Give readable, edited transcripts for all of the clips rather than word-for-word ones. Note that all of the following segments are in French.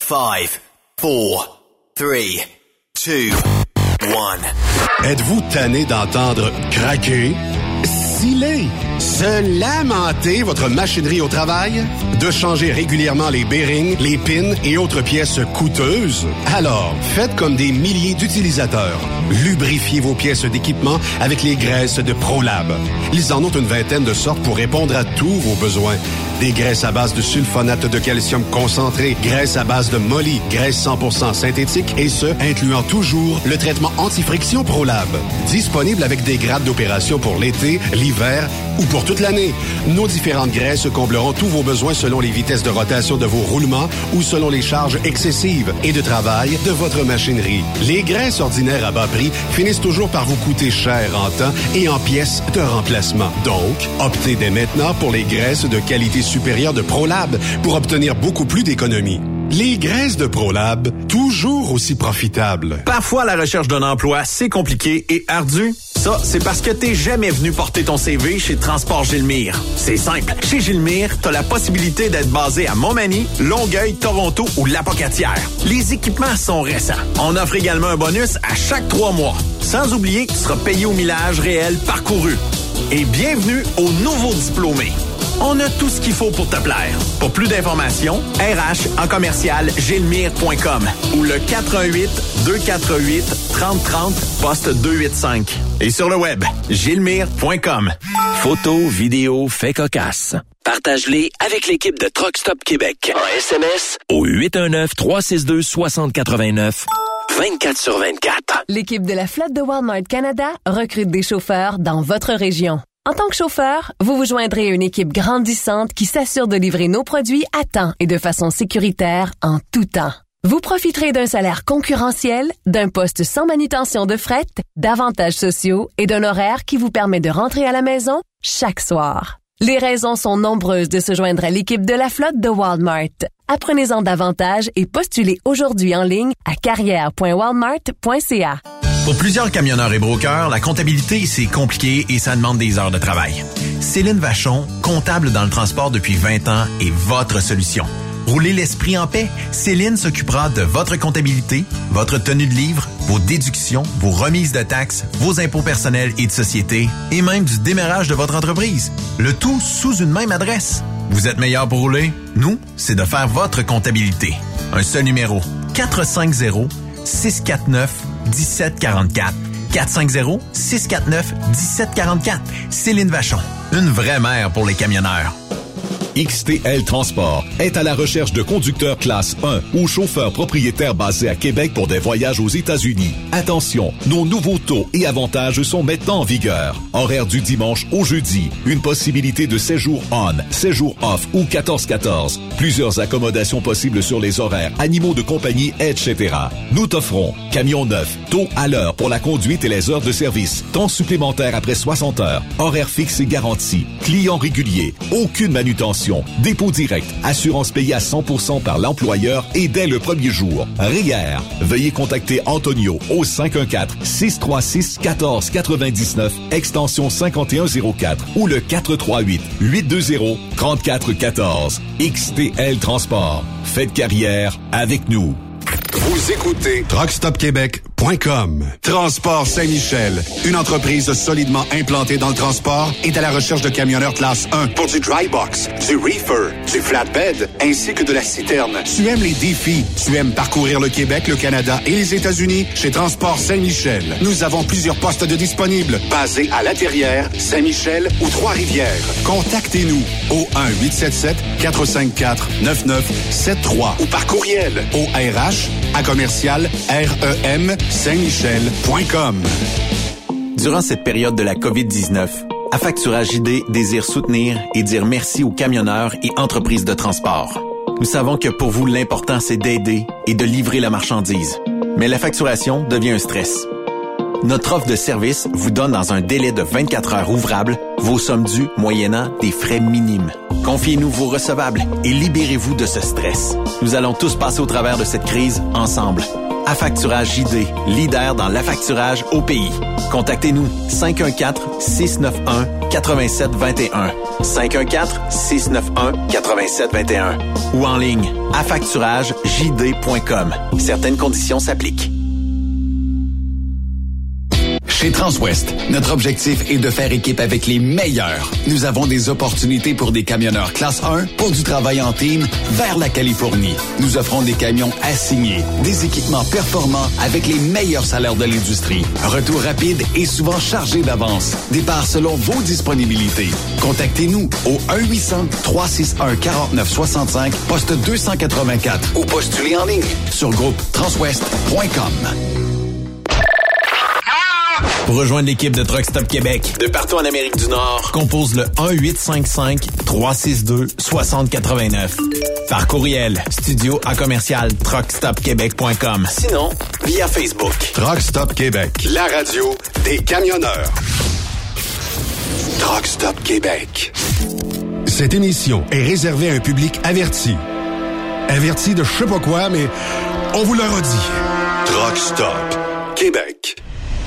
5, 4, 3, 2, 1. Êtes-vous tanné d'entendre craquer, sciller, se lamenter votre machinerie au travail? De changer régulièrement les bearings, les pins et autres pièces coûteuses? Alors, faites comme des milliers d'utilisateurs. Lubrifiez vos pièces d'équipement avec les graisses de ProLab. Ils en ont une vingtaine de sortes pour répondre à tous vos besoins. Des graisses à base de sulfonate de calcium concentré, graisses à base de molly, graisse 100% synthétique et ce, incluant toujours le traitement anti-friction ProLab. Disponible avec des grades d'opération pour l'été, l'hiver ou pour toute l'année. Nos différentes graisses combleront tous vos besoins selon les vitesses de rotation de vos roulements ou selon les charges excessives et de travail de votre machinerie. Les graisses ordinaires à bas prix finissent toujours par vous coûter cher en temps et en pièces de remplacement. Donc, optez dès maintenant pour les graisses de qualité supérieure de ProLab pour obtenir beaucoup plus d'économies. Les graisses de ProLab, toujours aussi profitables. Parfois, la recherche d'un emploi, c'est compliqué et ardu. Ça, c'est parce que t'es jamais venu porter ton CV chez Transport Gilmire. C'est simple. Chez Gilmire, t'as la possibilité d'être basé à Montmagny, Longueuil, Toronto ou Lapocatière. Les équipements sont récents. On offre également un bonus à chaque 3 mois. Sans oublier que tu seras payé au millage réel parcouru. Et bienvenue aux nouveaux diplômés. On a tout ce qu'il faut pour te plaire. Pour plus d'informations, RH en commercial gilmire.com ou le 418-248-3030 poste 285. Et sur le web, gilmire.com. Photos, vidéos, faits cocasses. Partage-les avec l'équipe de Truck Stop Québec. En SMS au 819-362-6089. 24/24. L'équipe de la flotte de Walmart Canada recrute des chauffeurs dans votre région. En tant que chauffeur, vous vous joindrez à une équipe grandissante qui s'assure de livrer nos produits à temps et de façon sécuritaire en tout temps. Vous profiterez d'un salaire concurrentiel, d'un poste sans manutention de fret, d'avantages sociaux et d'un horaire qui vous permet de rentrer à la maison chaque soir. Les raisons sont nombreuses de se joindre à l'équipe de la flotte de Walmart. Apprenez-en davantage et postulez aujourd'hui en ligne à carrière.walmart.ca. Pour plusieurs camionneurs et brokers, la comptabilité, c'est compliqué et ça demande des heures de travail. Céline Vachon, comptable dans le transport depuis 20 ans, est votre solution. Roulez l'esprit en paix. Céline s'occupera de votre comptabilité, votre tenue de livre, vos déductions, vos remises de taxes, vos impôts personnels et de société, et même du démarrage de votre entreprise. Le tout sous une même adresse. Vous êtes meilleur pour rouler? Nous, c'est de faire votre comptabilité. Un seul numéro. 450-649-1744. 450-649-1744. Céline Vachon. Une vraie mère pour les camionneurs. XTL Transport est à la recherche de conducteurs classe 1 ou chauffeurs propriétaires basés à Québec pour des voyages aux États-Unis. Attention, nos nouveaux taux et avantages sont maintenant en vigueur. Horaire du dimanche au jeudi. Une possibilité de 7 jours on, 7 jours off ou 14-14. Plusieurs accommodations possibles sur les horaires, animaux de compagnie, etc. Nous t'offrons camion neuf, taux à l'heure pour la conduite et les heures de service, temps supplémentaire après 60 heures, horaire fixe et garanti, client régulier, aucune manutention, dépôt direct, assurance payée à 100% par l'employeur et dès le premier jour. REER. Veuillez contacter Antonio au 514-636-1499, extension 5104 ou le 438-820-3414. XTL Transport. Faites carrière avec nous. Vous écoutez TruckStopQuébec.com. Transport Saint-Michel, une entreprise solidement implantée dans le transport, est à la recherche de camionneurs classe 1 pour du dry box, du reefer, du flatbed, ainsi que de la citerne. Tu aimes les défis, tu aimes parcourir le Québec, le Canada et les États-Unis? Chez Transport Saint-Michel, nous avons plusieurs postes de disponibles, basés à La Terrière, Saint-Michel ou Trois-Rivières. Contactez-nous au 1-877-454-9973 ou par courriel au RH@REM-Saint-Michel.com. Durant cette période de la COVID-19, Affacturage ID désire soutenir et dire merci aux camionneurs et entreprises de transport. Nous savons que pour vous, l'important, c'est d'aider et de livrer la marchandise. Mais la facturation devient un stress. Notre offre de service vous donne dans un délai de 24 heures ouvrables vos sommes dues moyennant des frais minimes. Confiez-nous vos recevables et libérez-vous de ce stress. Nous allons tous passer au travers de cette crise ensemble. Affacturage JD, leader dans l'affacturage au pays. Contactez-nous 514-691-8721. 514-691-8721. Ou en ligne, affacturagejd.com. Certaines conditions s'appliquent. Chez Transwest, notre objectif est de faire équipe avec les meilleurs. Nous avons des opportunités pour des camionneurs classe 1 pour du travail en team vers la Californie. Nous offrons des camions assignés, des équipements performants avec les meilleurs salaires de l'industrie. Retour rapide et souvent chargé d'avance. Départ selon vos disponibilités. Contactez-nous au 1-800-361-4965, poste 284 ou postulez en ligne sur groupetranswest.com. Pour rejoindre l'équipe de Truck Stop Québec, de partout en Amérique du Nord, compose le 1-855-362-6089. Par courriel, studio@truckstopquebec.com. Sinon, via Facebook. Truck Stop Québec, la radio des camionneurs. Truck Stop Québec. Cette émission est réservée à un public averti. Averti de je sais pas quoi, mais on vous le redit. Truck Stop Québec.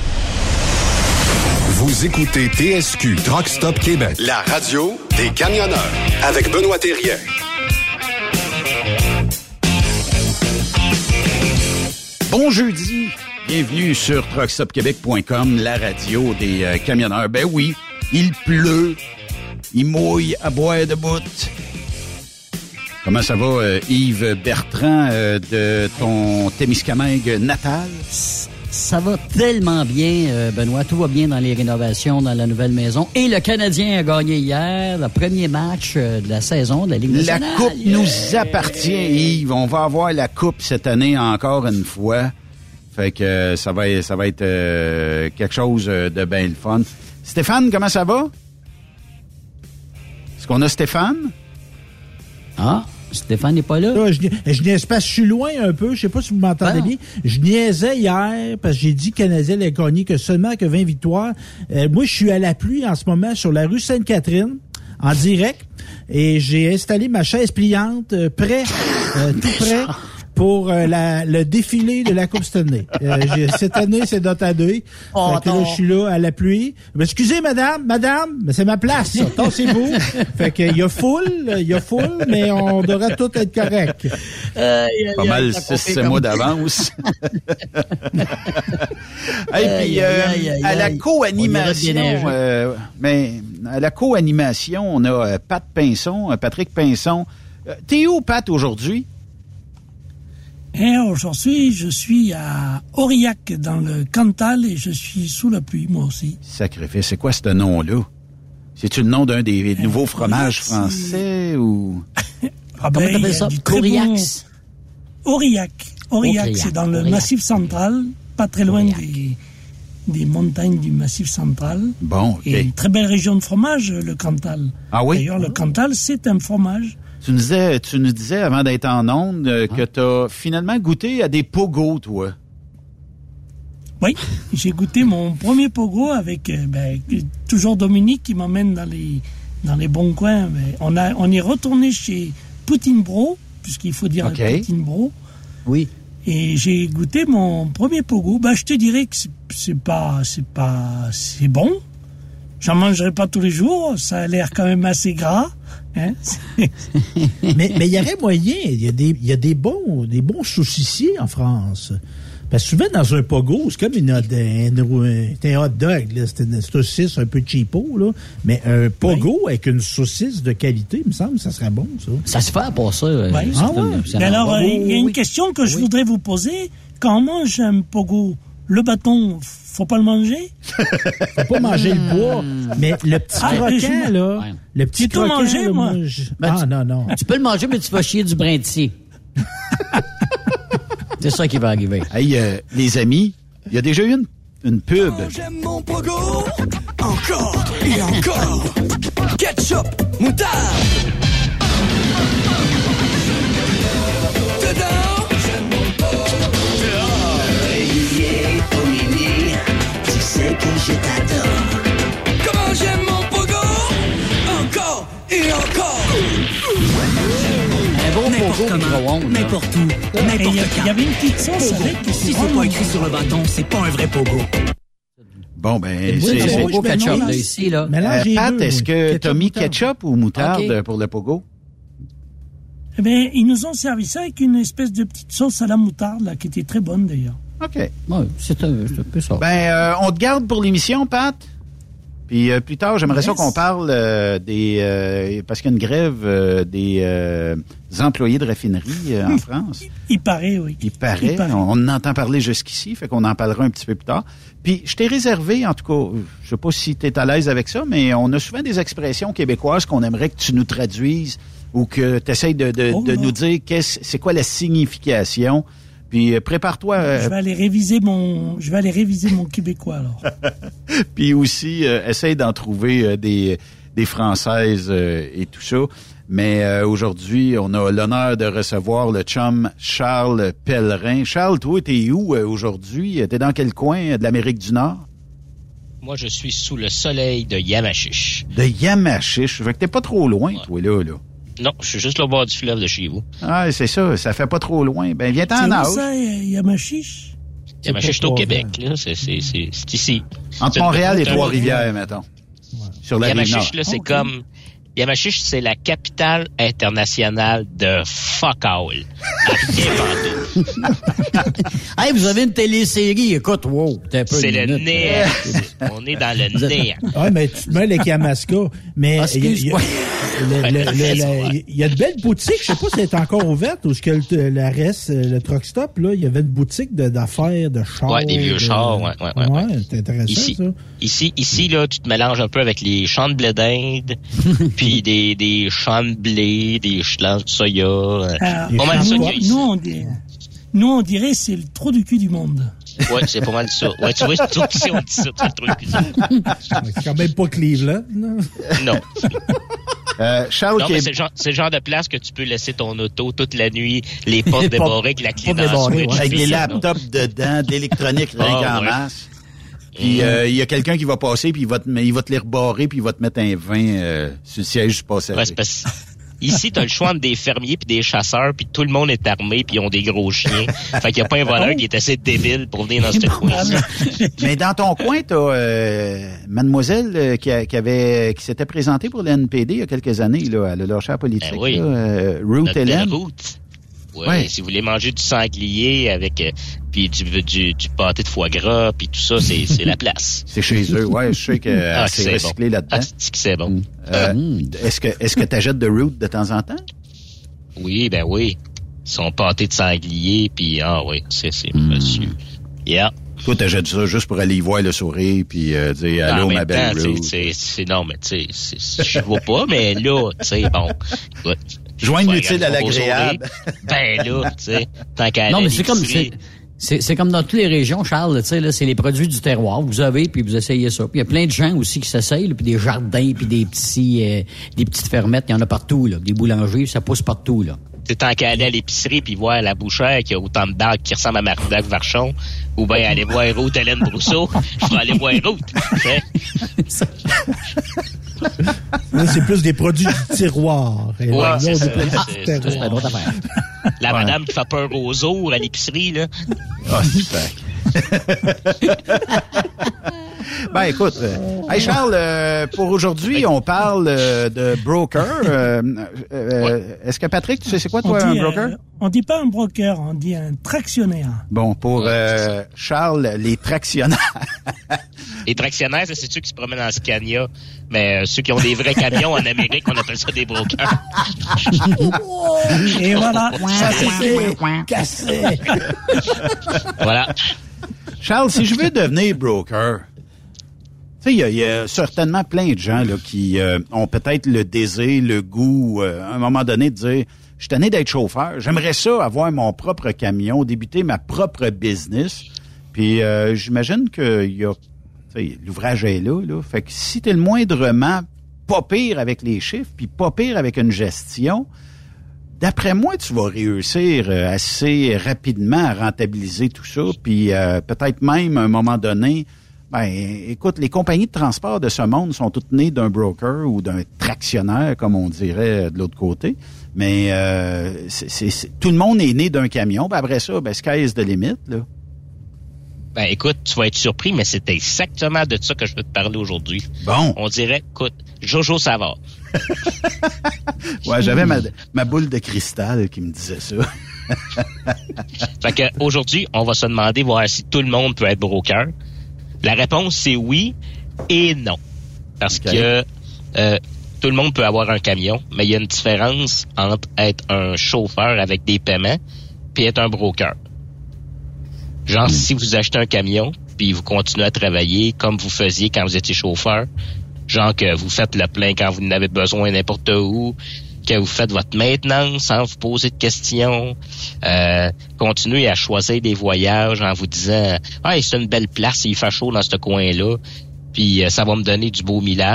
Vous écoutez TSQ Truck Stop Québec, la radio des camionneurs, avec Benoît Thérien. Bon jeudi, bienvenue sur truckstopquebec.com, la radio des camionneurs. Ben oui, il pleut, il mouille à boire de bout. Comment ça va, Yves Bertrand, de ton Témiscamingue natal? Ça va tellement bien, Benoît. Tout va bien dans les rénovations, dans la nouvelle maison. Et le Canadien a gagné hier le premier match de la saison de la Ligue nationale. La coupe nous appartient, Yves. On va avoir la coupe cette année encore une fois. Fait que ça va être quelque chose de bien le fun. Stéphane, comment ça va? Est-ce qu'on a Stéphane? Ah, Stéphane n'est pas là. Là, je niaise pas, je suis loin un peu, je sais pas si vous m'entendez bien. Je niaisais hier parce que j'ai dit que le Canadien n'avait gagné que seulement que 20 victoires. Moi, je suis à la pluie en ce moment sur la rue Sainte-Catherine, en direct, et j'ai installé ma chaise pliante tout près, pour le défilé de la Coupe Stanley. Cette année, c'est notre année. Là, je suis là à la pluie. Mais excusez, madame, mais c'est ma place, ça. Tassez-vous. Fait qu'il y a foule, mais on devrait tout être correct. Pas mal 6 mois d'avance. Et puis, à la co-animation, à la co-animation, on a Patrick Pinson. T'es où, Pat, aujourd'hui? Aujourd'hui, je suis à Aurillac, dans le Cantal, et je suis sous la pluie, moi aussi. Sacrifice, c'est quoi ce nom-là? C'est-tu le nom d'un des nouveaux fromages français ou... Comment t'appelles ça? Aurillac. Aurillac, c'est dans le Massif central, pas très loin des montagnes du Massif central. Bon, OK. Et une très belle région de fromage, le Cantal. Ah oui? D'ailleurs, le Cantal, c'est un fromage. Tu nous disais avant d'être en onde que t'as finalement goûté à des pogos, toi. Oui, j'ai goûté mon premier pogo avec toujours Dominique qui m'emmène dans les bons coins. Mais on est retourné chez Poutine Bro, puisqu'il faut dire Poutine Bro. Oui. Et j'ai goûté mon premier pogo. Je te dirais que c'est bon. J'en mangerai pas tous les jours. Ça a l'air quand même assez gras. Hein? mais il y aurait moyen. Il y a des bons saucissiers en France. Parce que souvent, dans un pogo, c'est comme un hot dog. Là. C'est une saucisse un peu cheapo. Là. Mais un pogo avec une saucisse de qualité, il me semble, ça serait bon, ça. Ça se fait pour ça. Oui. Mais alors, il y a une question que je voudrais vous poser. Quand on mange un pogo, le bâton, faut pas le manger? Faut pas manger le bois. Mais le petit croquant, là. Ouais. Le petit croquant, manger, là, moi. Non. Tu peux le manger, mais tu vas chier du brindisi. C'est ça qui va arriver. Hey, les amis, il y a déjà eu une pub. Oh, j'aime mon pogo, encore et encore. Ketchup, moutarde. Dedans, j'aime mon pogo. Régulier, au mini, tu sais que je t'adore. Comment j'aime mon pogo, encore et encore. Un bon pogo comment, n'importe où, n'importe quand. Il y avait une petite sauce avec. Si c'est pas écrit sur le bâton, c'est pas un vrai pogo. Bon, ben, c'est pogo ketchup, là, ici, là. Pat, est-ce que t'as mis ketchup ou moutarde pour le pogo? Eh bien, ils nous ont servi ça avec une espèce de petite sauce à la moutarde, là, qui était très bonne, d'ailleurs. OK. Ouais, c'est un peu ça. Ben, on te garde pour l'émission, Pat. Puis plus tard, j'aimerais ça qu'on parle parce qu'il y a une grève des employés de raffinerie en France. Il paraît, oui. Il paraît. On en entend parler jusqu'ici, fait qu'on en parlera un petit peu plus tard. Puis je t'ai sais en tout cas, je sais pas si tu es à l'aise avec ça, mais on a souvent des expressions québécoises qu'on aimerait que tu nous traduises ou que tu essayes de nous dire c'est quoi la signification. Puis prépare-toi. Je vais aller réviser mon québécois alors. Puis aussi essaye d'en trouver des françaises et tout ça. Mais aujourd'hui, on a l'honneur de recevoir le chum Charles Pellerin. Charles, toi, t'es où aujourd'hui? T'es dans quel coin de l'Amérique du Nord? Moi, je suis sous le soleil de Yamachiche. De Yamachiche? Fait que t'es pas trop loin, toi, là. Non, je suis juste au bord du fleuve de chez vous. Ah, c'est ça. Ça fait pas trop loin. Ben, viens-t'en en C'est où ça, Yamachiche? Yamachiche, c'est au Québec, là. C'est ici. Entre Montréal et Trois-Rivières, mettons. Ouais. Sur la rive nord. Yamachiche, là, c'est comme... Yamachiche, c'est la capitale internationale de fuck all. Hey, vous avez une télésérie, écoute, wow. C'est le néant. On est dans le néant. Ah, mais tu te mets les Yamaska. Mais il y a de belles boutiques. Je sais pas si elle est encore ouverte ou ce que le truck stop, là, il y avait une boutique d'affaires, de chars. Ouais, des vieux chars, ouais. Ouais, c'est intéressant, ça. Ici, là, tu te mélanges un peu avec les champs de blé d'Inde, puis des champs de blé, des champs de soya. Pas mal ça qu'il y a ici. Nous, on dirait c'est le trou du cul du monde. Ouais, c'est pas mal ça. Ouais, tu vois, si on dit ça, c'est le trou du cul du monde. C'est quand même pas Cleveland, non. Charles, non, mais c'est le genre de place que tu peux laisser ton auto toute la nuit, les portes débarrées avec la clé dans le switch. Avec des laptops dedans, d'électronique rien qu'en masse. Puis il y a quelqu'un qui va passer, puis il va te les rebarrer, puis il va te mettre un vin sur le siège du passager. Ouais, c'est parce... Ici, t'as le choix entre des fermiers puis des chasseurs, puis tout le monde est armé, puis ils ont des gros chiens. Fait qu'il n'y a pas un voleur qui est assez débile pour venir dans ce coin-ci. Mais dans ton coin, t'as mademoiselle qui s'était présentée pour le NPD il y a quelques années, là, elle a lâché la politique. Oui. Ruth Hélène. Oui, ouais. Si vous voulez manger du sanglier avec puis du pâté de foie gras puis tout ça, c'est la place. C'est chez eux, ouais. Je sais que c'est recyclé bon. là-dedans. C'est bon. Est-ce que t'achètes de Root de temps en temps? Oui, ben oui. Son pâté de sanglier puis c'est monsieur. Yeah. Toi, t'achètes ça juste pour aller y voir le sourire puis dire allô ma belle Root. Non, mais tu sais, je vois pas, mais là, tu sais, bon. Écoute, joindre l'utile à l'agréable. Ben là, tu sais, tant qu'à non, mais c'est comme dans toutes les régions, Charles, tu sais, là, c'est les produits du terroir. Vous avez, puis vous essayez ça. Puis il y a plein de gens aussi qui s'essayent, puis des jardins, puis des petites fermettes, il y en a partout, là. Des boulangers, ça pousse partout, là. C'est tant qu'à aller à l'épicerie puis voir la bouchère qui a autant de bagues qui ressemble à Marc Varchon, ou bien aller voir Ruth Hélène Brousseau, je vais aller voir Ruth. Là, c'est plus des produits du tiroir. Ouais, c'est ça. C'est une autre affaire. La madame qui fait peur aux ours à l'épicerie, là. Ah, super. Ben, écoute, hey Charles, pour aujourd'hui, on parle de broker. Est-ce que Patrick, tu sais c'est quoi, toi, un broker? On dit pas un broker, on dit un tractionnaire. Bon, pour Charles, les tractionnaires. Les tractionnaires, c'est ceux qui se promènent en Scania. Mais ceux qui ont des vrais camions en Amérique, on appelle ça des brokers. Et voilà. Cassé. Voilà. Charles, si je veux devenir broker, tu sais, il y a certainement plein de gens là qui ont peut-être le désir, le goût, à un moment donné, de dire, je suis tanné d'être chauffeur, j'aimerais ça avoir mon propre camion, débuter ma propre business. Puis j'imagine qu'il y a, l'ouvrage est là. Fait que si t'es le moindrement pas pire avec les chiffres, puis pas pire avec une gestion, d'après moi, tu vas réussir assez rapidement à rentabiliser tout ça, puis peut-être même à un moment donné Ben, écoute, les compagnies de transport de ce monde sont toutes nées d'un broker ou d'un tractionnaire, comme on dirait de l'autre côté. Mais tout le monde est né d'un camion. Ben, après ça, sky is the limit, là. Ben, écoute, tu vas être surpris, mais c'est exactement de ça que je veux te parler aujourd'hui. Bon. On dirait, écoute, Jojo Savard. Ouais, j'avais ma boule de cristal qui me disait ça. Fait que aujourd'hui, on va se demander voir si tout le monde peut être broker. La réponse, c'est oui et non. Parce que tout le monde peut avoir un camion, mais il y a une différence entre être un chauffeur avec des paiements puis être un broker. Genre, si vous achetez un camion puis vous continuez à travailler comme vous faisiez quand vous étiez chauffeur, genre que vous faites le plein quand vous en avez besoin n'importe où, que vous faites votre maintenance sans vous poser de questions, continuez à choisir des voyages en vous disant « Ah, c'est une belle place, il fait chaud dans ce coin-là, puis ça va me donner du beau millage. »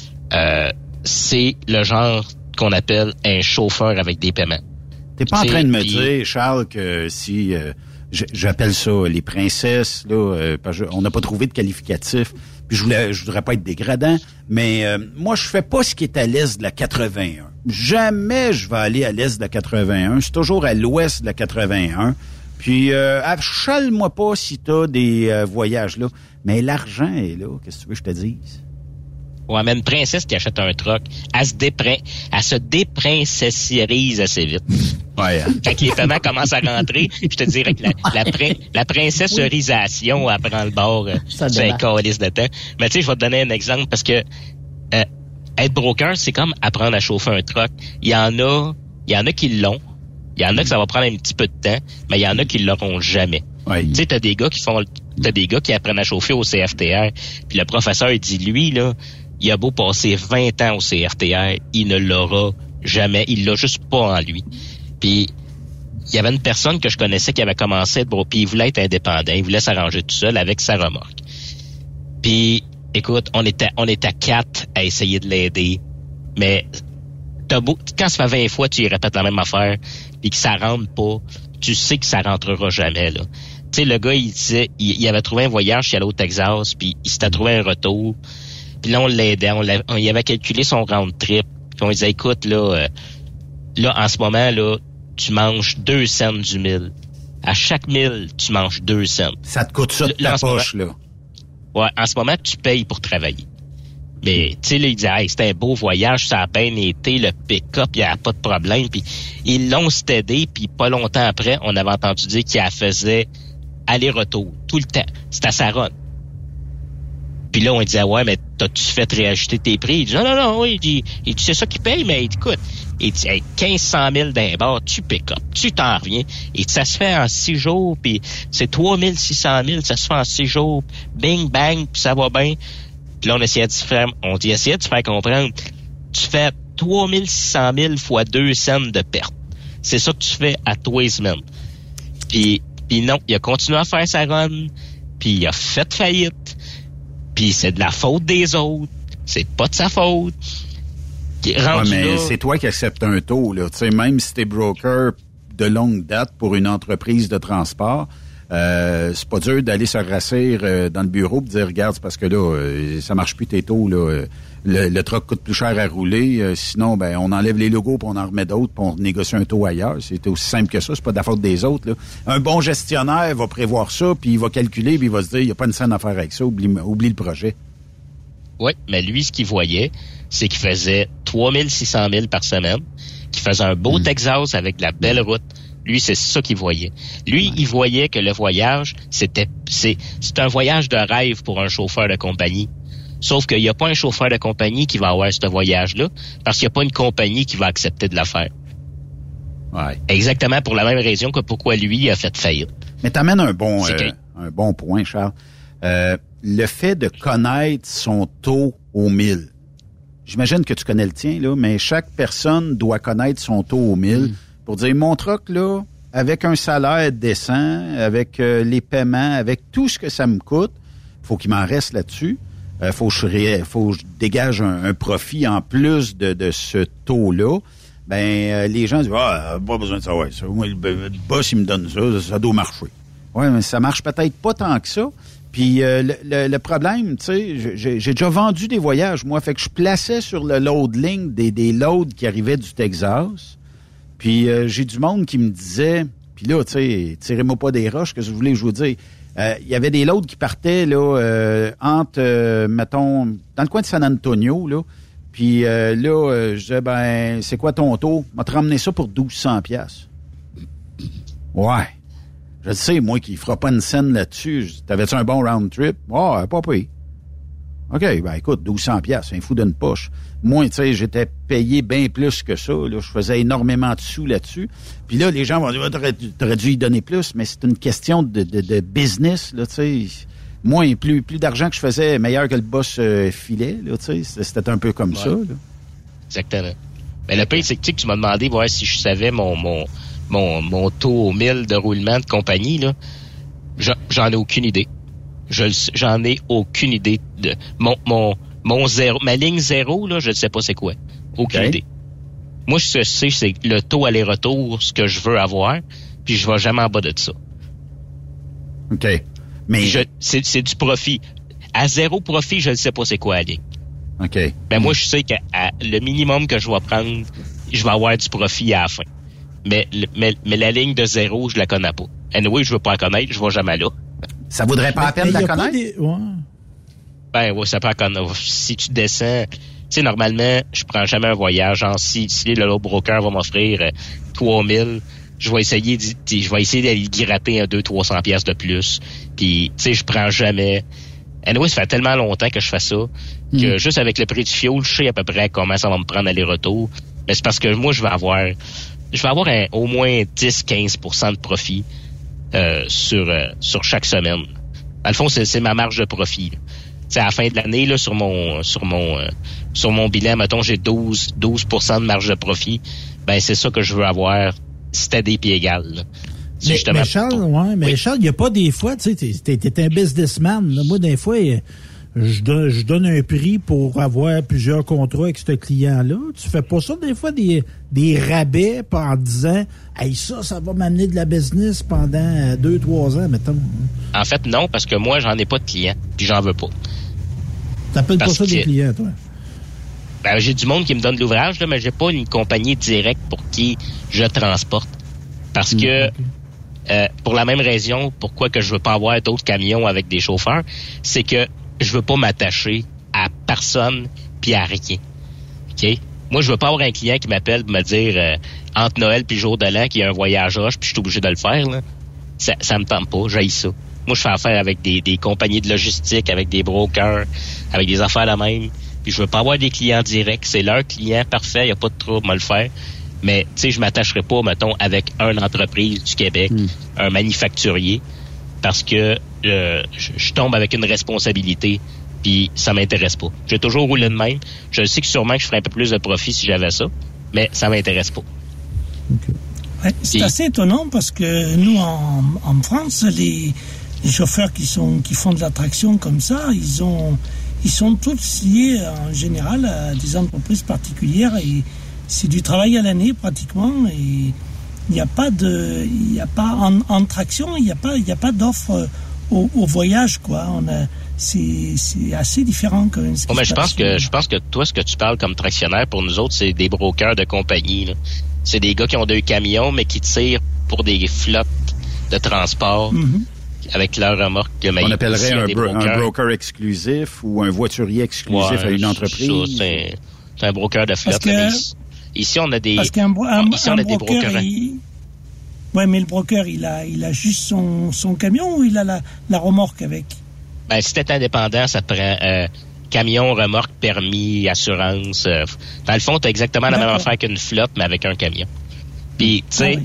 C'est le genre qu'on appelle un chauffeur avec des paiements. T'es pas en train de me dire, Charles, que si... j'appelle ça les princesses, là, parce on n'a pas trouvé de qualificatif. Puis je voudrais pas être dégradant, mais moi je fais pas ce qui est à l'est de la 81. Jamais je vais aller à l'est de la 81. C'est toujours à l'ouest de la 81. Puis achale-moi pas si t'as des voyages là. Mais l'argent est là. Qu'est-ce que tu veux que je te dise? Ouais, mais une princesse qui achète un truck, elle se déprincesserise assez vite. Ouais. Quand les paiements commencent à rentrer, je te dirais que la princesserisation, elle prend le bord, c'est un calice de temps. Mais tu sais, je vais te donner un exemple parce que être broker, c'est comme apprendre à chauffer un truck. Il y en a qui l'ont. Il y en a que ça va prendre un petit peu de temps, mais il y en a qui l'auront jamais. Ouais. Tu sais, t'as des gars qui apprennent à chauffer au CFTR, puis le professeur, il dit, lui, là, il a beau passer 20 ans au CFTR, il ne l'aura jamais. Il l'a juste pas en lui. Puis, il y avait une personne que je connaissais qui avait commencé à être puis il voulait être indépendant. Il voulait s'arranger tout seul avec sa remorque. Puis, écoute, on était 4 à essayer de l'aider. Mais, quand ça fait 20 fois tu y répètes la même affaire, puis que ça rentre pas, tu sais que ça rentrera jamais, là. Tu sais, le gars, il disait, il avait trouvé un voyage chez allait au Texas, puis il s'était trouvé un retour. Puis là, on l'aidait, on y avait calculé son round trip. Puis on disait, écoute, là, en ce moment, là, tu manges 2 cents du 1000. À chaque 1000, tu manges 2 cents. Ça te coûte ça de ta poche, là. Ouais, en ce moment, tu payes pour travailler. Mais, tu sais, là, il disait, hey, c'était un beau voyage, ça a bien été, le pick-up, il n'y a pas de problème. Puis ils l'ont stédé, puis pas longtemps après, on avait entendu dire qu'il la faisait aller-retour, tout le temps. C'était sa run. Puis là, on disait, ouais, mais t'as-tu fait réajuster tes prix? Il dit, non, oui. Il dit, c'est ça qui paye, mais écoute, il dit, hey, 1500 000 d'un bord, tu pick-up, tu t'en reviens. Et ça se fait en 6 jours, puis c'est 3600 000, ça se fait en 6 jours, bing, bang, puis ça va bien. Puis là, on essayait de faire comprendre, tu fais 3600 000 fois 2 cents de perte. C'est ça que tu fais à tous les semaines. Puis non, il a continué à faire sa run, puis il a fait faillite. Puis c'est de la faute des autres. C'est pas de sa faute. Ouais, mais c'est toi qui acceptes un taux, là. Tu sais, même si t'es broker de longue date pour une entreprise de transport, c'est pas dur d'aller se rassir dans le bureau et dire, regarde, c'est parce que là, ça marche plus tes taux, là. Le truck coûte plus cher à rouler. Sinon, ben, on enlève les logos puis on en remet d'autres puis on négocie un taux ailleurs. C'est aussi simple que ça. C'est pas de la faute des autres, là. Un bon gestionnaire va prévoir ça puis il va calculer puis il va se dire, il n'y a pas une scène à faire avec ça. Oublie le projet. Oui, mais lui, ce qu'il voyait, c'est qu'il faisait 3600 000 par semaine, qu'il faisait un beau Texas avec de la belle route. Lui, c'est ça qu'il voyait. Lui, il voyait que le voyage, c'est un voyage de rêve pour un chauffeur de compagnie. Sauf qu'il n'y a pas un chauffeur de compagnie qui va avoir ce voyage-là, parce qu'il n'y a pas une compagnie qui va accepter de le faire. Ouais. Exactement pour la même raison que pourquoi lui, il a fait faillite. Mais t'amènes un bon point, Charles. Le fait de connaître son taux au 1000. J'imagine que tu connais le tien, là, mais chaque personne doit connaître son taux au 1000 pour dire, mon truck, là, avec un salaire décent, avec les paiements, avec tout ce que ça me coûte, faut qu'il m'en reste là-dessus. Faut que je dégage un profit en plus de ce taux-là. Ben, les gens disent, pas besoin de savoir ça. Moi, le boss, il me donne ça doit marcher. Oui, mais ça marche peut-être pas tant que ça. Puis le problème, tu sais, j'ai déjà vendu des voyages, moi. Fait que je plaçais sur le load link des loads qui arrivaient du Texas. Puis j'ai du monde qui me disait, puis là, tu sais, tirez-moi pas des roches, que je voulais que je vous dise. Il y avait des loads qui partaient là entre, mettons, dans le coin de San Antonio, là. Puis là, je disais, ben, c'est quoi ton taux? On va te ramener ça pour 1200 $. Ouais. Je le sais, moi, qui fera pas une scène là-dessus. T'avais-tu un bon round trip? Ouais, pas payé. OK, ben écoute, 1200 $, c'est un fou d'une poche. Moi, tu sais, j'étais payé bien plus que ça. Là, je faisais énormément de sous là-dessus. Puis là, les gens vont dire, t'aurais dû y donner plus, mais c'est une question de business, là, tu sais. Moi, plus d'argent que je faisais, meilleur que le boss filait, là, tu sais. C'était un peu comme ça, là. Exactement. Mais le pire, c'est que tu m'as demandé voir si je savais mon taux au 1000 de roulement de compagnie, là. J'en ai aucune idée. J'en ai aucune idée de mon zéro, ma ligne zéro, là, je ne sais pas c'est quoi. Aucune idée. Moi, ce que je sais, c'est le taux aller-retour, ce que je veux avoir, puis je vais jamais en bas de ça. OK. Mais c'est du profit. À zéro profit, je ne sais pas c'est quoi la ligne. OK. Ben moi, je sais que le minimum que je vais prendre, je vais avoir du profit à la fin. Mais la ligne de zéro, je la connais pas. Anyway, je veux pas la connaître, je vais jamais là. Ça vaudrait pas la peine de la connaître? Ben oui, ça peut la connaître. Si tu descends, tu sais, normalement, je prends jamais un voyage. Genre, si le low broker va m'offrir 3000, je vais essayer d'aller gratter 200-300 $ de plus. Puis, tu sais, je prends jamais. Anyway, ça fait tellement longtemps que je fais ça que juste avec le prix du fioul, je sais à peu près comment ça va me prendre aller-retour. Mais c'est parce que moi, je vais avoir au moins 10-15% de profit sur chaque semaine. Dans le fond, c'est ma marge de profit. Tu sais, à la fin de l'année, là, sur mon bilan, mettons, j'ai 12% de marge de profit. Ben, c'est ça que je veux avoir, steady puis égal, là. Mais Charles, Charles, il n'y a pas des fois, tu sais, t'es un businessman. Là. Moi, des fois, je donne un prix pour avoir plusieurs contrats avec ce client-là. Tu fais pas ça, des fois, des rabais en disant, hey, ça va m'amener de la business pendant 2-3 ans, mettons. En fait, non, parce que moi, j'en ai pas de clients, puis j'en veux pas. T'appelles pas ça des clients, toi? Ben, j'ai du monde qui me donne l'ouvrage, là, mais j'ai pas une compagnie directe pour qui je transporte. Parce que, pour la même raison, pourquoi que je veux pas avoir d'autres camions avec des chauffeurs, c'est que je veux pas m'attacher à personne puis à rien. OK? Moi, je veux pas avoir un client qui m'appelle pour me dire entre Noël puis jour de l'an qu'il y a un voyage rush puis je suis obligé de le faire, là. Ça me tente pas, j'haïs ça. Moi, je fais affaire avec des compagnies de logistique, avec des brokers, avec des affaires la même. Puis je veux pas avoir des clients directs. C'est leur client, parfait, y a pas de trouble, moi le faire. Mais, tu sais, je m'attacherai pas, mettons, avec une entreprise du Québec, un manufacturier, parce que je tombe avec une responsabilité, puis ça m'intéresse pas. J'ai toujours roulé de même. Je sais que sûrement que je ferais un peu plus de profit si j'avais ça, mais ça m'intéresse pas. Okay. Ouais, c'est assez étonnant parce que nous, en France, les chauffeurs qui font de la traction comme ça, ils sont tous liés en général à des entreprises particulières et c'est du travail à l'année pratiquement et il n'y a pas en traction, il n'y a pas d'offre au voyage, quoi. C'est assez différent quand même. Mais je pense que toi, ce que tu parles comme tractionnaire, pour nous autres, c'est des brokers de compagnie, là. C'est des gars qui ont 2 camions, mais qui tirent pour des flottes de transport avec leur remorque. On appellerait un broker exclusif ou un voiturier exclusif à une entreprise. Ça, c'est un broker de flotte. Ici, on a des des brokers. Oui, mais le broker, il a juste son camion ou il a la remorque avec? Ben, si t'es indépendant, ça te prend camion, remorque, permis, assurance. Dans le fond, t'as exactement la même affaire qu'une flotte, mais avec un camion. Puis, tu sais,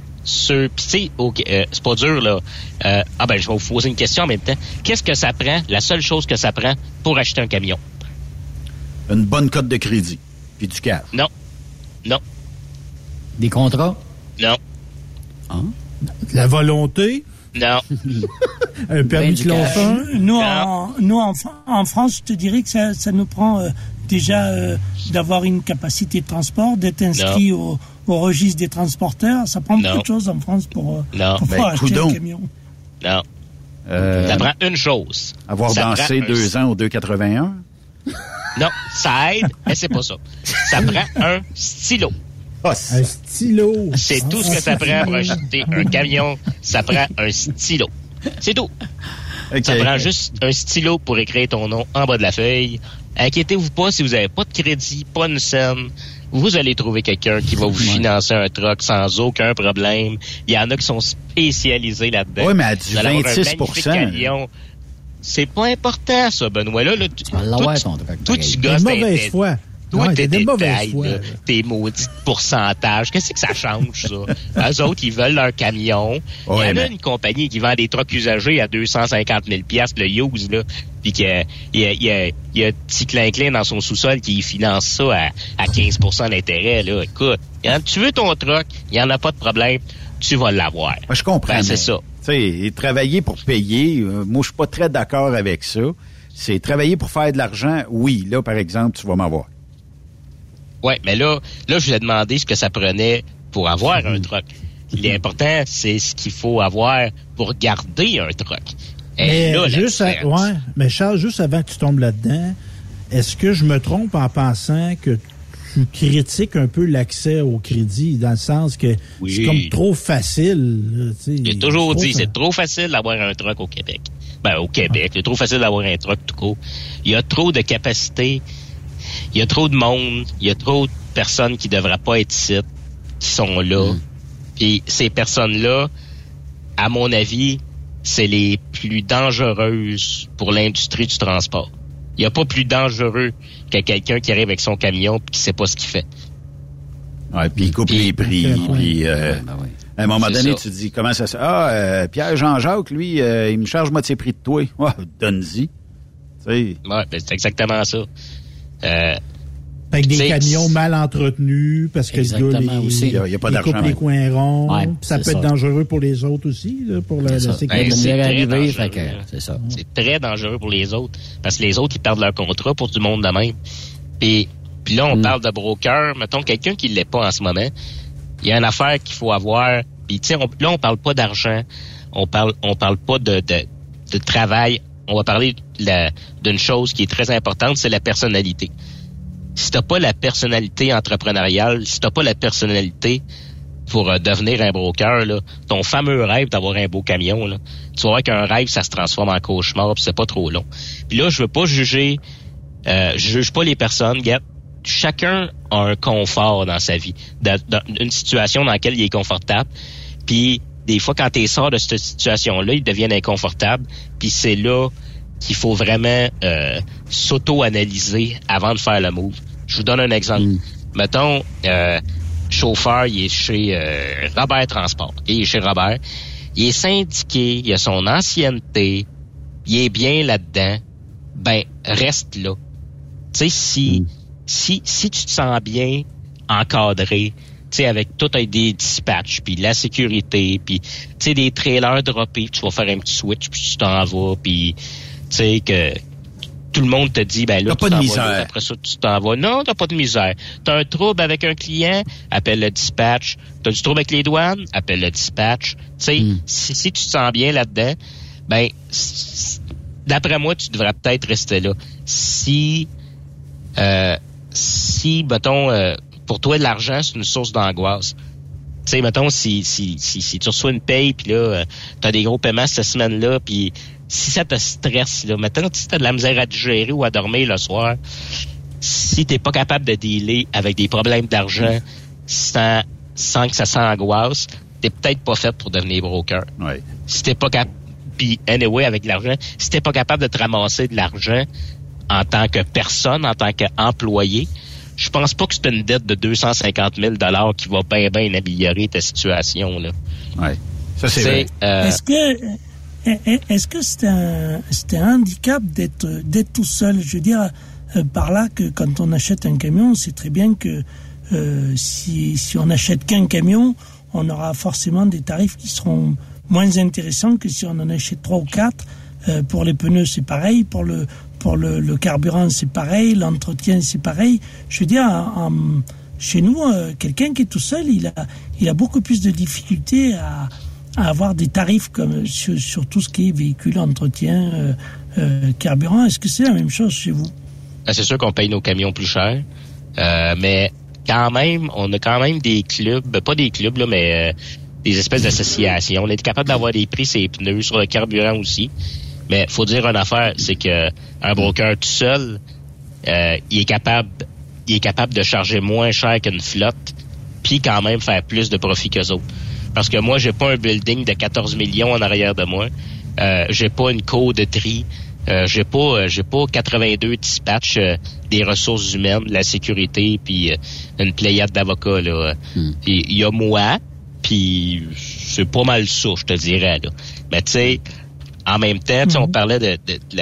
c'est pas dur, là. Je vais vous poser une question en même temps. Qu'est-ce que ça prend, la seule chose que ça prend pour acheter un camion? Une bonne cote de crédit. Puis du cash. Non. Des contrats? Non. Hein? La volonté? Non. Un permis de conduire? Nous, en France, je te dirais que ça nous prend déjà d'avoir une capacité de transport, d'être inscrit au registre des transporteurs. Ça prend beaucoup de choses en France pour pouvoir acheter un camion. Non. Ça prend une chose. Avoir dansé 2 ans au 2,81? Non, ça aide, mais c'est pas ça. Ça prend un stylo. Un stylo. C'est tout ce que ça prend pour acheter un camion. Ça prend un stylo. C'est tout. Okay. Ça prend juste un stylo pour écrire ton nom en bas de la feuille. Inquiétez-vous pas si vous avez pas de crédit, pas une scène. Vous allez trouver quelqu'un qui va vous financer un truck sans aucun problème. Il y en a qui sont spécialisés là-dedans. Oui, mais à du 26%. C'est pas important, ça, Benoît. Là, toi, tu gosses mauvaise foi. Toi, t'es des détails, tes maudits pourcentages. Qu'est-ce que ça change, ça? Eux autres, ils veulent leur camion. Il y en a une compagnie qui vend des trucks usagés à 250 000 $, le use, là. Puis qu'il y a un petit clin-clin dans son sous-sol qui finance ça à 15% d'intérêt, là. Écoute, tu veux ton truck, il y en a pas de problème, tu vas l'avoir. Ben, je comprends. Ben, c'est ça. Tu sais, travailler pour payer, moi, je suis pas très d'accord avec ça. C'est travailler pour faire de l'argent, oui. Là, par exemple, tu vas m'avoir. Oui, mais là, je vous ai demandé ce que ça prenait pour avoir un truck. L'important, c'est ce qu'il faut avoir pour garder un truck. Mais, mais Charles, juste avant que tu tombes là-dedans, est-ce que je me trompe en pensant que tu critiques un peu l'accès au crédit, dans le sens que c'est comme trop facile? J'ai toujours dit, c'est trop facile d'avoir un truck au Québec. Ben, au Québec, c'est trop facile d'avoir un truck tout court. Il y a trop de capacités. Il y a trop de monde, il y a trop de personnes qui devraient pas être ici, qui sont là. Puis ces personnes-là, à mon avis, c'est les plus dangereuses pour l'industrie du transport. Il n'y a pas plus dangereux que quelqu'un qui arrive avec son camion et qui sait pas ce qu'il fait. Ouais, puis il coupe les prix. Puis à un moment donné, tu te dis, comment ça se fait? Pierre Jean-Jacques, lui, il me charge moitié prix de toi. Donne-y. Ouais, ben, c'est exactement ça. Avec des camions mal entretenus, parce que le gars, il y a pas d'argent. coupe les coins ronds. Ça peut être dangereux pour les autres aussi, là, pour la sécurité. C'est ça. C'est très dangereux pour les autres, parce que les autres, ils perdent leur contrat pour du monde de même. Puis là, on parle de broker. Mettons, quelqu'un qui ne l'est pas en ce moment, il y a une affaire qu'il faut avoir. Puis, tu sais, là, on parle pas d'argent. On parle pas de travail. On va parler d'une chose qui est très importante, c'est la personnalité. Si t'as pas la personnalité entrepreneuriale, si t'as pas la personnalité pour devenir un broker, là, ton fameux rêve d'avoir un beau camion, là, tu vas voir qu'un rêve, ça se transforme en cauchemar, puis c'est pas trop long. Puis là, je veux pas juger, je juge pas les personnes, Gap. Chacun a un confort dans sa vie, dans une situation dans laquelle il est confortable, puis des fois, quand tu sors de cette situation-là, ils deviennent inconfortables. Puis c'est là qu'il faut vraiment s'auto-analyser avant de faire le move. Je vous donne un exemple. Mettons, chauffeur, il est chez Robert Transport. Il est chez Robert. Il est syndiqué, il a son ancienneté, il est bien là-dedans. Ben, reste là. Tu sais, si tu te sens bien encadré, tu sais, avec tout des dispatchs, puis la sécurité, puis tu sais, des trailers droppés, tu vas faire un petit switch, puis tu t'en vas, puis tu sais que tout le monde te dit, ben là, t'as pas de misère. Là, après ça, tu t'en vas. Non, t'as pas de misère. T'as un trouble avec un client, appelle le dispatch. T'as du trouble avec les douanes, appelle le dispatch. Tu sais, si tu te sens bien là-dedans, ben, d'après moi, tu devrais peut-être rester là. Si, mettons, pour toi, l'argent, c'est une source d'angoisse. Tu sais, mettons, si tu reçois une paye, puis là, t'as des gros paiements cette semaine-là, puis si ça te stresse, là, mettons, si t'as de la misère à digérer ou à dormir le soir, si t'es pas capable de dealer avec des problèmes d'argent sans que ça s'angoisse, t'es peut-être pas fait pour devenir broker. Ouais. Si t'es pas capable, puis anyway, avec l'argent, si t'es pas capable de te ramasser de l'argent en tant que personne, en tant qu'employé, je pense pas que c'est une dette de 250 000 $ qui va bien améliorer ta situation, là. Ouais. Ça, c'est vrai. Est-ce que c'est un handicap d'être tout seul? Je veux dire, par là que quand on achète un camion, on sait très bien que si on n'achète qu'un camion, on aura forcément des tarifs qui seront moins intéressants que si on en achète 3 ou 4. Pour les pneus, c'est pareil. Pour le carburant, c'est pareil. L'entretien, c'est pareil. Je veux dire, chez nous, quelqu'un qui est tout seul, il a beaucoup plus de difficultés avoir des tarifs comme sur tout ce qui est véhicule, entretien, carburant. Est-ce que c'est la même chose chez vous? C'est sûr qu'on paye nos camions plus cher, mais quand même, on a quand même des clubs, pas des clubs là, mais des espèces d'associations. On est capable d'avoir des prix sur les pneus, sur le carburant aussi. Mais faut dire une affaire, c'est que un broker tout seul, il est capable de charger moins cher qu'une flotte, puis quand même faire plus de profit qu'eux autres. Parce que moi, j'ai pas un building de 14 millions en arrière de moi. J'ai pas une cour de tri. J'ai pas 82 dispatchs des ressources humaines, de la sécurité, puis une pléiade d'avocats là. Il y a moi, puis c'est pas mal ça, je te dirais là. Mais tu sais, en même temps, on parlait de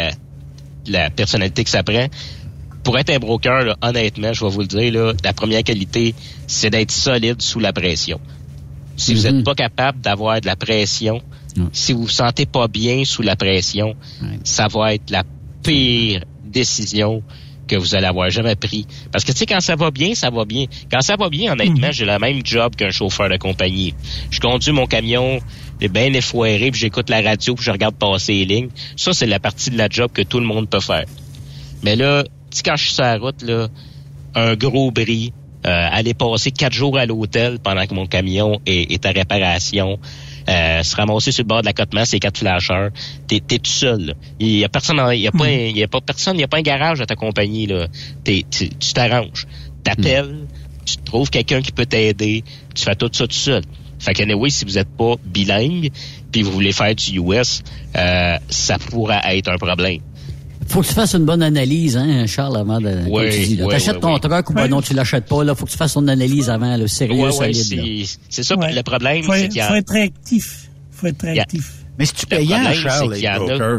la personnalité que ça prend. Pour être un broker, là, honnêtement, je vais vous le dire, là, la première qualité, c'est d'être solide sous la pression. Si vous n'êtes pas capable d'avoir de la pression, si vous vous sentez pas bien sous la pression, ça va être la pire décision que vous allez avoir jamais pris. Parce que, tu sais, quand ça va bien, ça va bien. Quand ça va bien, honnêtement, j'ai le même job qu'un chauffeur de compagnie. Je conduis mon camion, il est bien effoiré, puis j'écoute la radio, puis je regarde passer les lignes. Ça, c'est la partie de la job que tout le monde peut faire. Mais là, tu sais, quand je suis sur la route, là, un gros bris, aller passer 4 jours à l'hôtel pendant que mon camion est à réparation, se ramasser sur le bord de l'accotement, c'est 4 flasheurs. T'es tout seul, là. Il y a personne, il y a pas un garage à ta compagnie, là. Tu t'arranges. T'appelles, tu trouves quelqu'un qui peut t'aider, tu fais tout ça tout seul. Fait que anyway, si vous êtes pas bilingue, puis vous voulez faire du US, ça pourrait être un problème. Faut que tu fasses une bonne analyse, hein, Charles, avant de... Oui, t'achètes ton truck ou ben non, tu l'achètes pas, là. Faut que tu fasses ton analyse avant, le sérieux, solide. C'est ça, le problème, c'est qu'il y a... Faut être réactif. Mais si tu payant, Charles, les brokers?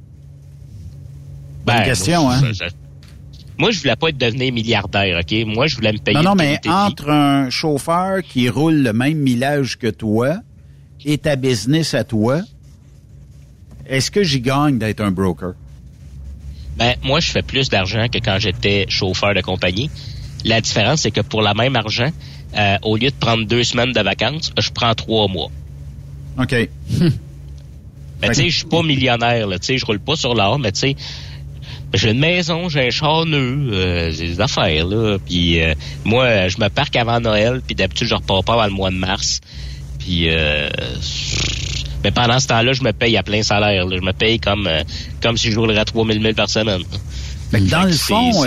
Bonne question, hein? Moi, je voulais pas devenir milliardaire, OK? Moi, je voulais me payer... Non, mais entre un chauffeur qui roule le même millage que toi et ta business à toi, est-ce que j'y gagne d'être un broker? Ben, moi, je fais plus d'argent que quand j'étais chauffeur de compagnie. La différence, c'est que pour le même argent, au lieu de prendre 2 semaines de vacances, je prends 3 mois. OK. Ben, tu sais, je suis pas millionnaire, là. Tu sais, je roule pas sur l'or, mais tu sais, j'ai une maison, j'ai un char neuf, j'ai des affaires, là. Puis moi, je me parque avant Noël, puis d'habitude, je repars pas avant le mois de mars. Puis... mais pendant ce temps-là, je me paye à plein salaire. Là. Je me paye comme si je roulerais 3000 000 par semaine. Fait que dans le fond,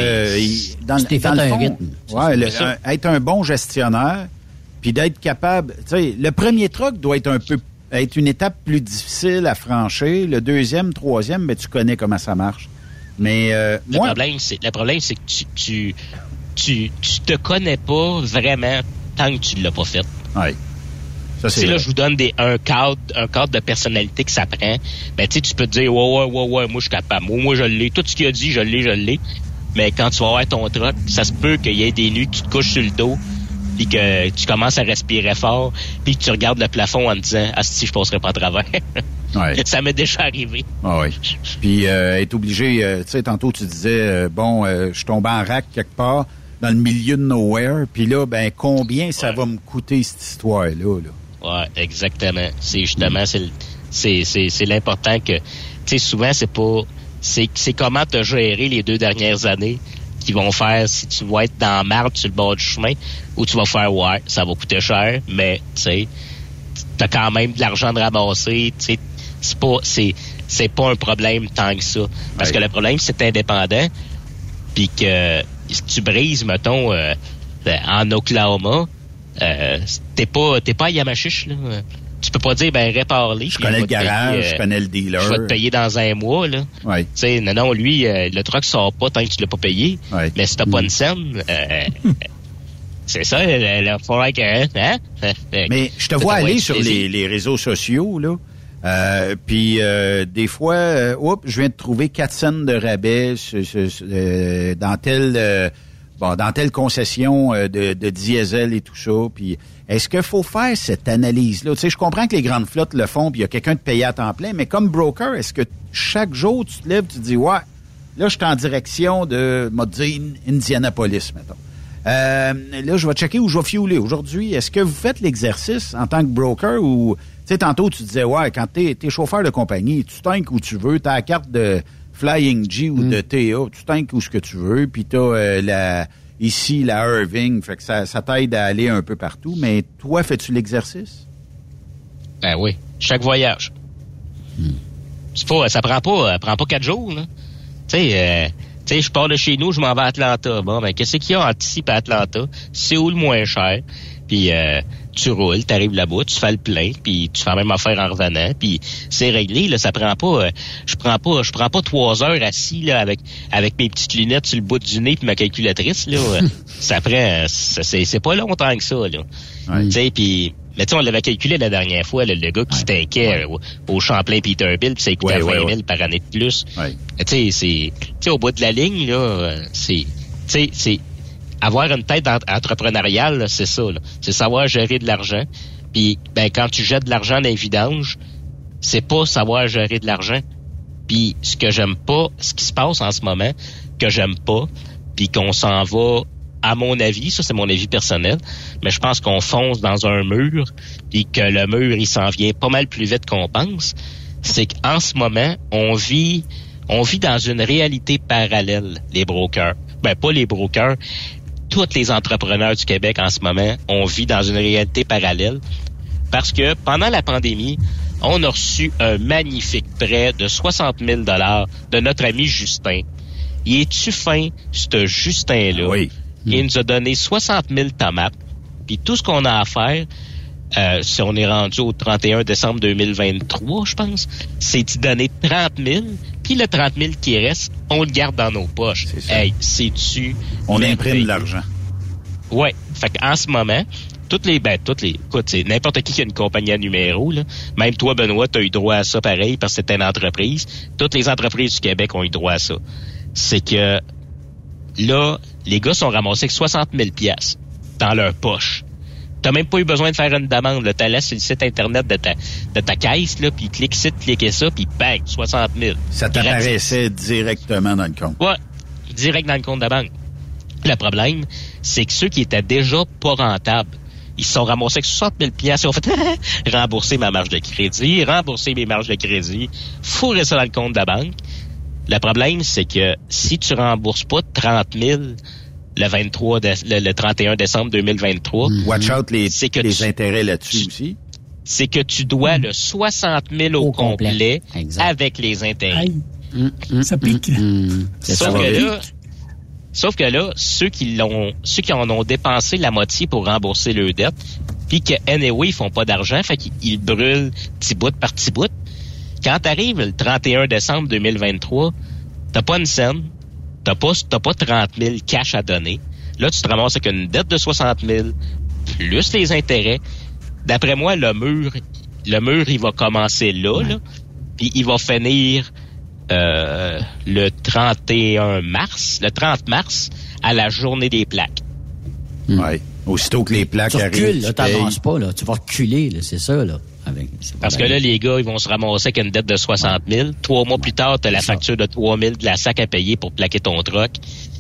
être un bon gestionnaire, puis d'être capable... Tu sais, le premier truck doit être une étape plus difficile à franchir. Le deuxième, troisième, ben, tu connais comment ça marche. Mais le problème, c'est que tu te connais pas vraiment tant que tu l'as pas fait. Oui. Si là, je vous donne un cadre de personnalité que ça prend, ben, tu sais, tu peux te dire, ouais, moi, je suis capable. Moi, je l'ai. Tout ce qu'il a dit, je l'ai. Mais quand tu vas avoir ton truck, ça se peut qu'il y ait des nuits que tu te couches sur le dos, puis que tu commences à respirer fort, puis que tu regardes le plafond en te disant, si je passerai pas à travers. Ouais. Ça m'est déjà arrivé. Ah oui. Puis, être obligé, tu sais, tantôt, tu disais, je tombe en rack quelque part, dans le milieu de nowhere, puis là, ben, combien ça va me coûter cette histoire-là, là? Ouais, exactement. C'est justement, c'est l'important que, tu sais, souvent, c'est comment te gérer les 2 dernières années qui vont faire si tu vas être dans la marde sur le bord du chemin ou tu vas faire, ouais, ça va coûter cher, mais, tu sais, t'as quand même de l'argent de ramasser, tu sais, c'est pas un problème tant que ça. Parce que le problème, c'est indépendant, puis que si tu brises, mettons, en Oklahoma, t'es pas à Yamachiche, là. Tu peux pas dire, ben, répare-les. Je connais le garage, je connais le dealer. Je vais te payer dans 1 mois, là. Ouais. Tu sais, non, lui, le truck sort pas tant que tu l'as pas payé. Ouais. Mais si t'as pas une scène, c'est ça, il faudrait que, hein? Mais je te vois aller sur les réseaux sociaux, là. Puis des fois, je viens de trouver 4 cents de rabais dans telle concession de diesel et tout ça. Puis est-ce qu'il faut faire cette analyse-là? Tu sais, je comprends que les grandes flottes le font, puis il y a quelqu'un de payé à temps plein, mais comme broker, est-ce que chaque jour tu te lèves, tu te dis, ouais, là, je suis en direction de, Indianapolis, mettons. Là, je vais checker où je vais fueler. Aujourd'hui, est-ce que vous faites l'exercice en tant que broker ou sais, tantôt, tu disais, ouais, quand t'es chauffeur de compagnie, tu tanques où tu veux, t'as la carte de Flying G ou de TA, tu tanques où ce que tu veux, puis t'as ici, la Irving, fait que ça t'aide à aller un peu partout. Mais toi, fais-tu l'exercice? Ben oui, chaque voyage. C'est pas, ça prend pas 4 jours, là. Tu sais, je pars de chez nous, je m'en vais à Atlanta. Bon, ben, qu'est-ce qu'il y a entre ici et Atlanta? C'est où le moins cher? Puis tu roules, t'arrives là-bas, tu fais le plein, puis tu fais la même affaire en revenant, puis c'est réglé, là, ça prend pas, je prends pas 3 heures assis, là, avec mes petites lunettes sur le bout du nez puis ma calculatrice, là. Ça prend, c'est pas longtemps que ça, là. Tu sais, puis, mais tu sais, on l'avait calculé la dernière fois, là, le gars qui se tankait au Champlain Peterbilt, puis ça coûtait 20 000 par année de plus. Tu sais, au bout de la ligne, là, c'est avoir une tête entrepreneuriale, là, c'est ça, là. C'est savoir gérer de l'argent. Puis, ben, quand tu jettes de l'argent dans les vidanges, c'est pas savoir gérer de l'argent. Puis, ce que j'aime pas, ce qui se passe en ce moment, que j'aime pas, puis qu'on s'en va, à mon avis, ça c'est mon avis personnel, mais je pense qu'on fonce dans un mur, puis que le mur, il s'en vient pas mal plus vite qu'on pense, c'est qu'en ce moment, on vit dans une réalité parallèle, les brokers. Ben, pas les brokers, tous les entrepreneurs du Québec en ce moment, on vit dans une réalité parallèle parce que pendant la pandémie, on a reçu un magnifique prêt de 60 000 $ de notre ami Justin. Il est-tu fin, ce Justin-là? Oui. Il nous a donné 60 000 tomates. Puis tout ce qu'on a à faire, si on est rendu au 31 décembre 2023, je pense, c'est d'y donner 30 000. Puis le 30 000 qui reste, on le garde dans nos poches. Hey, sais-tu? On imprime de l'argent. Ouais. Fait qu'en ce moment, écoute, c'est n'importe qui a une compagnie à numéro, là. Même toi, Benoît, t'as eu droit à ça pareil parce que c'était une entreprise. Toutes les entreprises du Québec ont eu droit à ça. C'est que, là, les gars sont ramassés avec 60 000 piastres dans leur poche. T'as même pas eu besoin de faire une demande, là. T'as laissé sur le site Internet de ta caisse, là, puis clique ça, puis bang, 60 000. Ça t'apparaissait directement dans le compte. Ouais, direct dans le compte de banque. Le problème, c'est que ceux qui étaient déjà pas rentables, ils se sont ramassés avec 60 000 piastres. Ils ont fait rembourser ma marge de crédit, rembourser mes marges de crédit, fourrer ça dans le compte de la banque. Le problème, c'est que si tu rembourses pas 30 000 le 31 décembre 2023... Watch out les intérêts là-dessus aussi. C'est que tu dois le 60 000 au complet avec les intérêts. Ça pique. Sauf que là, ceux qui en ont dépensé la moitié pour rembourser leur dette, puis que anyway, ils font pas d'argent, fait qu'ils brûlent petit bout par petit bout. Quand t'arrives le 31 décembre 2023, t'as pas une scène, t'as pas 30 000 cash à donner. Là, tu te ramasses avec une dette de 60 000, plus les intérêts. D'après moi, le mur, il va commencer là, puis il va finir le 30 mars, à la journée des plaques. Oui. Aussitôt que les plaques arrivent. Tu t'avances pas, là. Tu vas reculer, là. C'est ça, là. Parce que là, les gars, ils vont se ramasser avec une dette de 60 000. 3 mois plus tard, t'as la facture de 3 000 de la SAC à payer pour plaquer ton truck.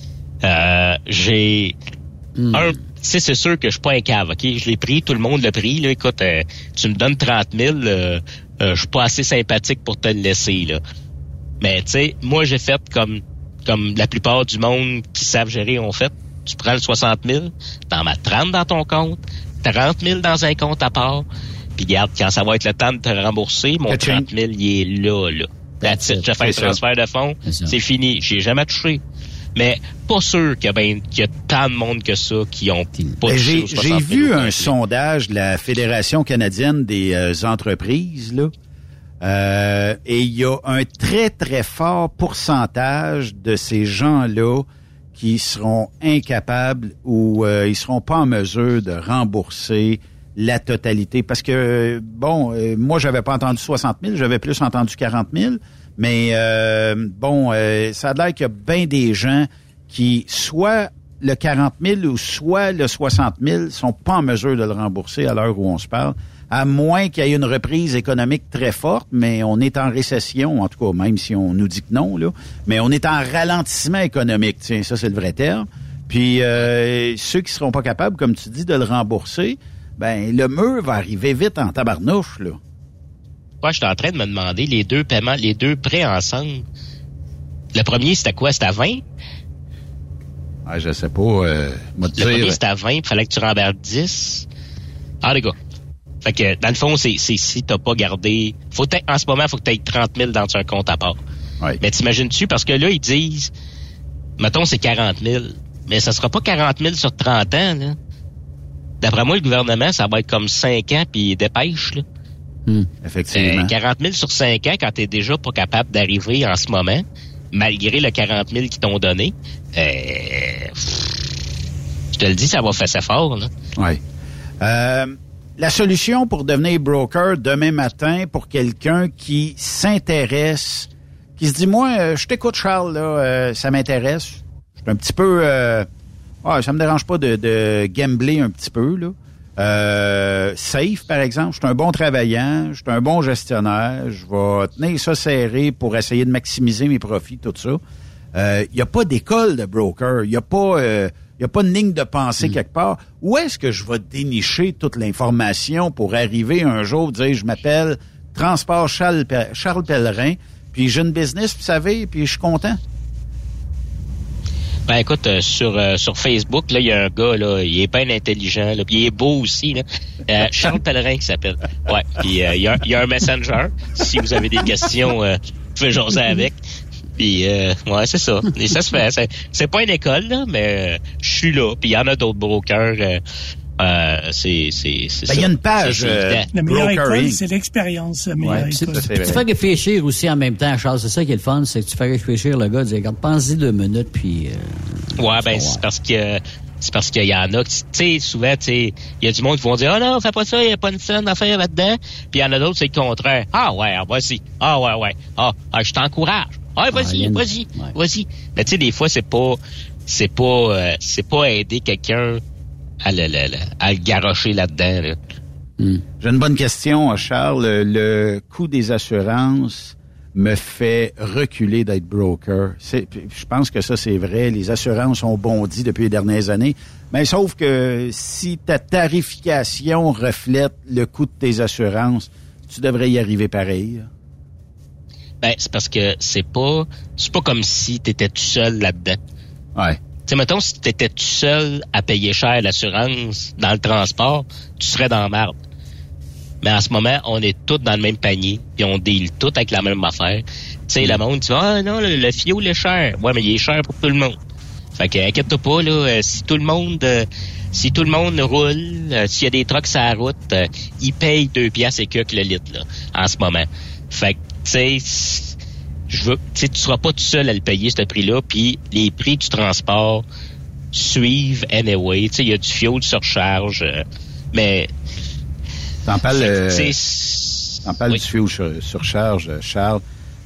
C'est sûr que je suis pas un cave, OK? Je l'ai pris, tout le monde l'a pris, là. Écoute, tu me donnes 30 000, je suis pas assez sympathique pour te le laisser, là. Mais, tu sais, moi, j'ai fait comme la plupart du monde qui savent gérer ont fait. Tu prends le 60 000, t'en mets 30 dans ton compte, 30 000 dans un compte à part, puis regarde, quand ça va être le temps de te rembourser, mon 30 000, il est là. That's it. Je fais un transfert de fonds, c'est fini. J'ai jamais touché. Mais pas sûr qu'il y a tant de monde que ça qui ont pas touché aux 60 000. J'ai vu un sondage de la Fédération canadienne des entreprises, là. Et il y a un très, très fort pourcentage de ces gens-là qui seront incapables ou ils seront pas en mesure de rembourser la totalité. Parce que, moi, j'avais pas entendu 60 000, j'avais plus entendu 40 000. Mais, ça a l'air qu'il y a bien des gens qui, soit le 40 000 ou soit le 60 000, sont pas en mesure de le rembourser à l'heure où on se parle. À moins qu'il y ait une reprise économique très forte, mais on est en récession, en tout cas, même si on nous dit que non, là. Mais on est en ralentissement économique, tiens, ça c'est le vrai terme. Puis ceux qui seront pas capables, comme tu dis, de le rembourser, ben le mur va arriver vite en tabarnouche, là. quoi? J'étais en train de me demander les deux paiements, les deux prêts ensemble. Le premier, c'était quoi? C'était à 20? Ah, je sais pas. Le premier, c'était à 20, il fallait que tu rembourses 10. Ah, les gars. Fait que, dans le fond, c'est si t'as pas gardé... en ce moment, il faut que tu aies 30 000 dans un compte à part. Ouais. Mais t'imagines-tu? Parce que là, ils disent, mettons, c'est 40 000. Mais ça sera pas 40 000 sur 30 ans, là. D'après moi, le gouvernement, ça va être comme 5 ans, puis dépêche, là. Effectivement. 40 000 sur 5 ans, quand t'es déjà pas capable d'arriver en ce moment, malgré le 40 000 qu'ils t'ont donné, je te le dis, ça va faire ça fort, là. Oui. La solution pour devenir broker demain matin pour quelqu'un qui s'intéresse, qui se dit, moi, je t'écoute, Charles, là, ça m'intéresse. Je suis un petit peu... ça me dérange pas de gambler un petit peu, là. Safe, par exemple. Je suis un bon travaillant, je suis un bon gestionnaire, je vais tenir ça serré pour essayer de maximiser mes profits, tout ça. Il n'y a pas d'école de broker, il n'y a pas de ligne de pensée quelque part. Où est-ce que je vais dénicher toute l'information pour arriver un jour dire, je m'appelle Transport Charles Pellerin, puis j'ai une business, vous savez, puis je suis content? Ben écoute, sur Facebook, là, il y a un gars, là, il est bien intelligent, là, puis il est beau aussi, là. Charles Pellerin qui s'appelle. Ouais. Puis il y a un messenger. Si vous avez des questions, vous pouvez jaser avec. Puis ouais, c'est ça. Et ça se fait. C'est pas une école, là, mais je suis là. Puis il y en a d'autres brokers. C'est ça. Il y a une page la meilleure école, c'est l'expérience. Tu fais réfléchir aussi en même temps, Charles. C'est ça qui est le fun, c'est que tu fais réfléchir le gars, dire, regarde, pense-y 2 minutes, puis... ouais, ben c'est parce qu'il y en a, tu sais, souvent, tu sais, il y a du monde qui vont dire, non, fais pas ça, il n'y a pas une scène d'affaires là-dedans. Puis il y en a d'autres, c'est le contraire. Ah ouais, vas-y. Ah ouais. Ah, je t'encourage. Ah, vas-y. Mais tu sais, des fois, c'est pas aider quelqu'un à le garrocher là-dedans, là. J'ai une bonne question, Charles. Le coût des assurances me fait reculer d'être broker. Je pense que ça, c'est vrai. Les assurances ont bondi depuis les dernières années. Mais sauf que si ta tarification reflète le coût de tes assurances, tu devrais y arriver pareil. Ben, c'est parce que c'est pas comme si tu étais tout seul là-dedans. Ouais. Tu sais, mettons, si tu étais tout seul à payer cher l'assurance dans le transport, tu serais dans la merde. Mais en ce moment, on est tous dans le même panier, puis on deal tous avec la même affaire. Tu sais, le monde dit, ah non, le fioul est cher. Ouais, mais il est cher pour tout le monde. Fait que, inquiète-toi pas, là, si tout le monde roule, s'il y a des trucks sur la route, ils payent 2 piastres et quelques le litre, là, en ce moment. Fait que, tu sais, tu seras pas tout seul à le payer, ce prix-là, puis les prix du transport suivent anyway. Tu sais, il y a du fioul de surcharge, mais... T'en parles du fioul surcharge, Charles.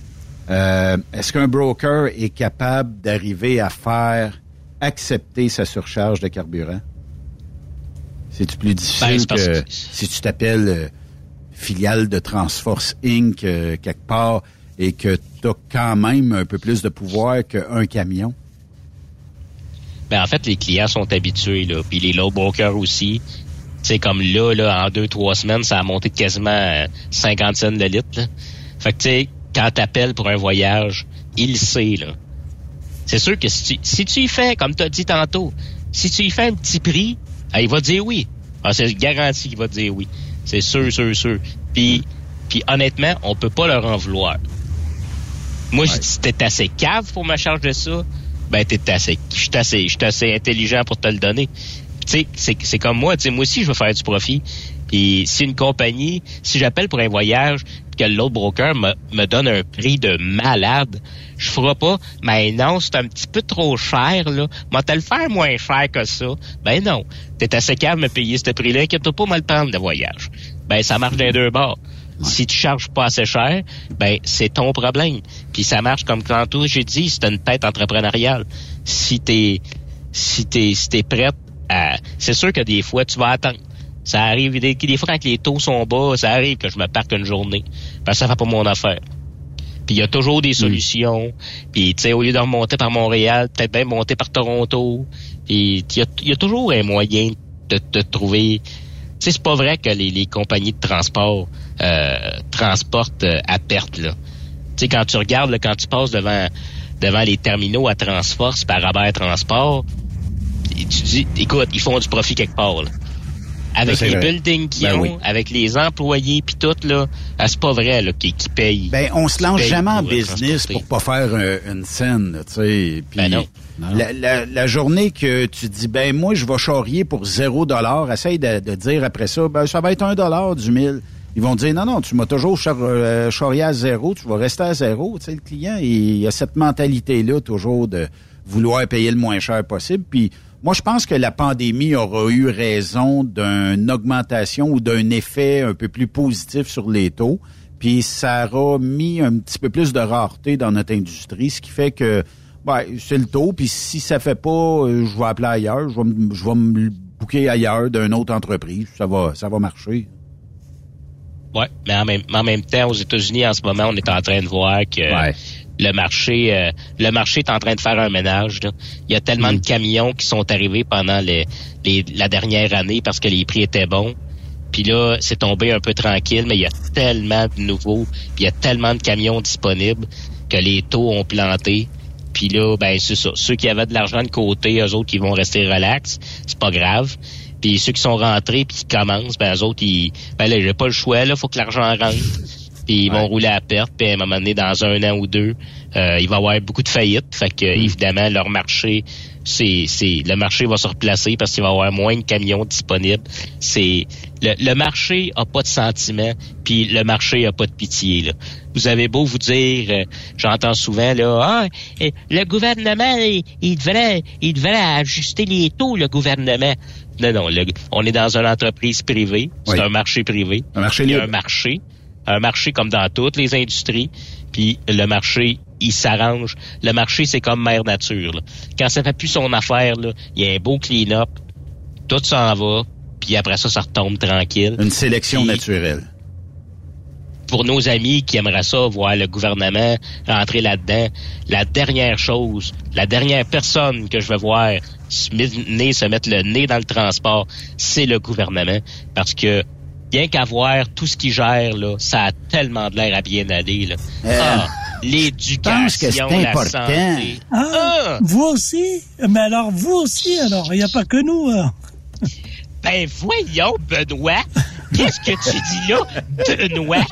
Est-ce qu'un broker est capable d'arriver à faire accepter sa surcharge de carburant? C'est-tu plus difficile que si tu t'appelles filiale de Transforce Inc. Quelque part et que tu as quand même un peu plus de pouvoir qu'un camion? Ben en fait, les clients sont habitués, là, puis les low brokers aussi. C'est comme là, en 2-3 semaines, ça a monté de quasiment 50 cents le litre, là. Fait que tu sais, quand t'appelles pour un voyage, il le sait, là. C'est sûr que si tu y fais, comme tu as dit tantôt, si tu y fais un petit prix, il va dire oui. Ah, c'est garanti qu'il va dire oui. C'est sûr. Puis honnêtement, on peut pas leur en vouloir. Moi, si t'es assez cave pour me charger ça, ben je suis assez intelligent pour te le donner. Tu sais, c'est comme moi, tu sais, moi aussi je veux faire du profit. Puis si une compagnie, si j'appelle pour un voyage, que l'autre broker me donne un prix de malade, je ferai pas, mais non, c'est un petit peu trop cher, là. Moi, te le faire moins cher que ça. Ben non. T'es assez calme de me payer ce prix-là, inquiète-toi pas, moi le prendre de voyage. Ben, ça marche d'un 2 bords. Ouais. Si tu charges pas assez cher, ben, c'est ton problème. Puis ça marche comme tantôt, j'ai dit, c'est une tête entrepreneuriale. Si t'es prête à, c'est sûr que des fois, tu vas attendre. Ça arrive, des fois, quand les taux sont bas, ça arrive que je me parte une journée. Parce que ça fait pas mon affaire. Puis il y a toujours des solutions. Puis, tu sais, au lieu de remonter par Montréal, peut-être bien monter par Toronto. Puis, il y a toujours un moyen de trouver. Tu sais, c'est pas vrai que les compagnies de transport transportent à perte, là. Tu sais, quand tu regardes, là, quand tu passes devant les terminaux à Transforce par Robert Transport, tu dis, écoute, ils font du profit quelque part, là. Avec les buildings qu'ils ont, avec les employés puis tout, là, c'est pas vrai, là, qu'ils payent. Ben, on se lance jamais en business pour pas faire une scène, tu sais. Puis non. La journée que tu dis, ben, moi, je vais charrier pour $0, essaye de dire après ça, ben, ça va être $1 du 1000. Ils vont dire, non, tu m'as toujours charrié à 0, tu vas rester à 0. Tu sais, le client, il a cette mentalité-là, toujours, de vouloir payer le moins cher possible. Puis, moi, je pense que la pandémie aura eu raison d'une augmentation ou d'un effet un peu plus positif sur les taux. Puis ça aura mis un petit peu plus de rareté dans notre industrie, ce qui fait que c'est le taux. Puis si ça fait pas, je vais appeler ailleurs, je vais me booker ailleurs d'une autre entreprise. Ça va marcher. Ouais, mais en même temps, aux États-Unis, en ce moment, on est en train de voir que le marché est en train de faire un ménage, là. Il y a tellement de camions qui sont arrivés pendant la dernière année parce que les prix étaient bons. Puis là, c'est tombé un peu tranquille, mais il y a tellement de nouveaux, puis il y a tellement de camions disponibles que les taux ont planté. Puis là, ben c'est ça. Ceux qui avaient de l'argent de côté, eux autres, ils vont rester relax. C'est pas grave. Puis ceux qui sont rentrés puis qui commencent, ben eux autres, là, j'ai pas le choix, là, faut que l'argent rentre. Puis ils vont rouler à perte, puis à un moment donné, dans 1 an ou 2, il va y avoir beaucoup de faillites. Fait que évidemment, leur marché, le marché va se replacer parce qu'il va y avoir moins de camions disponibles. Le marché a pas de sentiment, puis le marché a pas de pitié, là. Vous avez beau vous dire, j'entends souvent là, le gouvernement, il devrait ajuster les taux, le gouvernement. Non, on est dans une entreprise privée, c'est un marché privé. Il y a un marché comme dans toutes les industries, puis le marché, il s'arrange. Le marché, c'est comme mère nature, là. Quand ça fait plus son affaire, là, il y a un beau clean-up, tout s'en va, puis après ça retombe tranquille. Une sélection naturelle. Pour nos amis qui aimeraient ça, voir le gouvernement rentrer là-dedans, la dernière personne que je vais voir se mettre le nez dans le transport, c'est le gouvernement. Parce que bien qu'à voir tout ce qu'il gère, là, ça a tellement de l'air à bien aller, là. L'éducation, la santé. Vous aussi? Mais alors, vous aussi, alors, il n'y a pas que nous, hein. Ben voyons, Benoît. Qu'est-ce que tu dis là, Benoît?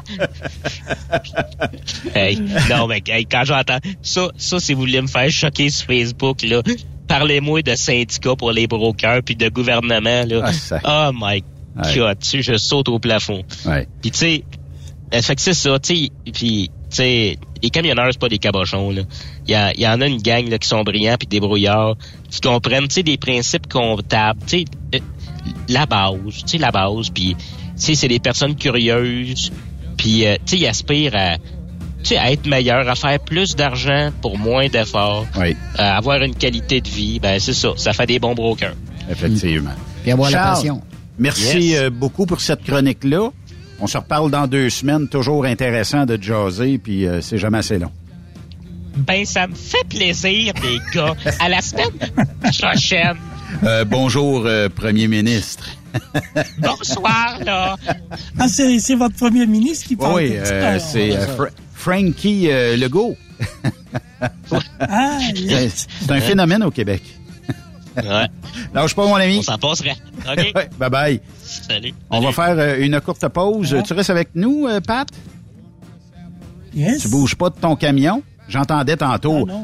Non, mais quand j'entends ça, si vous voulez me faire choquer sur Facebook, là, parlez-moi de syndicats pour les brokers puis de gouvernement, là. Oh my God, je saute au plafond. Puis tu sais, fait que c'est ça, tu sais, puis tu sais, les camionneurs, c'est pas des cabochons, là. Il y en a une gang là qui sont brillants puis débrouillards, qui comprennent, tu sais, des principes comptables, tu sais, la base, puis tu sais, c'est des personnes curieuses, puis tu sais, ils aspirent à être meilleurs, à faire plus d'argent pour moins d'efforts, à avoir une qualité de vie. Ben c'est ça, ça fait des bons brokers. Effectivement. Puis avoir la passion. Merci beaucoup pour cette chronique-là. On se reparle dans 2 semaines. Toujours intéressant de jaser, puis c'est jamais assez long. Ben, ça me fait plaisir, les gars. À la semaine prochaine. Bonjour, Premier ministre. Bonsoir, là. Ah, c'est votre Premier ministre qui parle. Oui, c'est Frankie Legault. C'est un phénomène au Québec. Ouais. Lâche pas, mon ami. On s'en passerait. OK. Bye bye. Salut. On va faire une courte pause. Tu restes avec nous, Pat? Yes. Tu bouges pas de ton camion? J'entendais tantôt. Ah non,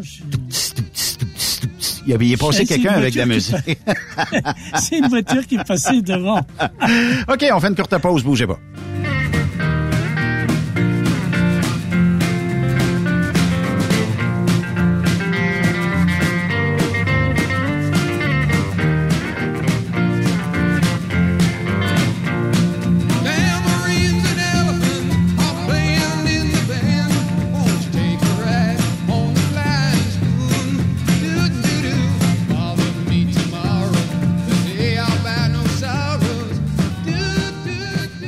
il est passé quelqu'un avec de la musique. C'est une voiture qui est passée devant. OK, on fait une courte pause. Bougez pas.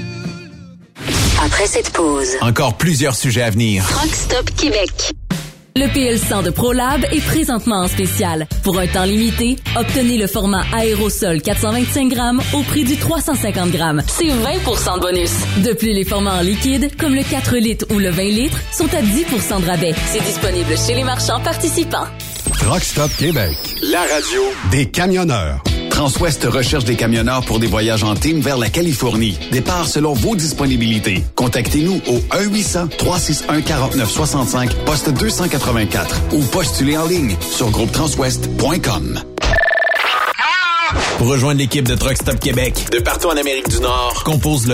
Après cette pause, encore plusieurs sujets à venir. Rock Stop Québec. Le PL100 de ProLab est présentement en spécial. Pour un temps limité, obtenez le format aérosol 425 grammes au prix du 350 grammes. C'est 20 de bonus. De plus, les formats en liquide, comme le 4 litres ou le 20 litres, sont à 10 de rabais. C'est disponible chez les marchands participants. Truck Stop Québec, la radio des camionneurs. Transwest recherche des camionneurs pour des voyages en team vers la Californie. Départ selon vos disponibilités. Contactez-nous au 1-800-361-4965, poste 284 ou postulez en ligne sur groupetranswest.com. Pour rejoindre l'équipe de Truck Stop Québec, de partout en Amérique du Nord, compose le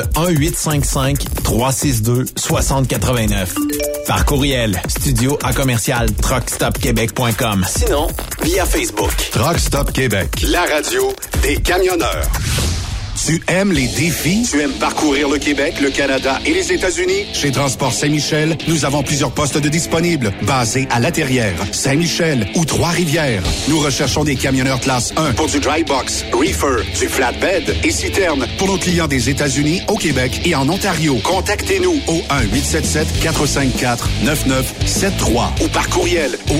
1-855-362-6089. Par courriel, studio@truckstopquebec.com. Sinon, via Facebook. Truck Stop Québec, la radio des camionneurs. Tu aimes les défis? Tu aimes parcourir le Québec, le Canada et les États-Unis? Chez Transport Saint-Michel, nous avons plusieurs postes de disponibles, basés à La Terrière, Saint-Michel ou Trois-Rivières. Nous recherchons des camionneurs classe 1 pour du dry box, reefer, du flatbed et citerne pour nos clients des États-Unis, au Québec et en Ontario. Contactez-nous au 1-877-454-9973 ou par courriel au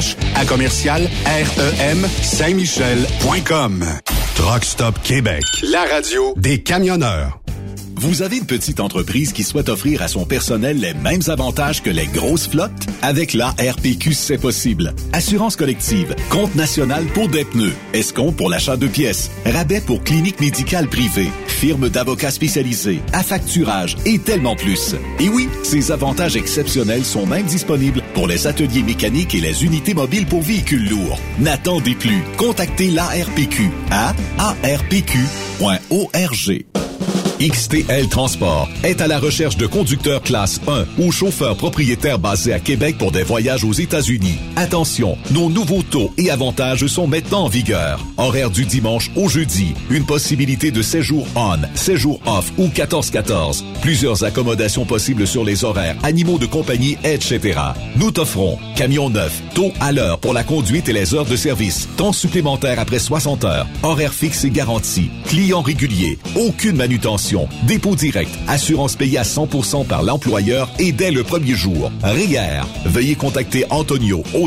RH@REM-Saint-Michel.com. Truck Stop Québec, la radio des camionneurs. Vous avez une petite entreprise qui souhaite offrir à son personnel les mêmes avantages que les grosses flottes? Avec la RPQ, c'est possible. Assurance collective, compte national pour des pneus, escompte pour l'achat de pièces, rabais pour clinique médicale privée, firme d'avocats spécialisés, affacturage et tellement plus. Et oui, ces avantages exceptionnels sont même disponibles pour les ateliers mécaniques et les unités mobiles pour véhicules lourds. N'attendez plus. Contactez l'ARPQ à arpq.org. XTL Transport est à la recherche de conducteurs classe 1 ou chauffeurs propriétaires basés à Québec pour des voyages aux États-Unis. Attention, nos nouveaux taux et avantages sont maintenant en vigueur. Horaire du dimanche au jeudi. Une possibilité de séjour on, séjour off ou 14-14. Plusieurs accommodations possibles sur les horaires, animaux de compagnie, etc. Nous t'offrons camion neuf, taux à l'heure pour la conduite et les heures de service, temps supplémentaire après 60 heures, horaire fixe et garanti, client régulier, aucune manutention, dépôt direct, assurance payée à 100% par l'employeur et dès le premier jour. REER. Veuillez contacter Antonio au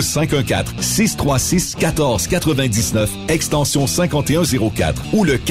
514-636-1499, extension 5104 ou le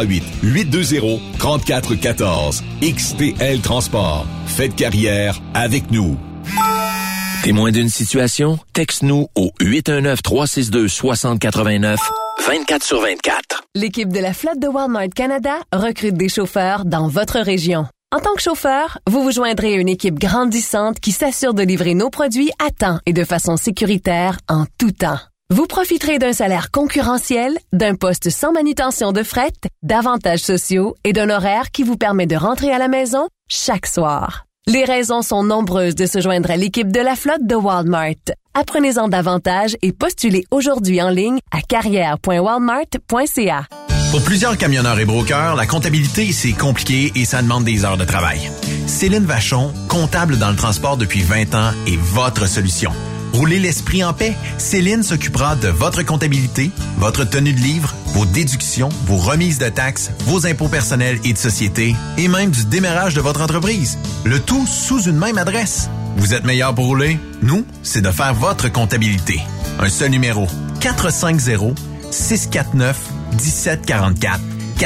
438-820-3414. XTL Transport. Faites carrière avec nous. Témoin d'une situation? Texte-nous au 819-362-6089, 24/24. L'équipe de la flotte de Walmart Canada recrute des chauffeurs dans votre région. En tant que chauffeur, vous vous joindrez à une équipe grandissante qui s'assure de livrer nos produits à temps et de façon sécuritaire en tout temps. Vous profiterez d'un salaire concurrentiel, d'un poste sans manutention de fret, d'avantages sociaux et d'un horaire qui vous permet de rentrer à la maison chaque soir. Les raisons sont nombreuses de se joindre à l'équipe de la flotte de Walmart. Apprenez-en davantage et postulez aujourd'hui en ligne à carrière.walmart.ca. Pour plusieurs camionneurs et brokers, la comptabilité, c'est compliqué et ça demande des heures de travail. Céline Vachon, comptable dans le transport depuis 20 ans, est votre solution. Roulez l'esprit en paix. Céline s'occupera de votre comptabilité, votre tenue de livre, vos déductions, vos remises de taxes, vos impôts personnels et de société, et même du démarrage de votre entreprise. Le tout sous une même adresse. Vous êtes meilleur pour rouler? Nous, c'est de faire votre comptabilité. Un seul numéro. 450-649-1744.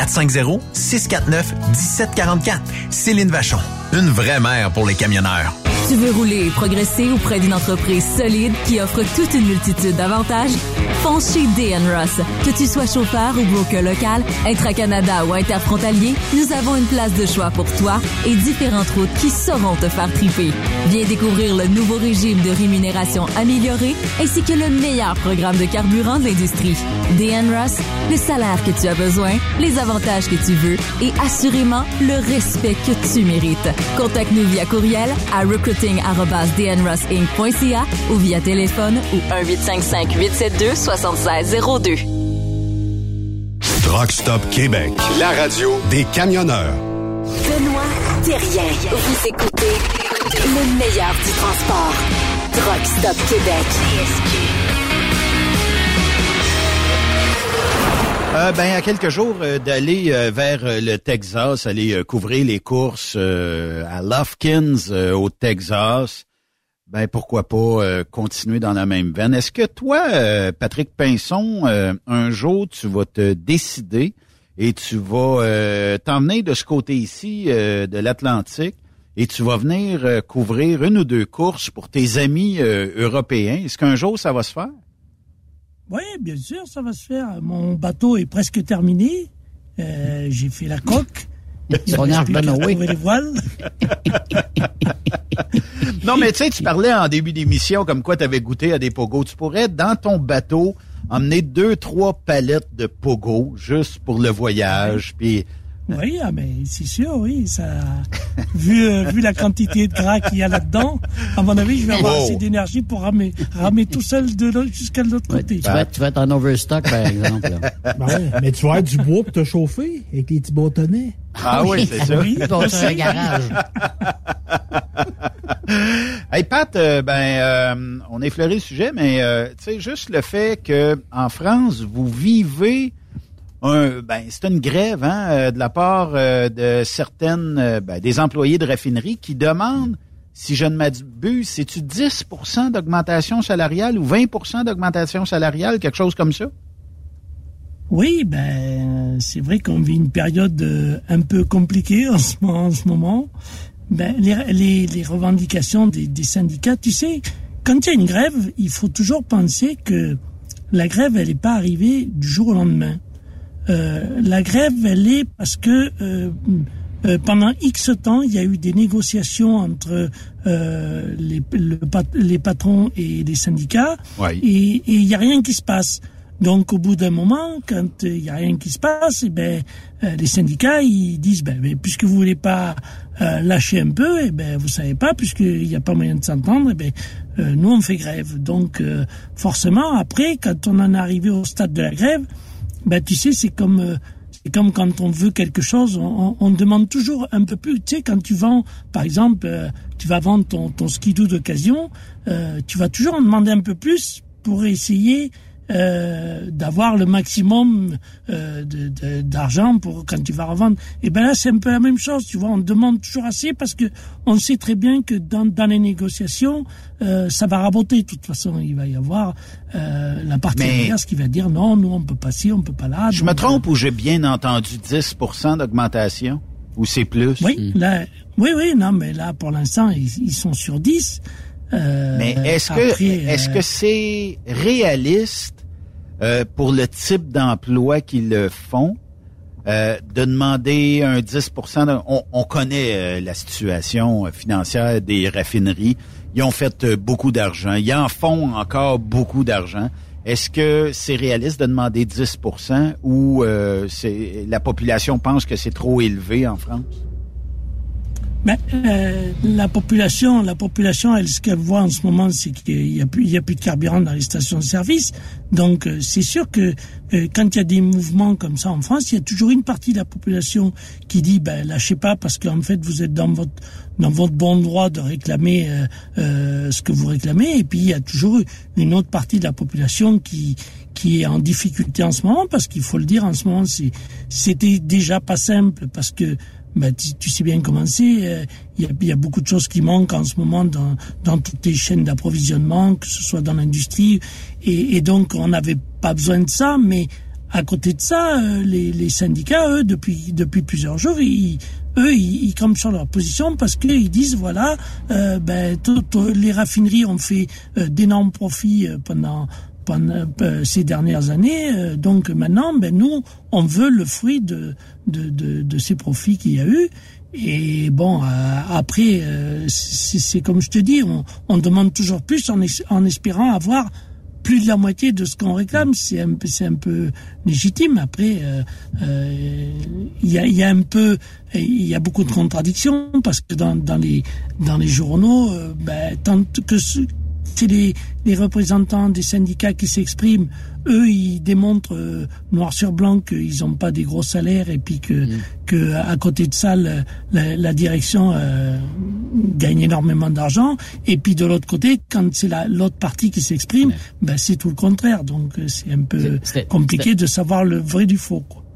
450-649-1744. Céline Vachon. Une vraie mère pour les camionneurs. Tu veux rouler et progresser auprès d'une entreprise solide qui offre toute une multitude d'avantages? Fonce chez D&R Ross. Que tu sois chauffeur ou broker local, intra-Canada ou interfrontalier, nous avons une place de choix pour toi et différentes routes qui sauront te faire triper. Viens découvrir le nouveau régime de rémunération amélioré ainsi que le meilleur programme de carburant de l'industrie. D&R Ross, le salaire que tu as besoin, les avantages que tu veux et assurément le respect que tu mérites. Contacte-nous via courriel à recruiting@dnrossinc.ca ou via téléphone au 1-855-872-7602. Truck Stop Québec, la radio des camionneurs. Benoît Thérien, vous écoutez le meilleur du transport. Truck Stop Québec. À quelques jours d'aller vers le Texas, aller couvrir les courses à Lufkin's au Texas. ben pourquoi pas continuer dans la même veine. Est-ce que toi, Patrick Pinson, un jour, tu vas te décider et tu vas t'emmener de ce côté ici de l'Atlantique et tu vas venir couvrir 1 ou 2 courses pour tes amis européens? Est-ce qu'un jour, ça va se faire? Oui, bien sûr, ça va se faire. Mon bateau est presque terminé. J'ai fait la coque. Son arche de Noé. Les voiles. Non, mais tu sais, tu parlais en début d'émission comme quoi tu avais goûté à des pogos. Tu pourrais, dans ton bateau, emmener 2-3 palettes de pogos juste pour le voyage. Puis oui, mais c'est sûr, oui. Ça, vu la quantité de gras qu'il y a là-dedans, à mon avis, je vais avoir assez d'énergie pour ramer tout seul jusqu'à l'autre côté. Tu vas être en overstock, par exemple. Ben, mais tu vas avoir du bois pour te chauffer avec les petits bâtonnets. Ah oui, c'est ça. Oui, dans un garage. Hey Pat, on a effleuré le sujet, mais tu sais, juste le fait que en France, vous vivez c'est une grève de la part de certaines des employés de raffinerie qui demandent, si je ne m'abuse, c'est-tu 10% d'augmentation salariale ou 20% d'augmentation salariale, quelque chose comme ça? Oui, c'est vrai qu'on vit une période un peu compliquée en ce moment. Les revendications des syndicats, tu sais, quand il y a une grève, il faut toujours penser que la grève, elle n'est pas arrivée du jour au lendemain. La grève, elle est parce que pendant X temps, il y a eu des négociations entre les patrons et les syndicats, et il n'y a rien qui se passe. Donc, au bout d'un moment, quand il n'y a rien qui se passe, les syndicats, ils disent, puisque vous voulez pas lâcher un peu, vous savez pas, puisqu'il n'y a pas moyen de s'entendre, nous, on fait grève. Donc, forcément, après, quand on en est arrivé au stade de la grève, tu sais, c'est comme quand on veut quelque chose, on demande toujours un peu plus. Tu sais, quand tu vends, par exemple, tu vas vendre ton skidoo d'occasion, tu vas toujours en demander un peu plus pour essayer d'avoir le maximum d'argent pour quand tu vas revendre. Et là, c'est un peu la même chose. Tu vois, on demande toujours assez parce que on sait très bien que dans les négociations, ça va raboter. De toute façon, il va y avoir la partie adverse qui va dire non, nous on peut pas ci, on peut pas là. Je me trompe ou j'ai bien entendu 10% d'augmentation ou c'est plus? Oui, là, non, mais là pour l'instant ils sont sur 10. Mais est-ce que c'est réaliste pour le type d'emploi qu'ils font de demander un 10%? On connaît la situation financière des raffineries. Ils ont fait beaucoup d'argent. Ils en font encore beaucoup d'argent. Est-ce que c'est réaliste de demander 10% ou la population pense que c'est trop élevé en France? La population, elle, ce qu'elle voit en ce moment, c'est qu'il y a plus de carburant dans les stations de service. Donc, c'est sûr que quand il y a des mouvements comme ça en France, il y a toujours une partie de la population qui dit, lâchez pas parce qu'en fait, vous êtes dans votre bon droit de réclamer ce que vous réclamez. Et puis, il y a toujours une autre partie de la population qui est en difficulté en ce moment parce qu'il faut le dire, en ce moment, c'était déjà pas simple parce que tu sais bien comment c'est. Il y a beaucoup de choses qui manquent en ce moment dans toutes les chaînes d'approvisionnement, que ce soit dans l'industrie, et donc on n'avait pas besoin de ça. Mais à côté de ça, les syndicats, eux, depuis plusieurs jours, ils campent sur leur position parce qu'ils disent voilà, les raffineries ont fait d'énormes profits pendant ces dernières années, donc maintenant, nous, on veut le fruit de ces profits qu'il y a eu. Et après, c'est comme je te dis, on demande toujours plus en espérant avoir plus de la moitié de ce qu'on réclame. C'est un peu légitime. Après, il y a beaucoup de contradictions parce que dans les journaux, tant que c'est les représentants des syndicats qui s'expriment, eux, ils démontrent noir sur blanc qu'ils n'ont pas des gros salaires et puis que à côté de ça, la direction gagne énormément d'argent. Et puis de l'autre côté, quand c'est l'autre partie qui s'exprime, c'est tout le contraire. Donc c'est un peu compliqué de savoir le vrai du faux, quoi.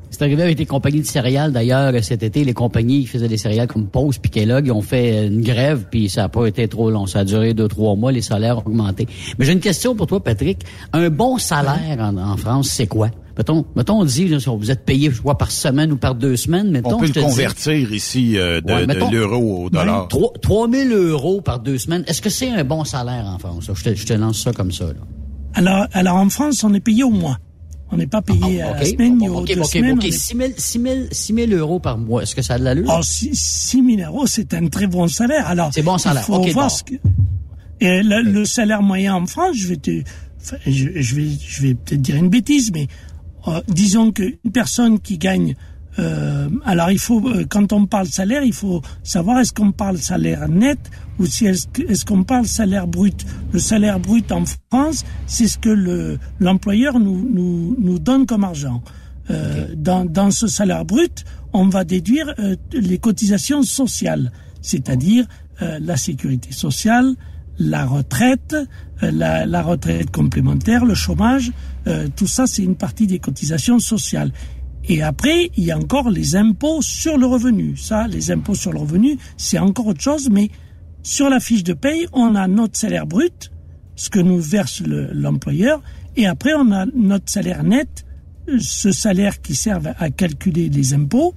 C'est arrivé avec les compagnies de céréales, d'ailleurs, cet été. Les compagnies qui faisaient des céréales comme Post puis Kellogg, ils ont fait une grève, puis ça n'a pas été trop long. Ça a duré 2-3 mois, les salaires ont augmenté. Mais j'ai une question pour toi, Patrick. Un bon salaire en France, c'est quoi? Mettons, on dit, là, vous êtes payé, je vois, par semaine ou par 2 semaines. Mettons, on peut le convertir ici de l'euro au dollar. 3 000 euros par 2 semaines. Est-ce que c'est un bon salaire en France? Je te lance ça comme ça, là. Alors en France, on est payé au mois. On n'est pas payé à la semaine ni aux 2 semaines. OK, 6 000 euros par mois. Est-ce que ça a de l'allure? 6 000 euros, c'est un très bon salaire. Alors, c'est bon salaire. Il faut voir ce que... Et le salaire moyen en France, je vais peut-être dire une bêtise, mais disons qu'une personne qui gagne... alors il faut, quand on parle salaire, il faut savoir est-ce qu'on parle salaire net ou si est-ce qu'on parle salaire brut. Le salaire brut en France, c'est ce que l'employeur nous donne comme argent. Dans ce salaire brut, on va déduire les cotisations sociales, c'est-à-dire la sécurité sociale, la retraite, la retraite complémentaire, le chômage, tout ça c'est une partie des cotisations sociales. Et après, il y a encore les impôts sur le revenu. Ça, les impôts sur le revenu, c'est encore autre chose, mais sur la fiche de paye, on a notre salaire brut, ce que nous verse l'employeur, et après, on a notre salaire net, ce salaire qui sert à calculer les impôts.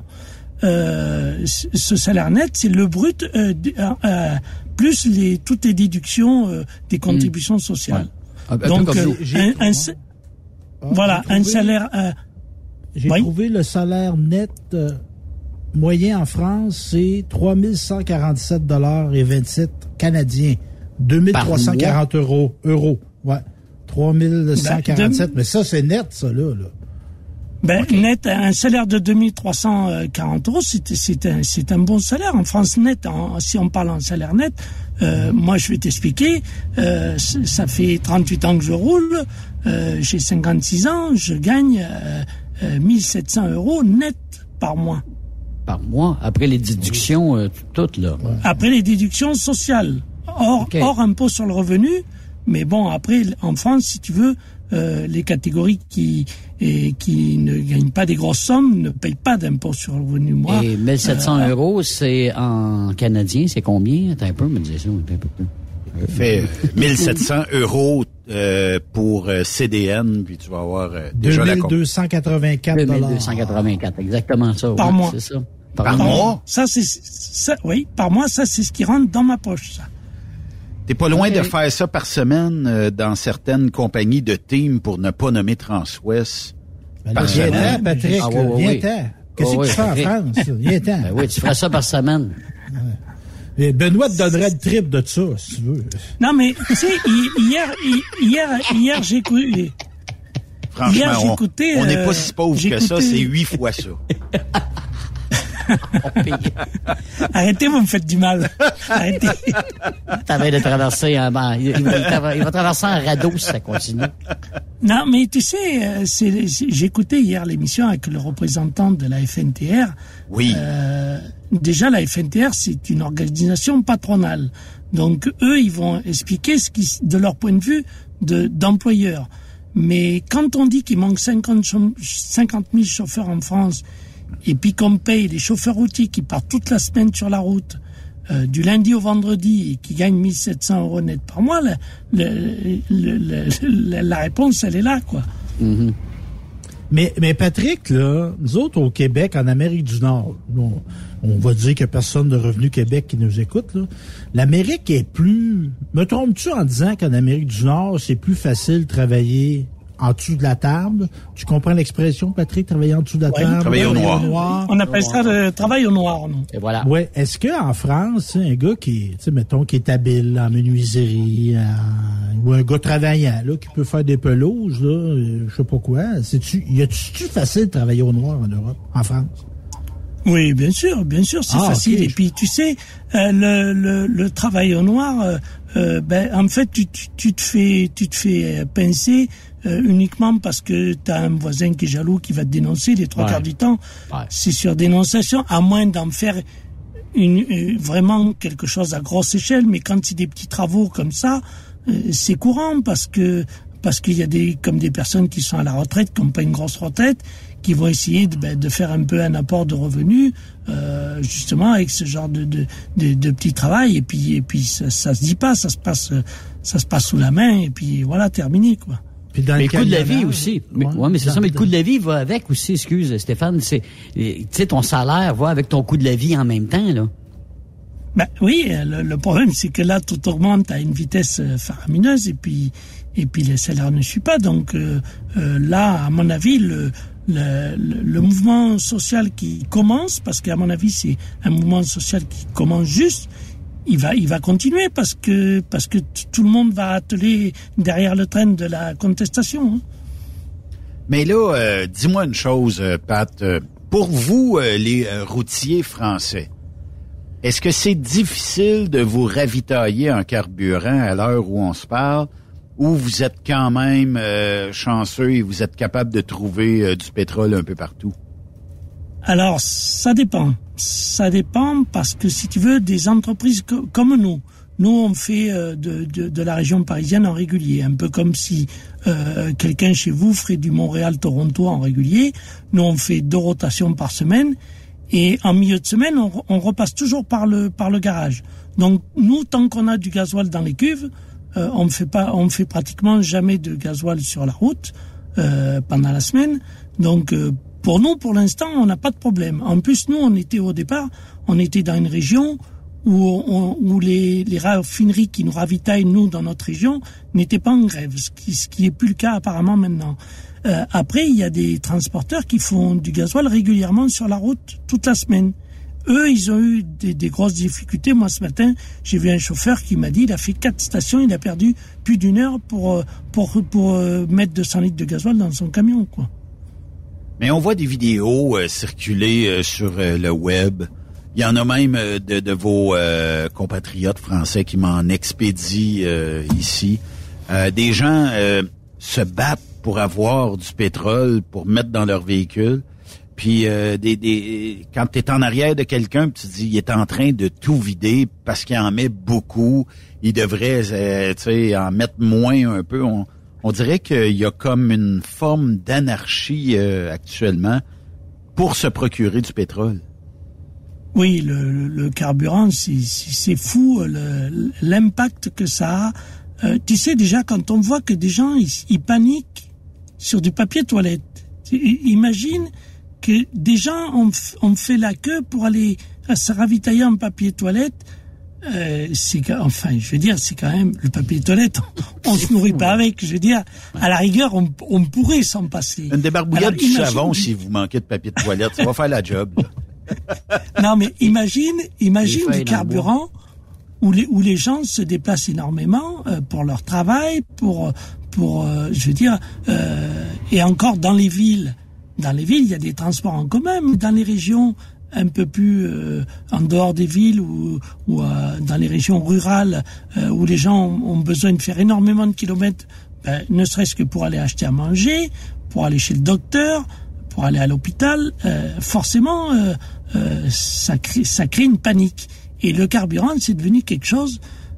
Ce salaire net, c'est le brut, plus toutes les déductions des contributions sociales. Ouais. Donc, un salaire... J'ai trouvé le salaire net moyen en France, c'est 3 147,27 $ canadiens. 2 340 euros. Ouais. 3 147. Mais ça, c'est net, ça, là. Net, un salaire de 2 340 euros, c'est un bon salaire. En France, net, si on parle en salaire net, moi, je vais t'expliquer, ça fait 38 ans que je roule, j'ai 56 ans, je gagne 1700 euros net par mois. Par mois? Après les déductions, toutes, là? Ouais. Après les déductions sociales. Hors impôt sur le revenu. Mais bon, après, en France, si tu veux, les catégories qui ne gagnent pas des grosses sommes ne payent pas d'impôt sur le revenu. Moi, et 1700 euros, c'est en canadien, c'est combien? Attends un peu, me disais ça, un peu plus. Fait 1700 euros pour CDN, puis tu vas avoir déjà 2284 $. 2284, exactement ça. Par mois. C'est ça. Par mois? Ça, oui, par mois, ça, c'est ce qui rentre dans ma poche, ça. T'es pas loin de faire ça par semaine dans certaines compagnies de team pour ne pas nommer Transwest. Par semaine. Patrick, viens-t'en. Qu'est-ce que tu fais en France? Viens-t'en. Oui, tu feras ça par semaine. Et Benoît te donnerait le triple de ça, si tu veux. Non, mais, tu sais, hier, j'ai écouté... Franchement, on n'est pas si pauvre que ça, c'est 8 fois ça. Arrêtez, vous me faites du mal. Arrêtez. T'avais de traverser il va traverser un radeau si ça continue. Non, mais tu sais, j'ai écouté hier l'émission avec le représentant de la FNTR. Oui. Déjà, la FNTR, c'est une organisation patronale. Donc, eux, ils vont expliquer de leur point de vue d'employeur. Mais quand on dit qu'il manque 50 000 chauffeurs en France, et puis qu'on paye les chauffeurs routiers qui partent toute la semaine sur la route, du lundi au vendredi, et qui gagnent 1700 euros net par mois, la réponse, elle est là, quoi. Mm-hmm. Mais Patrick, là, nous autres au Québec, en Amérique du Nord, on va dire qu'il n'y a personne de Revenu Québec qui nous écoute, là. L'Amérique est plus... Me trompes-tu en disant qu'en Amérique du Nord, c'est plus facile de travailler en dessous de la table? Tu comprends l'expression, Patrick, travailler en dessous de la table? Travailler au noir. On appelle ça le travail au noir, non? Et voilà. Ouais. Est-ce qu'en France, un gars qui, tu sais, mettons, qui est habile en menuiserie, ou un gars travaillant, là, qui peut faire des pelouses, là, je sais pas quoi, y a-tu facile de travailler au noir en Europe, en France? Oui, bien sûr, c'est facile. Okay. Et puis, tu sais, le travail au noir, en fait, tu te fais pincer uniquement parce que t'as un voisin qui est jaloux, qui va te dénoncer les 3/4 du temps. Ouais. C'est sur dénonciation, à moins d'en faire vraiment quelque chose à grosse échelle. Mais quand c'est des petits travaux comme ça, c'est courant parce qu'il y a des personnes qui sont à la retraite, qui n'ont pas une grosse retraite, qui vont essayer de faire un peu un apport de revenus, justement avec ce genre de petits travail. Et puis ça se dit pas, ça se passe sous la main. Et puis voilà, terminé quoi. Puis dans mais le coût de la vie aussi. Mais c'est ça, mais le coût de la vie va avec aussi, excuse Stéphane. Tu sais, ton salaire va avec ton coût de la vie en même temps, là. Ben oui, le problème c'est que là tout augmente à une vitesse faramineuse et puis les salaires ne suivent pas. Donc là, à mon avis, le mouvement social qui commence, parce qu'à mon avis c'est un mouvement social qui commence juste, il va continuer parce que tout le monde va atteler derrière le train de la contestation. Hein. Mais là, dis-moi une chose, Pat. Pour vous, les routiers français, est-ce que c'est difficile de vous ravitailler en carburant à l'heure où on se parle, ou vous êtes quand même chanceux et vous êtes capable de trouver du pétrole un peu partout? Alors, ça dépend. Ça dépend parce que, si tu veux, des entreprises comme nous on fait de la région parisienne en régulier, un peu comme si quelqu'un chez vous ferait du Montréal-Toronto en régulier. Nous, on fait 2 rotations par semaine. Et en milieu de semaine, on repasse toujours par le garage. Donc nous, tant qu'on a du gasoil dans les cuves, on fait pratiquement jamais de gasoil sur la route pendant la semaine. Donc pour nous, pour l'instant, on n'a pas de problème. En plus, nous, on était dans une région où les raffineries qui nous ravitaillent, nous, dans notre région, n'étaient pas en grève, ce qui est plus le cas apparemment maintenant. Après, il y a des transporteurs qui font du gasoil régulièrement sur la route toute la semaine. Eux, ils ont eu des grosses difficultés. Moi, ce matin, j'ai vu un chauffeur qui m'a dit il a fait 4 stations, il a perdu plus d'1 heure pour mettre 200 litres de gasoil dans son camion, quoi. Mais on voit des vidéos circuler sur le web. Il y en a même de vos compatriotes français qui m'en expédient ici. Des gens se battent pour avoir du pétrole, pour mettre dans leur véhicule. Puis quand tu es en arrière de quelqu'un, tu te dis il est en train de tout vider parce qu'il en met beaucoup. Il devrait en mettre moins un peu. On dirait qu'il y a comme une forme d'anarchie actuellement pour se procurer du pétrole. Oui, le carburant, c'est fou l'impact que ça a. Tu sais, déjà, quand on voit que des gens, ils paniquent sur du papier toilette. Imagine que des gens ont fait la queue pour aller se ravitailler en papier toilette. C'est quand même le papier toilette. On se nourrit pas avec. Je veux dire, à la rigueur, on pourrait s'en passer. Une débarbouillade du savon si vous manquez de papier de toilette, ça va faire la job. Non, mais imagine du carburant où les gens se déplacent énormément pour leur travail, et encore dans les villes. Dans les villes, il y a des transports en commun, mais dans les régions un peu plus en dehors des villes ou dans les régions rurales où les gens ont besoin de faire énormément de kilomètres, ne serait-ce que pour aller acheter à manger, pour aller chez le docteur, pour aller à l'hôpital, forcément ça crée une panique. Et le carburant, c'est devenu quelque chose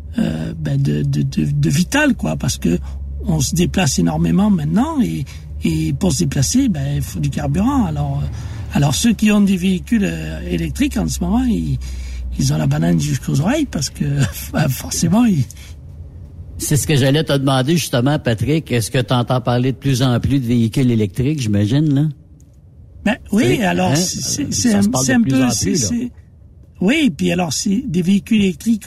de vital, quoi, parce que on se déplace énormément maintenant et pour se déplacer, il faut du carburant. Alors ceux qui ont des véhicules électriques en ce moment, ils ont la banane jusqu'aux oreilles parce que forcément C'est ce que j'allais te demander justement, Patrick. Est-ce que tu entends parler de plus en plus de véhicules électriques, j'imagine, là? Oui, alors c'est un peu... Oui, puis alors c'est des véhicules électriques,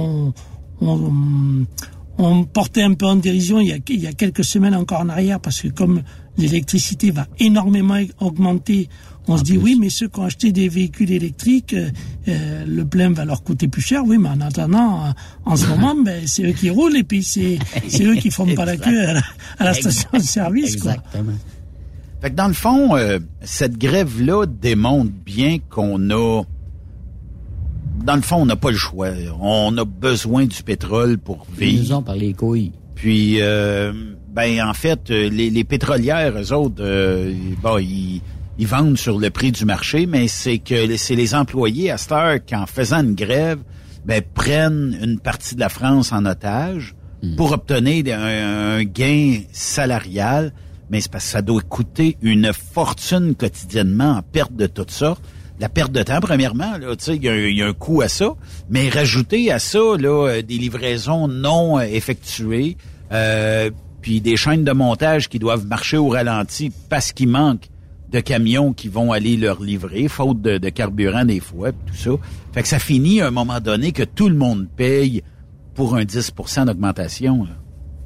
on portait un peu en dérision il y a quelques semaines encore en arrière, parce que comme l'électricité va énormément augmenter, on se dit oui, mais ceux qui ont acheté des véhicules électriques, le plein va leur coûter plus cher. Oui, mais en attendant, en ce moment, c'est eux qui roulent et puis c'est eux qui font pas la queue à la station de service. Exactement. Quoi. Fait que dans le fond, cette grève-là démontre bien qu'on a... Dans le fond, on n'a pas le choix. On a besoin du pétrole pour vivre. Ils nous ont par les couilles. Puis, en fait, les pétrolières, eux autres, ils vendent sur le prix du marché, mais c'est les employés à cette heure qui, en faisant une grève, prennent une partie de la France en otage pour obtenir un gain salarial. mais c'est parce que ça doit coûter une fortune quotidiennement en perte de toutes sortes. La perte de temps, premièrement, là, tu sais, il y a un coût à ça, mais rajouter à ça, là, des livraisons non effectuées, puis des chaînes de montage qui doivent marcher au ralenti parce qu'il manque de camions qui vont aller leur livrer, faute de carburant des fois, pis tout ça. Fait que ça finit à un moment donné que tout le monde paye pour un 10% d'augmentation, là.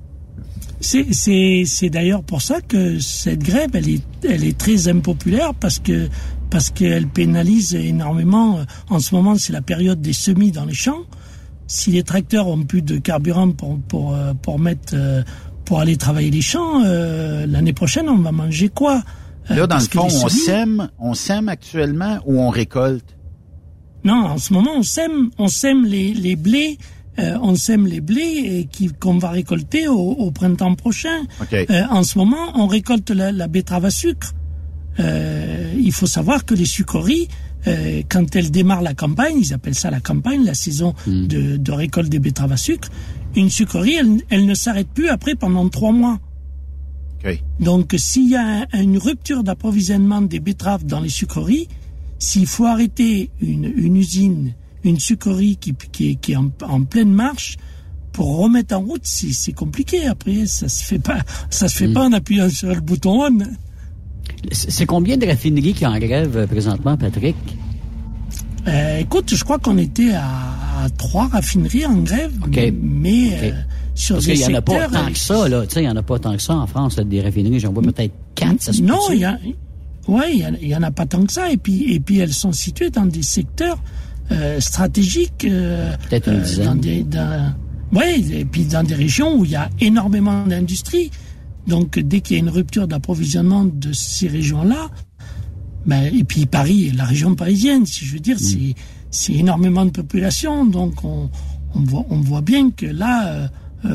C'est d'ailleurs pour ça que cette grève, elle est très impopulaire parce qu'elle pénalise énormément. En ce moment, c'est la période des semis dans les champs. Si les tracteurs ont plus de carburant pour aller travailler les champs, l'année prochaine, on va manger quoi? Là, dans le fond, on sème actuellement ou on récolte? Non, en ce moment, on sème les blés. On sème les blés qu'on va récolter au printemps prochain. Okay. En ce moment, on récolte la betterave à sucre. Il faut savoir que les sucreries, quand elles démarrent la campagne, ils appellent ça la campagne, la saison de récolte des betteraves à sucre, une sucrerie, elle ne s'arrête plus après pendant 3 mois. Okay. Donc, s'il y a une rupture d'approvisionnement des betteraves dans les sucreries, s'il faut arrêter une usine, une sucrerie qui est en pleine marche, pour remettre en route, c'est compliqué. Après, ça se fait pas en appuyant sur le bouton on. C'est combien de raffineries qui en grève présentement, Patrick? Écoute, je crois qu'on était à 3 raffineries en grève, mais sur parce des qu'il n'y en a secteurs... pas tant que ça, là. Tu sais, il n'y en a pas tant que ça en France, là, des raffineries. J'en vois peut-être 4, ça se Non, peut-tu? il y en a pas tant que ça. Et puis elles sont situées dans des secteurs stratégiques. Peut-être une dizaine. Et puis dans des régions où il y a énormément d'industries. Donc, dès qu'il y a une rupture d'approvisionnement de ces régions-là, et puis Paris, la région parisienne, si je veux dire, c'est énormément de population. Donc, on voit bien que là,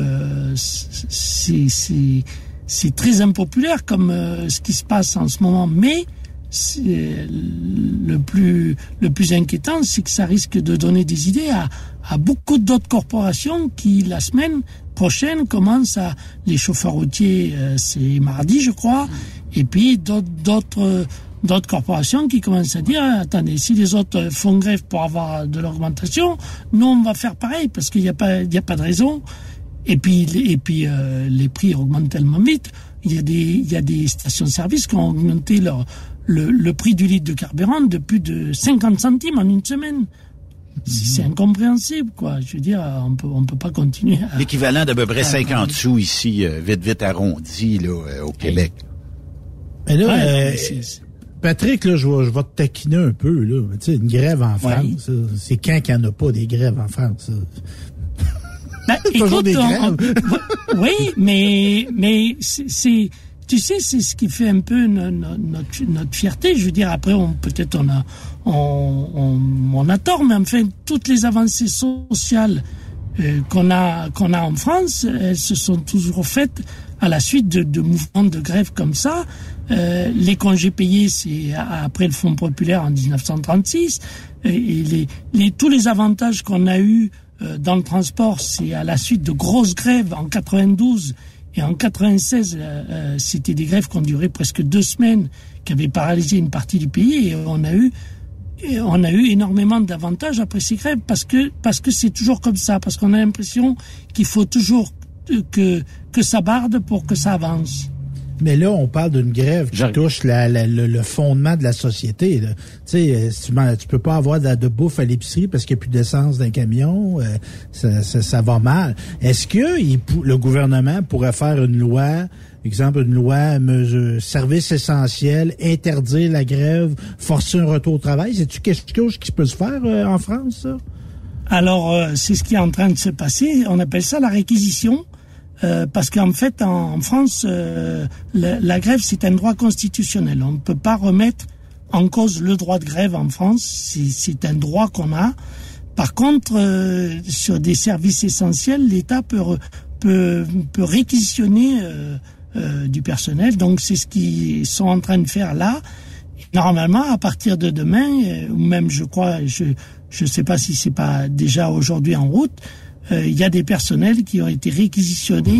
c'est très impopulaire comme ce qui se passe en ce moment. Mais le plus inquiétant, c'est que ça risque de donner des idées à beaucoup d'autres corporations qui, la semaine prochaine, commencent les chauffeurs routiers, c'est mardi, je crois, et puis d'autres corporations qui commencent à dire, attendez, si les autres font grève pour avoir de l'augmentation, nous on va faire pareil parce qu'il n'y a pas de raison. Et puis les prix augmentent tellement vite. Il y a des stations-service qui ont augmenté le prix du litre de carburant de plus de 50 centimes en une semaine. C'est incompréhensible, quoi. Je veux dire, on peut pas continuer. L'équivalent d'à peu près 50 sous ici, vite arrondi, là, au Québec. Mais là, Patrick, là, je vais te taquiner un peu, là. Tu sais, une grève en France, c'est quand qu'il n'y en a pas des grèves en France, écoute, oui, mais c'est, tu sais, c'est ce qui fait un peu notre fierté. Je veux dire, après, on a tort, mais enfin, toutes les avancées sociales qu'on a en France, elles se sont toujours faites à la suite de mouvements de grève comme ça. Les congés payés, c'est après le Fonds populaire en 1936. Et tous les avantages qu'on a eus dans le transport, c'est à la suite de grosses grèves en 92 et en 96. C'était des grèves qui ont duré presque 2 semaines, qui avaient paralysé une partie du pays, et on a eu énormément d'avantages après ces grèves parce que c'est toujours comme ça, parce qu'on a l'impression qu'il faut toujours que ça barde pour que ça avance. Mais là, on parle d'une grève qui touche le fondement de la société. Tu sais, tu peux pas avoir de bouffe à l'épicerie parce qu'il n'y a plus d'essence dans le camion. Ça va mal. Est-ce que le gouvernement pourrait faire une loi, exemple une loi service essentiel, interdire la grève, forcer un retour au travail? C'est-tu quelque chose qui peut se faire en France, ça? Alors, c'est ce qui est en train de se passer. On appelle ça la réquisition. Parce qu'en fait, en France, la grève, c'est un droit constitutionnel. On ne peut pas remettre en cause le droit de grève en France. C'est un droit qu'on a. Par contre, sur des services essentiels, l'État peut réquisitionner du personnel. Donc, c'est ce qu'ils sont en train de faire là. Normalement, à partir de demain, ou même, je crois, je sais pas si c'est pas déjà aujourd'hui en route, il y a des personnels qui ont été réquisitionnés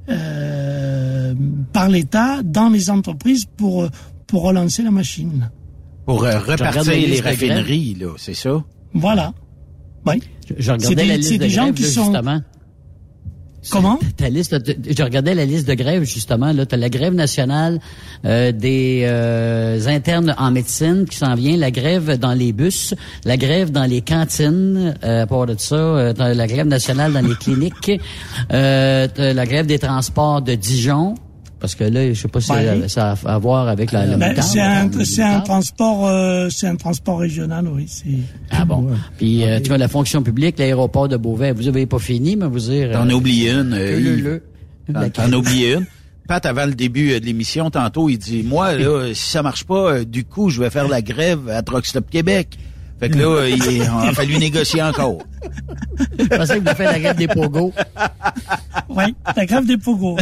par l'État dans les entreprises pour relancer la machine. Pour repartir les raffineries, là, c'est ça? Voilà. Oui. Je regardais la liste de grèves, justement. Comment? Je regardais la liste de grèves, justement. Là, t'as la grève nationale des internes en médecine qui s'en vient, la grève dans les bus, la grève dans les cantines, à part de ça, la grève nationale dans les cliniques, la grève des transports de Dijon. Parce que là, je sais pas si ça a à voir avec la moutarde. C'est un transport régional, oui. Ah bon. Puis tu vois, la fonction publique, l'aéroport de Beauvais, vous avez pas fini, mais vous dire. T'en as oublié une. T'en as oublié une. Pat, avant le début de l'émission, tantôt, il dit, moi, là, si ça marche pas, du coup, je vais faire la grève à Truck Stop Québec. Fait que là, il a fallu négocier encore. Je pensais que vous faites la grève des pogos. Oui, la grève des pogos.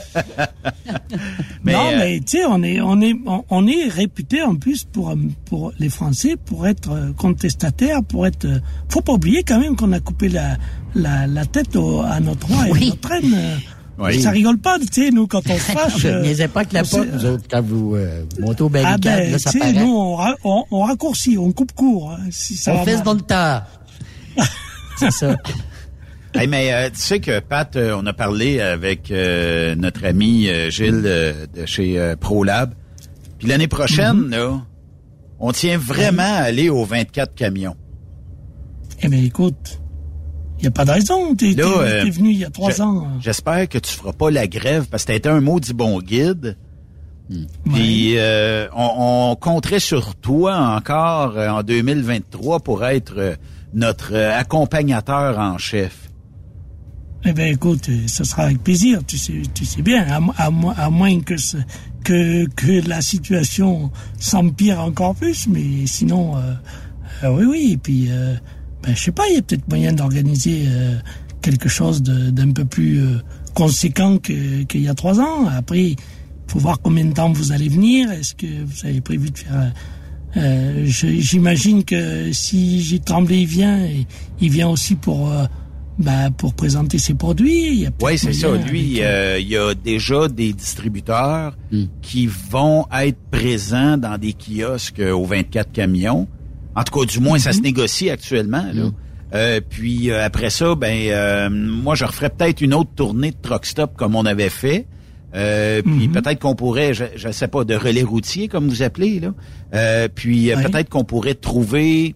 Mais tu sais, on est réputé en plus pour les Français pour être contestataires, faut pas oublier quand même qu'on a coupé la tête à notre roi et à notre reine. Oui. Ça rigole pas, tu sais, nous, quand on se fâche. Je niaisais pas que la pote, vous autres, quand vous montez au barricade, là, ça paraît. Nous, on raccourcit, on coupe court. Hein, si ça on fait dans le tas. C'est ça. Hey, mais tu sais que, Pat, on a parlé avec notre ami Gilles de chez ProLab. Puis l'année prochaine, là, on tient vraiment à aller aux 24 camions. Eh bien, écoute... Il n'y a pas de raison. T'es venu il y a 3 ans. J'espère que tu feras pas la grève parce que t'as été un maudit bon guide. Puis on compterait sur toi encore en 2023 pour être notre accompagnateur en chef. Eh bien, écoute, ce sera avec plaisir. Tu sais bien, à moins que la situation s'empire encore plus. Mais sinon, oui. Et puis... je sais pas, il y a peut-être moyen d'organiser quelque chose d'un peu plus conséquent qu'il y a 3 ans. Après, il faut voir combien de temps vous allez venir. Est-ce que vous avez prévu de faire... j'imagine que si Gilles Tremblay il vient aussi pour présenter ses produits. Oui, c'est ça. Lui, il y a déjà des distributeurs qui vont être présents dans des kiosques aux 24 camions. En tout cas, du moins, ça se négocie actuellement. Là. Puis après ça, moi, je referais peut-être une autre tournée de Truck Stop comme on avait fait. Puis peut-être qu'on pourrait, je sais pas, de relais routier, comme vous appelez, là. Peut-être qu'on pourrait trouver...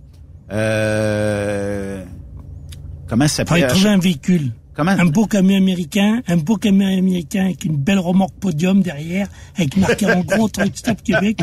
comment ça s'appelle? Trouver un véhicule. Un beau camion américain avec une belle remorque podium derrière, avec marqué en gros Truck Stop Québec.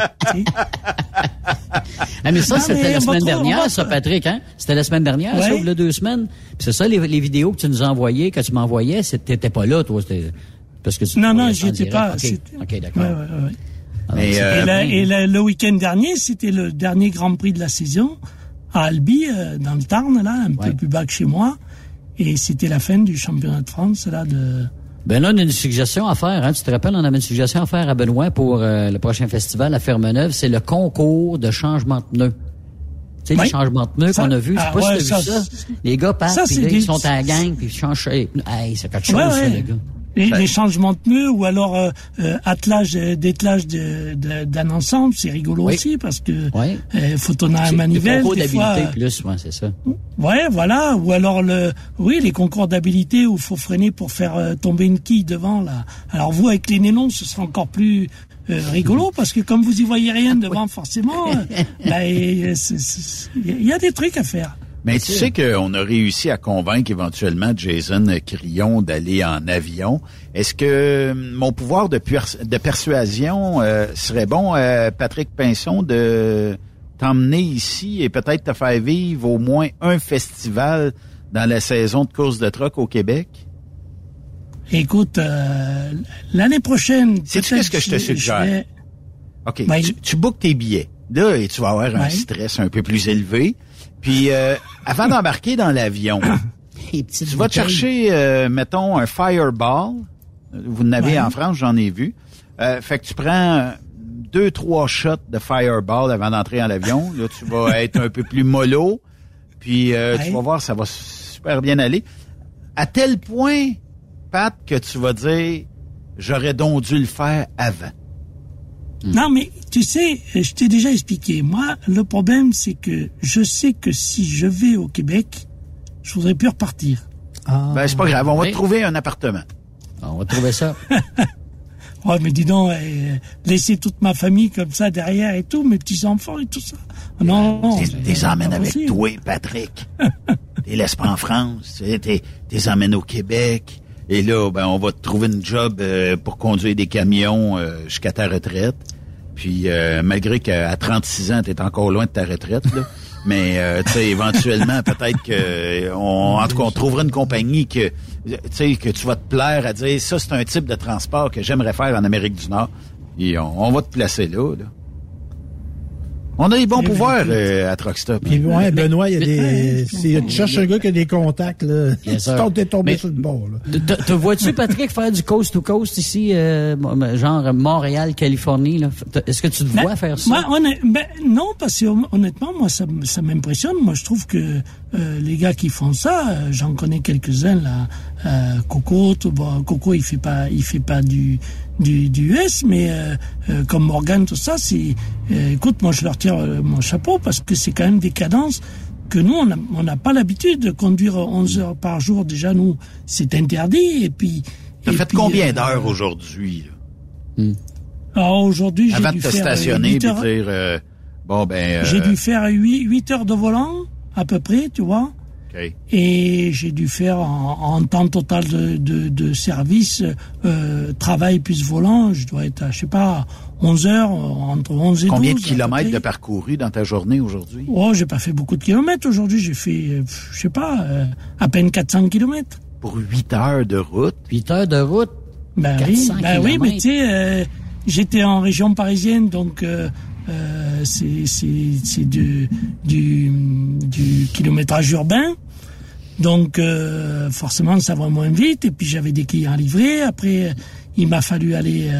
Mais ça, c'était la semaine dernière, ça, Patrick, hein? C'était la semaine dernière, ça, il y a 2 semaines. Puis c'est ça, les vidéos que tu nous as envoyées, que tu m'envoyais, t'étais pas là, toi, parce que non, j'y étais pas. OK, d'accord. Ouais. Et le week-end dernier, c'était le dernier Grand Prix de la saison, à Albi, dans le Tarn, là, un peu plus bas que chez moi. Et c'était la fin du championnat de France, là, Ben là, on a une suggestion à faire, hein. Tu te rappelles, on avait une suggestion à faire à Benoît pour le prochain festival à Fermeneuve. C'est le concours de changement de pneus. Tu sais, les changements de pneus qu'on a vus. Je sais pas si tu as vu ça. Les gars partent, puis là, ils sont à la gang, puis ils changent. Hey, c'est quelque chose, ça, les gars. Les changements de pneus ou alors dételage d'un ensemble, c'est rigolo aussi parce que faut tourner à la manivelle. C'est des concours d'habilité plus, c'est ça. Ouais, voilà. Ou alors les concours d'habilité où il faut freiner pour faire tomber une quille devant là. Alors vous avec les nylons, ce sera encore plus rigolo parce que comme vous y voyez rien devant forcément, il y a des trucs à faire. Mais tu sais qu'on a réussi à convaincre éventuellement Jason Crillon d'aller en avion. Est-ce que mon pouvoir de persuasion serait bon, Patrick Pinson, de t'emmener ici et peut-être te faire vivre au moins un festival dans la saison de course de truck au Québec? Écoute, l'année prochaine... Sais-tu qu'est-ce que je te suggère? OK, tu bookes tes billets. Là, et tu vas avoir un stress un peu plus élevé. Puis, avant d'embarquer dans l'avion, tu vas te chercher, mettons, un Fireball. Vous en avez en France, j'en ai vu. Fait que tu prends 2-3 shots de Fireball avant d'entrer dans l'avion. Là, tu vas être un peu plus mollo. Puis, tu vas voir, ça va super bien aller. À tel point Pat, que tu vas dire, j'aurais donc dû le faire avant? Non, mais tu sais, je t'ai déjà expliqué. Moi, le problème, c'est que je sais que si je vais au Québec, je voudrais plus repartir. Ben, c'est pas grave, on va te trouver un appartement. On va trouver ça. Ouais, mais dis donc, laisser toute ma famille comme ça derrière et tout, mes petits-enfants et tout ça. Non, T'es emmènes avec toi, Patrick. T'es laisses pas en France, t'es emmènes au Québec. Et là, ben, on va te trouver une job pour conduire des camions jusqu'à ta retraite. Puis, malgré qu'à 36 ans, t'es encore loin de ta retraite, là. Mais, tu sais, éventuellement, peut-être que, en tout cas, on trouvera une compagnie que, tu sais, que tu vas te plaire à dire, ça, c'est un type de transport que j'aimerais faire en Amérique du Nord. Et on va te placer là. On a des bons pouvoirs à Truck Stop. Puis, ouais, Benoît, il y a des... tu cherches un gars qui a des contacts, là. T'es tombé sur le bord, là. Te vois-tu, Patrick, faire du coast to coast ici, genre Montréal, Californie, là? Est-ce que tu te vois faire ça? Non, parce que honnêtement, moi, ça m'impressionne. Moi, je trouve que les gars qui font ça, j'en connais quelques-uns, là. Coco, Coco, il fait pas du US, mais comme Morgan, tout ça, c'est... écoute, moi, je leur tire mon chapeau parce que c'est quand même des cadences que nous, on n'a pas l'habitude de conduire 11 heures par jour. Déjà, nous, c'est interdit. Et puis... T'as fait combien d'heures aujourd'hui, là? Alors, aujourd'hui, avant de te stationner et dire, j'ai dû faire 8 heures de volant, à peu près, tu vois. Okay. Et j'ai dû faire en temps total de service, travail plus volant, je dois être à, je sais pas, 11 heures, entre 11 et 12. Combien de kilomètres de parcouru dans ta journée aujourd'hui? Oh, j'ai pas fait beaucoup de kilomètres aujourd'hui, j'ai fait, je sais pas, à peine 400 kilomètres. Pour 8 heures de route? 8 heures de route? Ben oui, mais tu sais, j'étais en région parisienne, donc... c'est du kilométrage urbain, donc forcément ça va moins vite. Et puis j'avais des clients à livrer. Après, il m'a fallu aller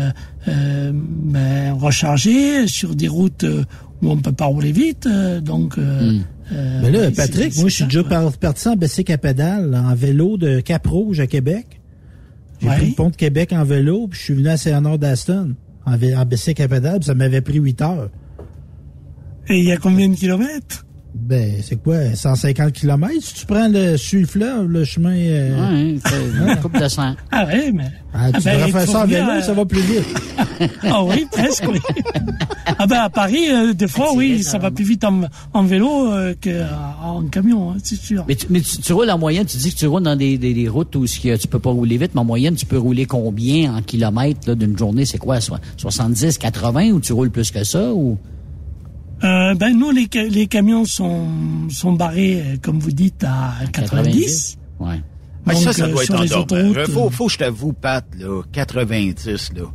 recharger sur des routes où on peut pas rouler vite. Mais là, Patrick, moi je suis déjà parti en bicycle à pédale, en vélo de Cap-Rouge à Québec. J'ai pris le pont de Québec en vélo, puis je suis venu à Saint-Honoré d'Aston. En bicycle à pédale, ça m'avait pris 8 heures. Et il y a combien de kilomètres? Ben, c'est quoi, 150 kilomètres? Si tu prends sur le fleuve, le chemin... Oui, une couple de 100. Ah oui, mais... tu devrais faire ça en vélo, ça va plus vite. Ah oui, presque, oui. À Paris, des fois, oui, ça va plus vite en vélo qu'en camion, hein, c'est sûr. Mais tu roules en moyenne, tu dis que tu roules dans des routes où tu peux pas rouler vite, mais en moyenne, tu peux rouler combien en kilomètres là, d'une journée? C'est quoi, 70, 80, ou tu roules plus que ça, ou... nous, les camions sont barrés, comme vous dites, à 90. Ouais. Mais donc, ça doit être en autoroutes. Faut que je t'avoue, Pat, là, 90, là,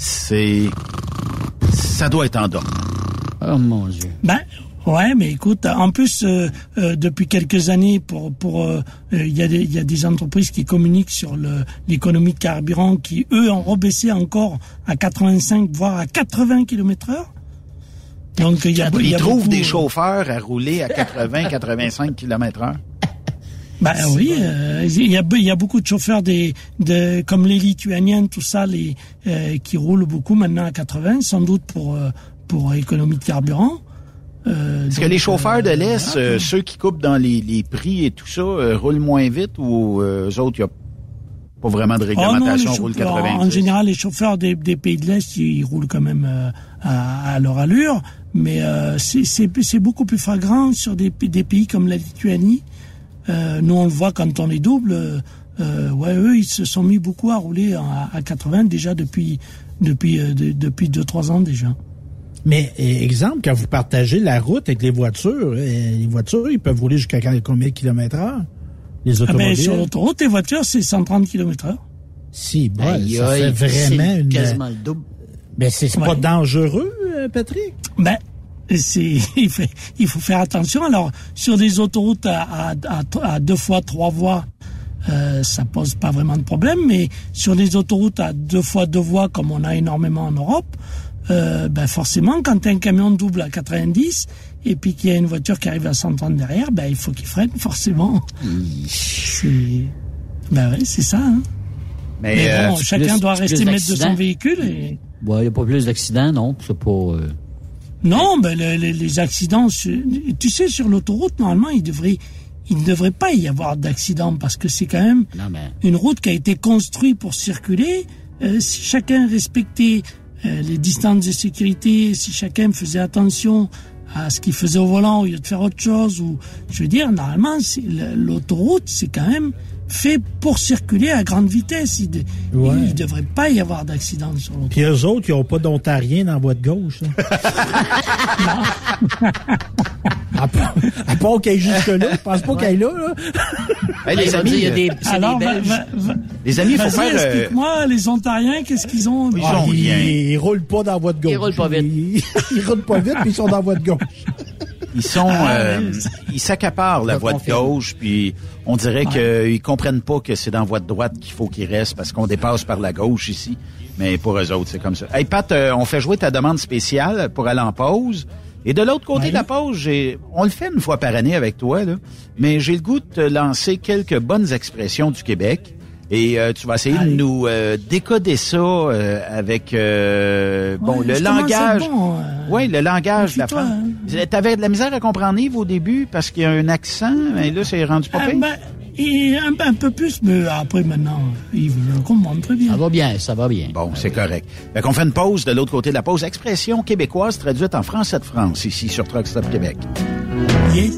ça doit être en dorme. Oh mon Dieu. Ouais, mais écoute, en plus, depuis quelques années, il y a des entreprises qui communiquent sur l'économie de carburant qui, eux, ont rebaissé encore à 85, voire à 80 km/h. Donc, ils trouvent des chauffeurs à rouler à 80-85 km/h. Oui, il y a beaucoup de chauffeurs comme les Lituaniens, tout ça, qui roulent beaucoup maintenant à 80, sans doute pour économie de carburant. Est-ce que les chauffeurs de l'Est, ceux qui coupent dans les prix et tout ça, roulent moins vite, ou eux autres, il n'y a pas vraiment de réglementation, roulent 90? En général, les chauffeurs des pays de l'Est, ils roulent quand même à leur allure, mais c'est beaucoup plus flagrant sur des pays comme la Lituanie. Nous, on le voit quand on les double. Eux, ils se sont mis beaucoup à rouler à 80 déjà depuis 2-3 ans déjà. Mais, exemple, quand vous partagez la route avec les voitures, ils peuvent rouler jusqu'à combien de kilomètres/heure? Les automobiles? Sur l'autoroute, les voitures, c'est 130 km/h. Si, ça fait vraiment quasiment le double. Ben, c'est pas dangereux, Patrick? Il faut faire attention. Alors, sur des autoroutes à 2 fois 3 voies, ça pose pas vraiment de problème, mais sur des autoroutes à 2 fois 2 voies, comme on a énormément en Europe, forcément, quand un camion double à 90 et puis qu'il y a une voiture qui arrive à 130 derrière, il faut qu'il freine, forcément. C'est ça, hein. Mais bon, chacun doit rester maître de son véhicule. Et... Bon, il n'y a pas plus d'accidents, non? C'est pas... Non, ben les accidents... Tu sais, sur l'autoroute, normalement, il ne devrait pas y avoir d'accidents parce que c'est quand même une route qui a été construite pour circuler. Si chacun respectait les distances de sécurité, si chacun faisait attention à ce qu'il faisait au volant au lieu de faire autre chose, ou je veux dire, normalement, l'autoroute, c'est quand même fait pour circuler à grande vitesse. Il ne devrait pas y avoir d'accident sur l'autoroute. Puis eux autres, ils n'ont pas d'Ontarien dans la voie de gauche. À part qu'ils aillent jusque-là. Je pense pas qu'ils aillent là. Hey, les amis, il y a des... Alors, les amis, il faut faire... Explique-moi, les Ontariens, qu'est-ce qu'ils ont? Ils roulent pas dans la voie de gauche. Ils roulent pas vite. Ils roulent pas vite, puis ils sont dans la voie de gauche. Ils s'accaparent la voie de gauche, puis on dirait qu'ils comprennent pas que c'est dans la voie de droite qu'il faut qu'ils restent parce qu'on dépasse par la gauche ici. Mais pour eux autres, c'est comme ça. Hey Pat, on fait jouer ta demande spéciale pour aller en pause. Et de l'autre côté de la pause, on le fait une fois par année avec toi, là, mais j'ai le goût de te lancer quelques bonnes expressions du Québec. Et tu vas essayer de nous décoder ça avec le langage. Oui, le langage de la France. T'avais de la misère à comprendre Yves au début parce qu'il y a un accent, mais là, c'est rendu pas pire. Et un peu plus, mais après, maintenant, Yves, je comprends très bien. Ça va bien. Bon, c'est correct. Fait qu'on fait une pause de l'autre côté de la pause. Expression québécoise traduite en français de France, ici, sur Truck Stop Québec. Yes.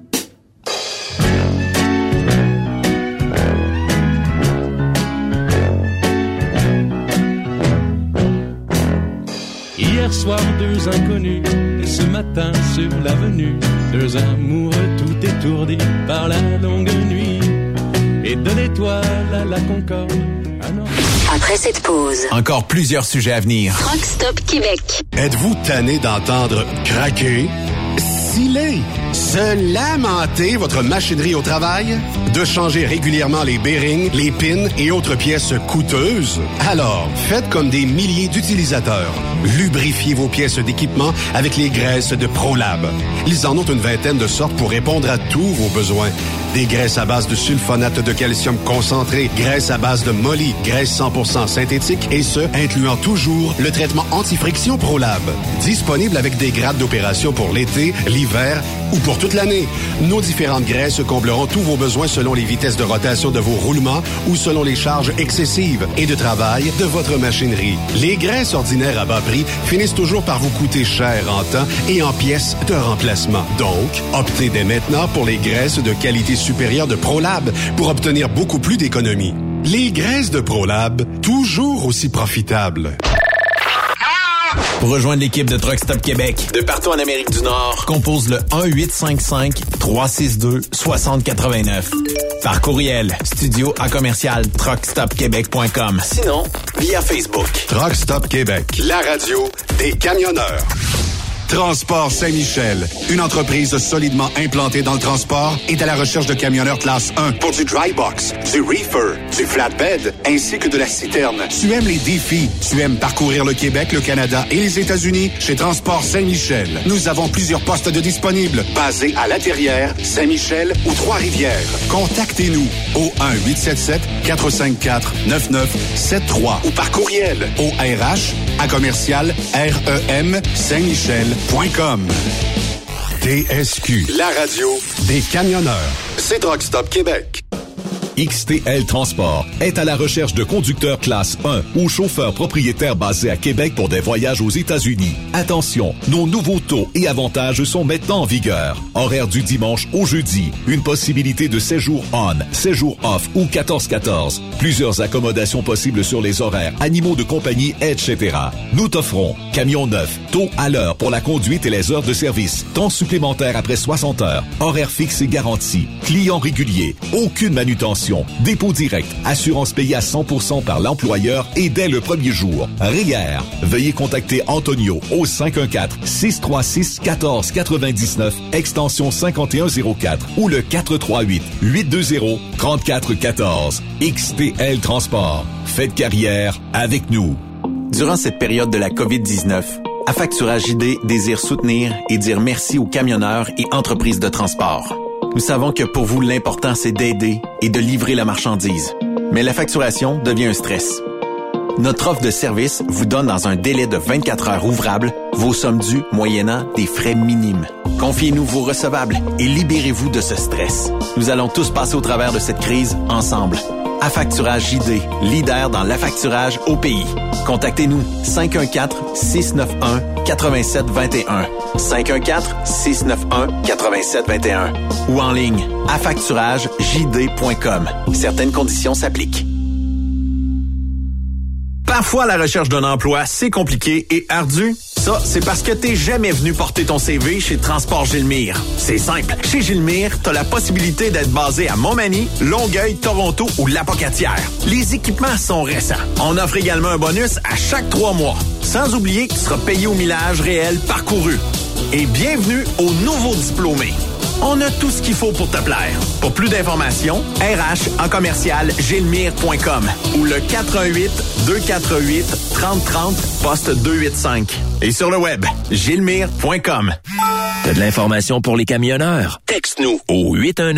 Hier soir, deux inconnus, et ce matin sur l'avenue, deux amoureux tout étourdis par la longue nuit, et de l'étoile à la Concorde. Après cette pause, encore plusieurs sujets à venir. Truck Stop Québec. Êtes-vous tanné d'entendre craquer, sciller, se lamenter votre machinerie au travail? De changer régulièrement les bearings, les pins et autres pièces coûteuses? Alors, faites comme des milliers d'utilisateurs. Lubrifiez vos pièces d'équipement avec les graisses de ProLab. Ils en ont une vingtaine de sortes pour répondre à tous vos besoins. Des graisses à base de sulfonate de calcium concentré, graisses à base de moly, graisse 100% synthétique et ce, incluant toujours le traitement anti-friction ProLab. Disponible avec des grades d'opération pour l'été, l'hiver ou pour toute l'année. Nos différentes graisses combleront tous vos besoins selon les vitesses de rotation de vos roulements ou selon les charges excessives et de travail de votre machinerie. Les graisses ordinaires à bas prix finissent toujours par vous coûter cher en temps et en pièces de remplacement. Donc, optez dès maintenant pour les graisses de qualité supérieure de ProLab pour obtenir beaucoup plus d'économies. Les graisses de ProLab, toujours aussi profitables. Pour rejoindre l'équipe de Truck Stop Québec, de partout en Amérique du Nord, compose le 1-855-362-6089. Par courriel, studio@truckstopquebec.com. Sinon, via Facebook. Truck Stop Québec, la radio des camionneurs. Transport Saint-Michel, une entreprise solidement implantée dans le transport, est à la recherche de camionneurs classe 1 pour du dry box, du reefer, du flatbed, ainsi que de la citerne. Tu aimes les défis, tu aimes parcourir le Québec, le Canada et les États-Unis? Chez Transport Saint-Michel, nous avons plusieurs postes de disponibles, basés à La Terrière, Saint-Michel ou Trois-Rivières. Contactez-nous au 1-877-454-9973 ou par courriel au RH@REM-Saint-Michel.com. TSQ, la radio des camionneurs. C'est Truck Stop Québec. XTL Transport est à la recherche de conducteurs classe 1 ou chauffeurs propriétaires basés à Québec pour des voyages aux États-Unis. Attention, nos nouveaux taux et avantages sont maintenant en vigueur. Horaire du dimanche au jeudi. Une possibilité de séjour on, séjour off ou 14-14. Plusieurs accommodations possibles sur les horaires, animaux de compagnie, etc. Nous t'offrons camion neuf, taux à l'heure pour la conduite et les heures de service, temps supplémentaire après 60 heures, horaire fixe et garanti, client régulier, aucune manutention, dépôt direct, assurance payée à 100% par l'employeur et dès le premier jour. REER. Veuillez contacter Antonio au 514-636-1499, extension 5104 ou le 438-820-3414. XTL Transport. Faites carrière avec nous. Durant cette période de la COVID-19, Affacturage ID désire soutenir et dire merci aux camionneurs et entreprises de transport. Nous savons que pour vous, l'important, c'est d'aider et de livrer la marchandise. mais la facturation devient un stress. Notre offre de service vous donne dans un délai de 24 heures ouvrables vos sommes dues moyennant des frais minimes. Confiez-nous vos recevables et libérez-vous de ce stress. Nous allons tous passer au travers de cette crise ensemble. Affacturage JD, leader dans l'affacturage au pays. Contactez-nous 514-691-8721. 514-691-8721. Ou en ligne, affacturagejd.com. Certaines conditions s'appliquent. Parfois, la recherche d'un emploi, c'est compliqué et ardu. Ça, c'est parce que t'es jamais venu porter ton CV chez Transport Gilmire. C'est simple. Chez Gilmire, t'as la possibilité d'être basé à Montmagny, Longueuil, Toronto ou Lapocatière. Les équipements sont récents. On offre également un bonus à chaque 3 mois. Sans oublier que tu seras payé au millage réel parcouru. Et bienvenue aux nouveaux diplômés. On a tout ce qu'il faut pour te plaire. Pour plus d'informations, RH en commercial gilmire.com ou le 418-248-3030 poste 285. Et sur le web, gilmire.com. T'as de l'information pour les camionneurs? Texte-nous au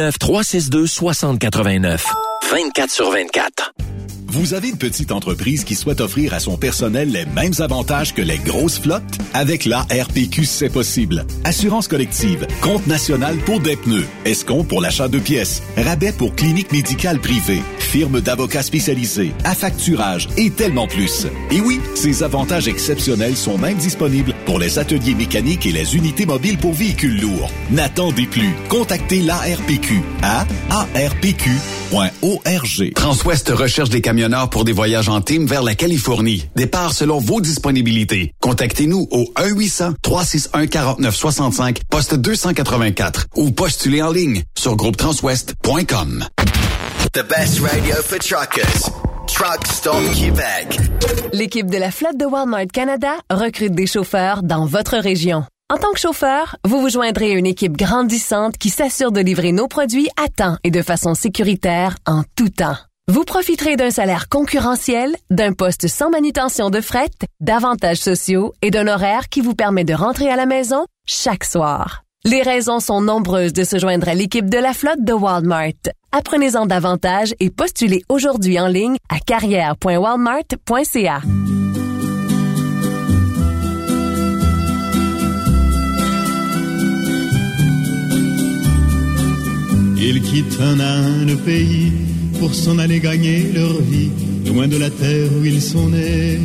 819-362-6089. 24/24. Vous avez une petite entreprise qui souhaite offrir à son personnel les mêmes avantages que les grosses flottes? Avec la RPQ, c'est possible. Assurance collective, compte national pour des pneus, escompte pour l'achat de pièces, rabais pour clinique médicale privée, firme d'avocats spécialisés, affacturage et tellement plus. Et oui, ces avantages exceptionnels sont même disponibles pour les ateliers mécaniques et les unités mobiles pour véhicules lourds. N'attendez plus. Contactez l'ARPQ à arpq.org. Transwest recherche des camionneurs pour des voyages en team vers la Californie. Départ selon vos disponibilités. Contactez-nous au 1-800-361-4965, poste 284 ou postulez en ligne sur groupetranswest.com. The best radio for truckers. Truck Stop Québec. L'équipe de la flotte de Walmart Canada recrute des chauffeurs dans votre région. En tant que chauffeur, vous vous joindrez à une équipe grandissante qui s'assure de livrer nos produits à temps et de façon sécuritaire en tout temps. Vous profiterez d'un salaire concurrentiel, d'un poste sans manutention de fret, d'avantages sociaux et d'un horaire qui vous permet de rentrer à la maison chaque soir. Les raisons sont nombreuses de se joindre à l'équipe de la flotte de Walmart. Apprenez-en davantage et postulez aujourd'hui en ligne à carrière.walmart.ca. Ils quittent un pays pour s'en aller gagner leur vie, loin de la terre où ils sont nés.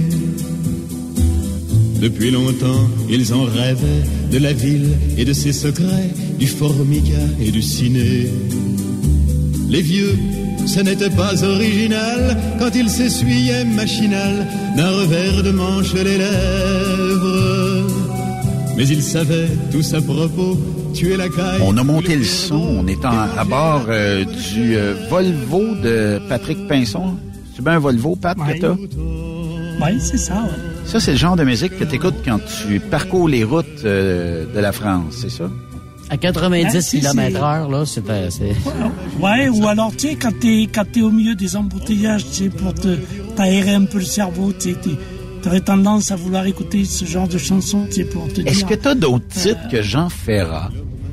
Depuis longtemps, ils en rêvaient de la ville et de ses secrets, du formica et du ciné. Les vieux, ce n'était pas original quand ils s'essuyaient machinal d'un revers de manche les lèvres. Mais ils savaient tous à propos tuer la caille. On a monté le son, on est à bord du Volvo de Patrick Pinson. C'est bien un Volvo, Pat, que t'as? Oui, c'est ça, ouais. Ça, c'est le genre de musique que t'écoutes quand tu parcours les routes de la France, c'est ça? À 90 km/h, là, c'est... Ouais, ou alors, tu sais, quand t'es au milieu des embouteillages, tu sais, pour t'aérer un peu le cerveau, tu sais, t'aurais tendance à vouloir écouter ce genre de chansons, tu sais, pour te dire... Est-ce que t'as d'autres titres que Jean Ferrat?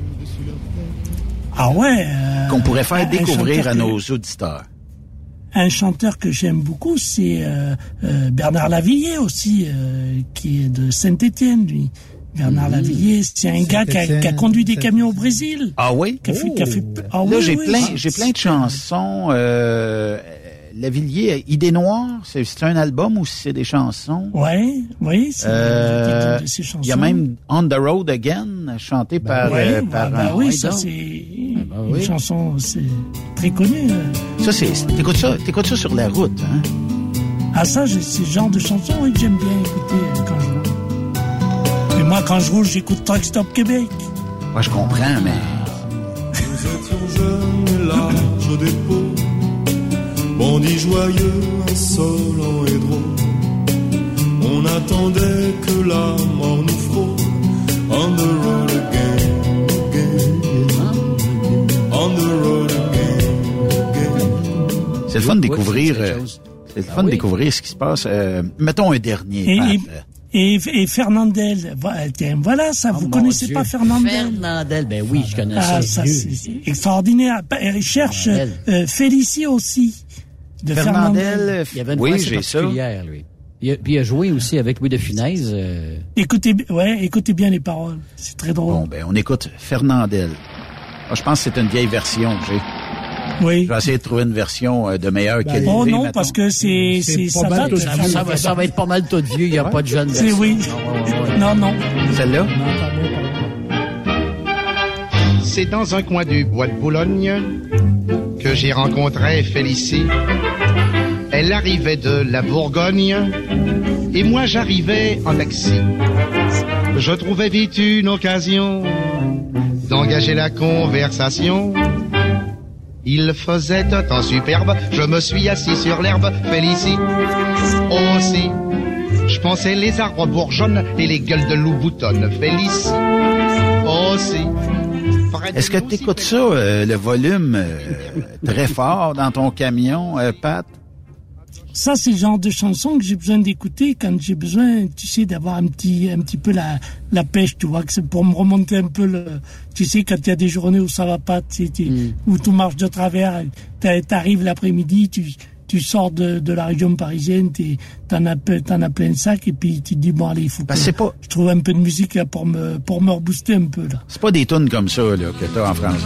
Ah ouais... qu'on pourrait faire découvrir à nos auditeurs? Un chanteur que j'aime beaucoup, c'est Bernard Lavilliers aussi, qui est de Saint-Étienne, lui. Bernard Lavilliers, c'est un gars qui a conduit des camions au Brésil. Ah oui? Là, j'ai plein de chansons. Lavilliers, Idée Noire, c'est un album ou c'est des chansons? Oui, c'est de ces chansons. Il y a même On the Road Again, chanté par... oui, ça c'est une chanson très connue. Ça, t'écoutes ça sur la route, hein? Ah ça, c'est le genre de chanson que j'aime bien écouter quand je roule. Mais moi, quand je roule, j'écoute Truck Stop Québec. Moi, je comprends, mais... Nous étions jeunes, larges dépôt, bandits joyeux, insolents et drôles. On attendait que la mort nous frôle. On the road again, on the road again. C'est le fun de découvrir... c'est le fun de découvrir ce qui se passe. Mettons un dernier. Et Fernandel, voilà ça, vous connaissez pas Fernandel? Fernandel, ben oui, je connais ça. Ça c'est extraordinaire. Cherche Félicie aussi. de Fernandel. Il y avait une voix assez particulière, lui. Puis il a joué aussi avec Louis de Funès. Écoutez bien les paroles. C'est très drôle. Bon, ben, on écoute Fernandel. Ah, je pense que c'est une vieille version que j'ai. Oui. Je vais essayer de trouver une version de meilleure qualité. Oh non, mettons. parce que ça va être pas mal tout vieux. Il n'y a pas de jeune version. Oui. Non. Celle-là? C'est dans un coin du bois de Boulogne que j'ai rencontré Félicie. Elle arrivait de la Bourgogne et moi j'arrivais en taxi. Je trouvais vite une occasion d'engager la conversation. Il faisait un temps superbe, je me suis assis sur l'herbe, Félicie aussi. Je pensais les arbres bourgeonnent et les gueules de loup boutonnent, Félicie aussi. Est-ce que tu écoutes ça, le volume très fort dans ton camion, Pat? Ça, c'est le genre de chanson que j'ai besoin d'écouter quand j'ai besoin, tu sais, d'avoir un petit peu la pêche, tu vois, que c'est pour me remonter un peu tu sais, quand il y a des journées où ça va pas, où tout marche de travers, t'arrives l'après-midi, tu sors de la région parisienne, t'en as plein de sacs, et puis tu te dis, bon, allez, il faut que je trouve un peu de musique là, pour me rebooster un peu, là. C'est pas des tunes comme ça, là, que t'as en France.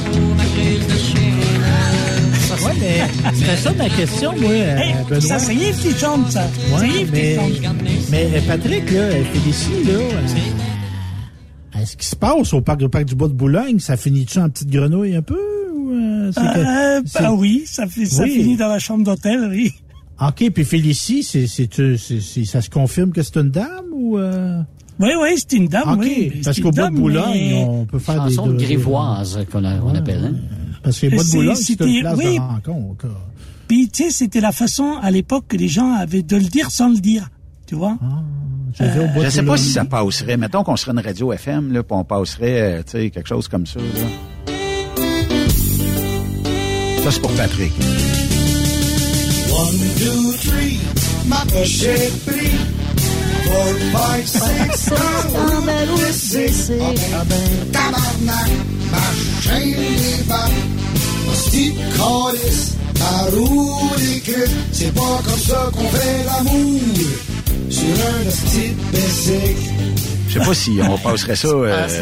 Ouais, mais c'était ça ma question, moi, Benoît. Ça, c'est Yves qui chante, ça. Ouais, mais Patrick, là, Félicie, là, est-ce qu'il se passe au parc du Bois de Boulogne? Ça finit-tu en petite grenouille un peu? Oui, ça finit dans la chambre d'hôtel, oui. OK, puis Félicie, ça se confirme que c'est une dame ou... Oui, c'est une dame, oui. Parce qu'au Bois de Boulogne, on peut faire des... Chanson grivoise, qu'on appelle, hein? Parce que Bois de Boulogne, c'est une place de rencontre. Puis, tu sais, c'était la façon, à l'époque, que les gens avaient de le dire sans le dire. Tu vois? Je sais pas si ça passerait. Mettons qu'on serait une radio FM, là, puis on passerait, tu sais, quelque chose comme ça, là. Ça, c'est pour Patrick. 1, 2, 3, ma pochette pris. 4, 5, 6, tabarnak, ma chaîne les bat. Hostie de calice, ma roue des culs. C'est pas comme ça qu'on fait l'amour sur un hostie de basic. Je sais pas si on passerait ça.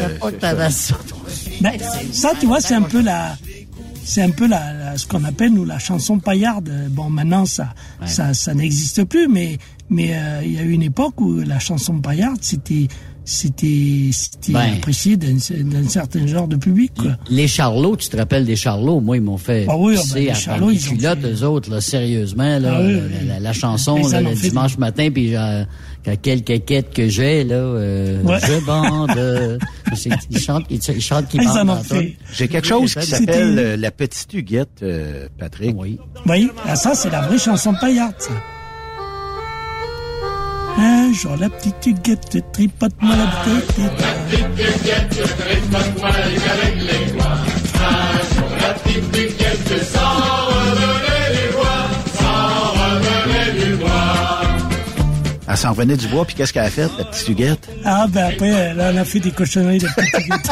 Ben, ça, tu vois, c'est un peu ce qu'on appelle, nous, la chanson paillarde. Bon, maintenant, ça n'existe plus, mais il y a eu une époque où la chanson paillarde, c'était apprécié d'un certain genre de public, quoi. Les Charlots, tu te rappelles des Charlots? Moi, ils m'ont fait pisser à prendre les culottes, eux autres, là, sérieusement, là, la chanson, là, le dimanche matin, puis quelques quêtes que j'ai, là, je bande, ils chantent qui parlent dans tout. J'ai quelque chose qui s'appelle La Petite Huguette, Patrick. Oui, ça, c'est la vraie chanson paillarde, ça. Un jour, la petite Huguette, tripote-moi la tête. La petite Huguette, tripote-moi avec les doigts. Un jour, la petite Huguette, sans revenait du bois, sans revenait du bois. Elle s'en revenait du bois, puis qu'est-ce qu'elle a fait, la petite Huguette? Ah, ben après, elle a fait des cochonneries, la petite Huguette.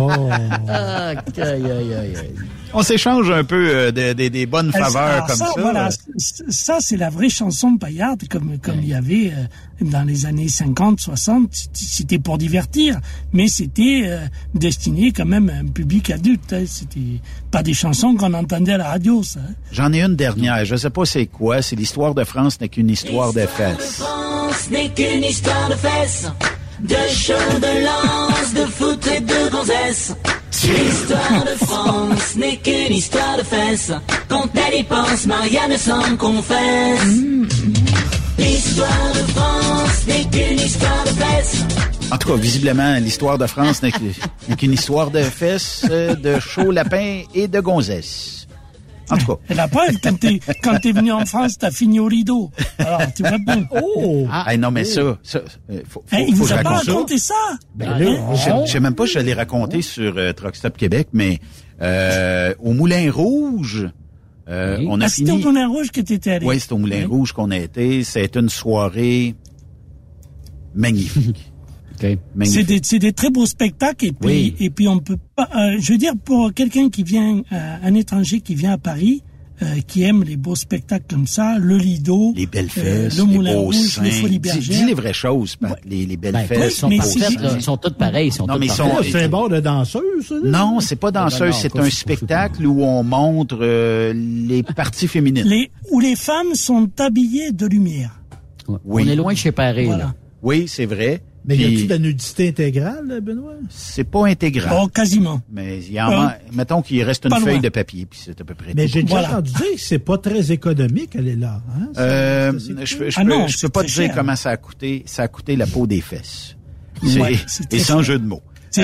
On s'échange un peu des bonnes faveurs comme ça. Voilà, ça, c'est la vraie chanson paillarde, comme il y avait dans les années 50, 60. C'était pour divertir, mais c'était destiné quand même à un public adulte. Hein. C'était pas des chansons qu'on entendait à la radio, ça. Hein. J'en ai une dernière. Je sais pas c'est quoi. C'est l'histoire de France n'est qu'une histoire de fesses. France n'est qu'une histoire de fesses, de show, de lance, de foot et de gonzesse. L'histoire de France n'est qu'une histoire de fesses. Quand elle y pense, Marianne s'en confesse. L'histoire de France n'est qu'une histoire de fesses. En tout cas, visiblement, l'histoire de France n'est qu'une histoire de fesses, de chaud lapin et de gonzesse. En tout cas. La preuve, quand t'es venu en France, t'as fini au rideau. Alors, tu vois bien. Non, mais ça, faut il vous a pas raconter raconté ça? Je sais même pas si je l'ai raconté sur Truck Stop Québec, mais au Moulin Rouge, on a fini... C'était au Moulin Rouge que t'étais allé? Oui, c'est au Moulin Rouge qu'on a été. C'est une soirée magnifique. Okay. C'est des très beaux spectacles et puis on peut pas. Je veux dire, pour quelqu'un qui vient, un étranger qui vient à Paris, qui aiment les beaux spectacles comme ça, le Lido, les belles fesses, le Moulin les beaux Rouge, seins. les Folies Bergères. Dis les vraies choses, Pat. Les belles fesses. Ils sont toutes pareilles. C'est un bord de danseuse, ça? Non, c'est pas danseuse. C'est un spectacle où on montre les parties féminines. Où les femmes sont habillées de lumière. Oui. On est loin de chez Paris, là. Oui, c'est vrai. Mais y a-t-il de la nudité intégrale, Benoît? C'est pas intégral. Oh, quasiment. Mais il y en mettons qu'il reste une feuille de papier, puis c'est à peu près Mais tout. j'ai déjà entendu dire que c'est pas très économique, aller là. Hein? Je peux pas te dire comment ça a coûté. Ça a coûté la peau des fesses. Et sans jeu de mots.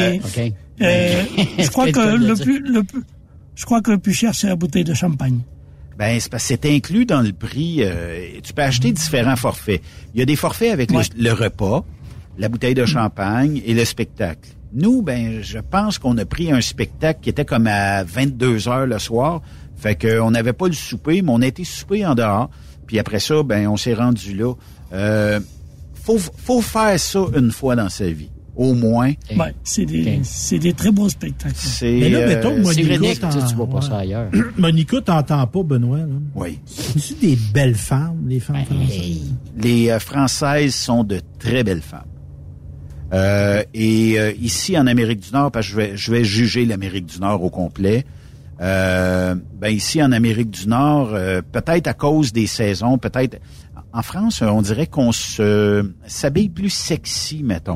Je crois que le plus cher, c'est la bouteille de champagne. Ben, c'est parce que c'est inclus dans le prix. Tu peux acheter différents forfaits. Il y a des forfaits avec le repas, la bouteille de champagne et le spectacle. Nous, je pense qu'on a pris un spectacle qui était comme à 22 heures le soir. Fait qu'on n'avait pas le souper, mais on a été souper en dehors. Puis après ça, on s'est rendu là. Faut faire ça une fois dans sa vie. Au moins. Ouais, c'est des très beaux spectacles. Mais là, mettons que Monica, tu vois pas ça ailleurs. Monica, t'entends pas, Benoît, là. Oui. C'est des belles femmes, les femmes françaises? Les Françaises sont de très belles femmes. Ici, en Amérique du Nord, parce que je vais juger l'Amérique du Nord au complet, ici, en Amérique du Nord, peut-être à cause des saisons, peut-être... En France, on dirait qu'on s'habille plus sexy, mettons.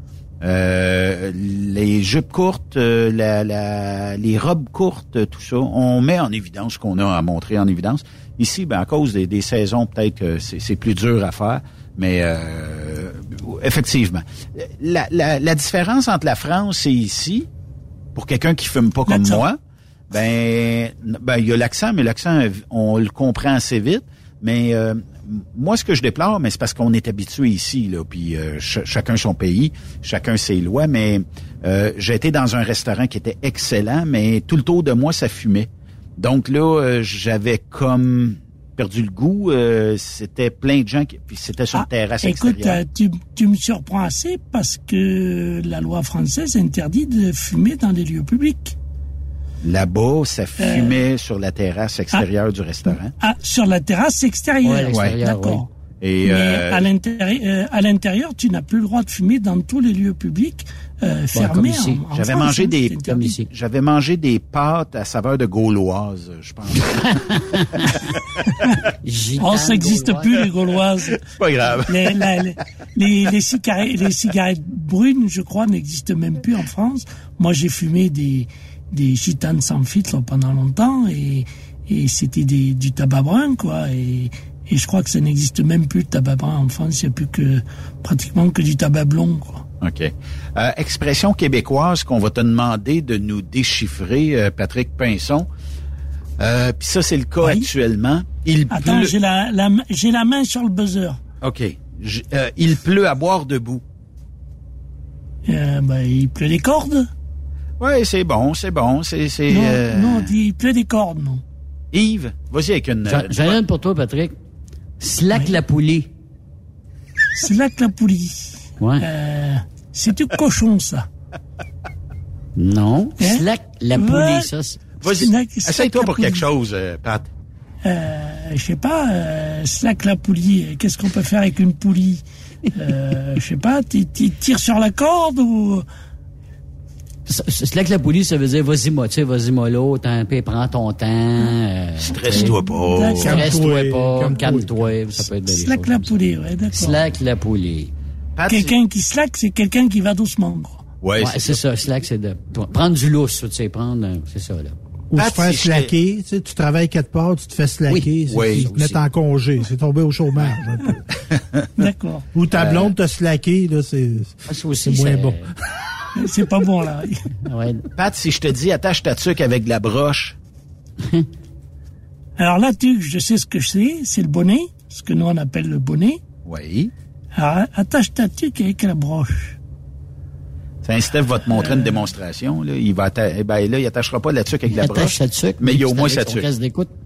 Les jupes courtes, les robes courtes, tout ça, on met en évidence ce qu'on a à montrer en évidence. Ici, à cause des saisons, peut-être que c'est plus dur à faire, mais effectivement. La différence entre la France et ici, pour quelqu'un qui fume pas comme moi, il y a l'accent, mais l'accent, on le comprend assez vite, mais moi, ce que je déplore, mais c'est parce qu'on est habitué ici, là, puis chacun son pays, chacun ses lois, mais j'ai été dans un restaurant qui était excellent, mais tout le tour de moi, ça fumait. Donc là, j'avais comme perdu le goût. C'était plein de gens, puis c'était sur une terrasse extérieure. Écoute, tu me surprends assez parce que la loi française interdit de fumer dans les lieux publics. Là-bas, ça fumait sur la terrasse extérieure du restaurant. Sur la terrasse extérieure. Ouais, d'accord. Oui. Et mais à l'intérieur, tu n'as plus le droit de fumer dans tous les lieux publics fermés. En J'avais mangé des pâtes à saveur de gauloise, je pense. Ça n'existe plus, les gauloises. C'est pas grave. Les cigarettes brunes, je crois, n'existent même plus en France. Moi, j'ai fumé des gitanes sans filtre pendant longtemps et c'était du tabac brun, quoi. Et je crois que ça n'existe même plus, le tabac brun en France. Il n'y a plus pratiquement que du tabac blond, quoi. OK. Expression québécoise qu'on va te demander de nous déchiffrer, Patrick Pinson. Puis ça, c'est le cas actuellement. Attends, j'ai la main sur le buzzer. OK. Il pleut à boire debout. Il pleut des cordes. Oui, c'est bon. Non, il pleut des cordes, non. Yves, vas-y avec une... J'en ai une pour toi, Patrick. Slack la poulie. Slack la poulie. Ouais. C'est du cochon, ça. Non. Slack la poulie, ça. Vas-y, essaye-toi pour quelque chose, Pat. Je sais pas, slack la poulie. Qu'est-ce qu'on peut faire avec une poulie? Je sais pas, tu tires sur la corde ou... Slack la poulie, ça veut dire vas-y mollo, prends ton temps. Stresse-toi pas. Calme-toi. Ça peut être belle. Slack la poulie, ouais, d'accord. Slack la poulie. Quelqu'un qui slack, c'est quelqu'un qui va doucement. Ouais, c'est ça. Slack, c'est de prendre du lousse, tu sais, c'est ça, là. Ou se faire slacker, tu sais, tu travailles quelque part, tu te fais slacker, tu te mets en congé, c'est tombé au chômage. D'accord. Ou ta blonde te slacker, là, c'est moins bon. C'est pas bon, là. Ouais. Pat, si je te dis attache ta tuque avec de la broche. Alors la tuque, je sais ce que c'est le bonnet, ce que nous on appelle le bonnet. Oui. Alors attache ta tuque avec la broche. Steph va te montrer une démonstration. Là. Il attachera pas la tuque avec la broche. Sa tuque, mais il y a au moins sa tuque.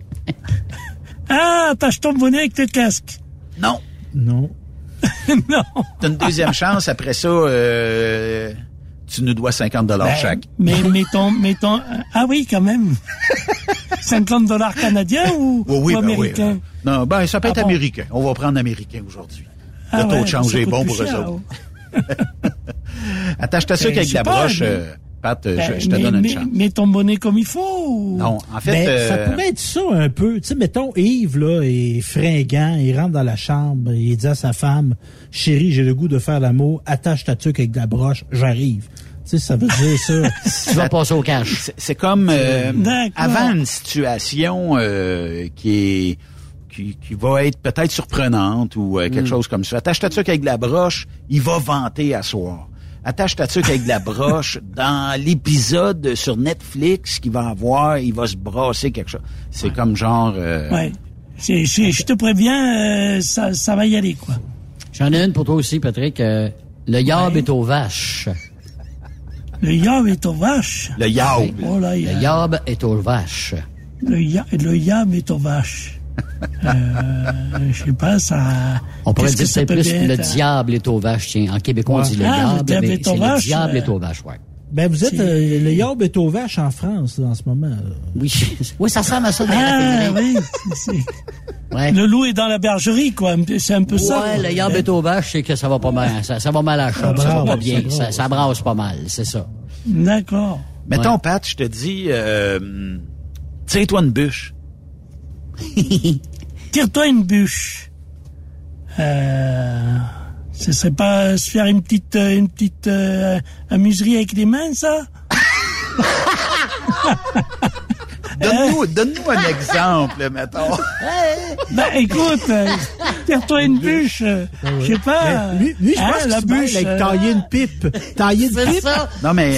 Attache ton bonnet avec le casque. Non. Non. Non. T'as une deuxième chance. Après ça, tu nous dois 50 chaque. Mais ton, ah oui, quand même. 50 canadiens ou américains? Non, ça peut être américain. On va prendre américain aujourd'hui. Le taux de change est bon pour eux autres. Attache ta sucre avec la broche, Pat, je te donne une chance. Mets ton bonnet comme il faut. Ou... Non, en fait... ça pourrait être ça un peu. Tu sais, mettons, Yves, là, est fringant, il rentre dans la chambre, il dit à sa femme, « Chérie, j'ai le goût de faire l'amour, attache ta tuque avec de la broche, j'arrive. » Tu sais, ça veut dire ça. Tu vas passer au cash. C'est comme avant une situation qui va être peut-être surprenante ou quelque chose comme ça. Attache ta tuque avec de la broche, il va vanter à soir. Attache ta tuque avec de la broche dans l'épisode sur Netflix qu'il va avoir, il va se brasser quelque chose. C'est comme genre... Ouais. Je te préviens, ça va y aller, quoi. J'en ai une pour toi aussi, Patrick. Le yab est aux vaches. Le yab est aux vaches? Le yab. Oh là, le yab est aux vaches. Le yab est aux vaches. Je sais pas, ça... On pourrait dire que c'est plus le diable est aux vaches. Tiens, en québécois, on dit le diable est aux vaches. Le diable est aux vaches, ouais. Ben, vous êtes le yab est aux vaches en France, là, en ce moment. Oui, ça ressemble à ça. Oui. Ouais. Le loup est dans la bergerie, quoi. C'est un peu ça. Ouais, le yab est aux vaches, c'est que ça va pas mal. Ça va mal à la chambre. Ça va pas bien. Ça brasse pas mal, c'est ça. D'accord. Mettons, Pat, je te dis, tire-toi une bûche. Tire-toi une bûche. Ce serait pas se faire une petite amuserie avec les mains, ça? Donne-nous un exemple, mettons. Écoute, tire-toi une bûche. Je sais pas. Lui, je pense que la bûche avec tailler une pipe. Tailler une pipe. Ça. Non, mais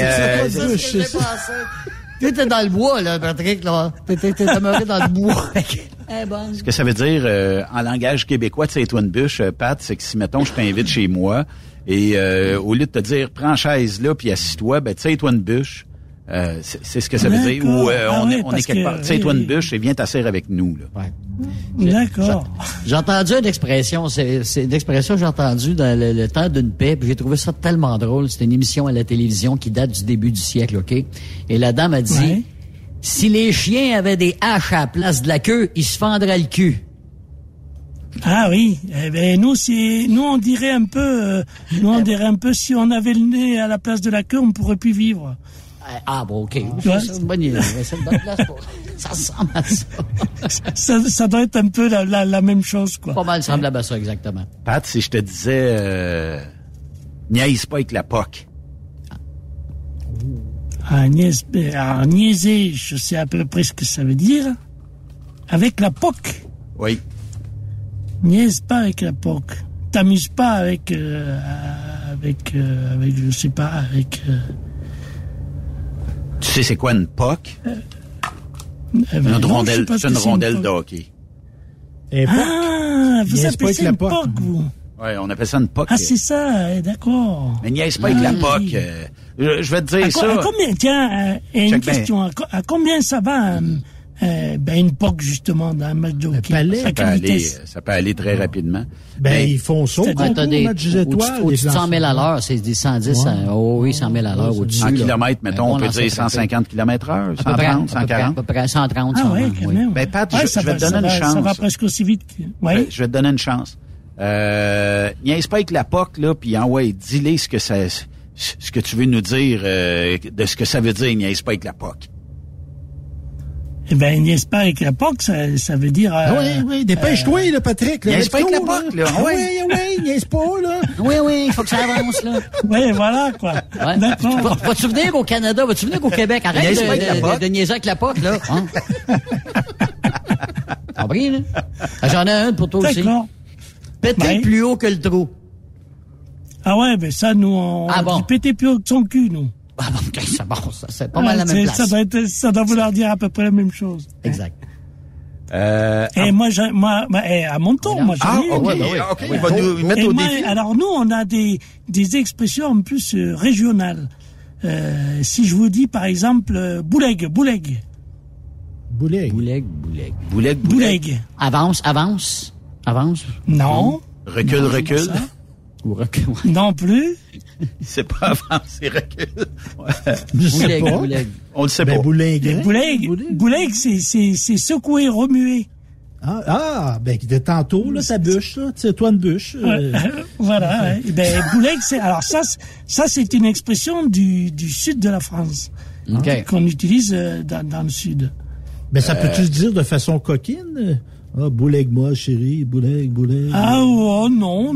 t'étais dans le bois, là, Patrick, là. T'étais demeuré dans le bois. Ce que ça veut dire, en langage québécois, tu sais, toi une bûche, Pat, c'est que si, mettons, je t'invite chez moi, et au lieu de te dire, prends chaise là, puis assis-toi, tu sais, toi une bûche, c'est ce que ça veut dire. Ou on est quelque part, tu sais, toi une bûche, et viens t'asseoir avec nous, là. Ouais. D'accord. J'ai entendu une expression, c'est une expression que j'ai entendue dans le temps d'une paix, puis j'ai trouvé ça tellement drôle. C'était une émission à la télévision qui date du début du siècle, OK? Et la dame a dit, si les chiens avaient des haches à la place de la queue, ils se fendraient le cul. Ah oui, nous on dirait un peu, si on avait le nez à la place de la queue, on pourrait plus vivre. Ah bon, OK. C'est une bonne idée. C'est une bonne place pour... Ça ressemble à ça. Ça doit être un peu la même chose, quoi. Pas mal semblable à ça, exactement. Pat, si je te disais, niaise pas avec la POC. Niaiser, je sais à peu près ce que ça veut dire. Avec la POC. Oui. Niaise pas avec la POC. T'amuses pas avec, je sais pas, avec... Tu sais c'est quoi une POC? C'est une rondelle de hockey. Vous appelez ça une POC, vous? Oui, on appelle ça une POC. Ah, c'est ça, d'accord. Mais niaise pas avec la POC. Je vais te dire ça. Une question. À combien ça va une POC, justement, dans un match de hockey? Ça peut aller très rapidement. Ils font ça au match des étoiles. Au-dessus de 100 000 à l'heure, c'est des 110. Oui, 100 000 à l'heure au-dessus. En kilomètres, mettons, on peut dire 150 km/h, 130, 140. À peu près 130, 120. Ah oui, quand même. Pat, je vais te donner une chance. Ça va presque aussi vite. Ouais. Je vais te donner une chance. Niaise pas avec la POC, là, puis dis-les ce que tu veux nous dire de ce que ça veut dire, niaise pas avec la POC. Niaise pas avec la POC, ça veut dire... oui, dépêche-toi, là, Patrick. Niaise pas avec la POC, là. Oui, niaise pas, là. Oui, il faut que ça avance, là. Oui, voilà, quoi. Ouais. D'accord. Vas-tu venir au Canada? Vas-tu venir au Québec? Arrête de niaiser avec la POC, là. Hein? Compris, là? J'en ai un pour toi aussi. D'accord. Péter plus haut que le trou. Ah ouais, ça, nous, on dit péter plus haut que son cul, nous. Ah bon, ça, c'est pas mal la même place. Ça doit vouloir dire à peu près la même chose. Exact. Et moi, à mon tour, j'en ai OK. Il va nous mettre au défi. Alors, nous, on a des expressions en plus régionales. Si je vous dis, par exemple, bouleg. Avance. Non. Recule. Ou recul. Non plus. C'est pas avancé, recul. Je sais pas. On le sait pas. Boulingrin. Bouleg, c'est secouer, remuer. Ben, de tantôt, là, ta bûche, là. C'est toi une bûche. Voilà. Ben, Bouleg, alors ça, c'est une expression du sud de la France. Okay. Qu'on utilise dans le sud. Ben, ça peut-tu se dire de façon coquine? Bouleg-moi, chérie, bouleg. Non,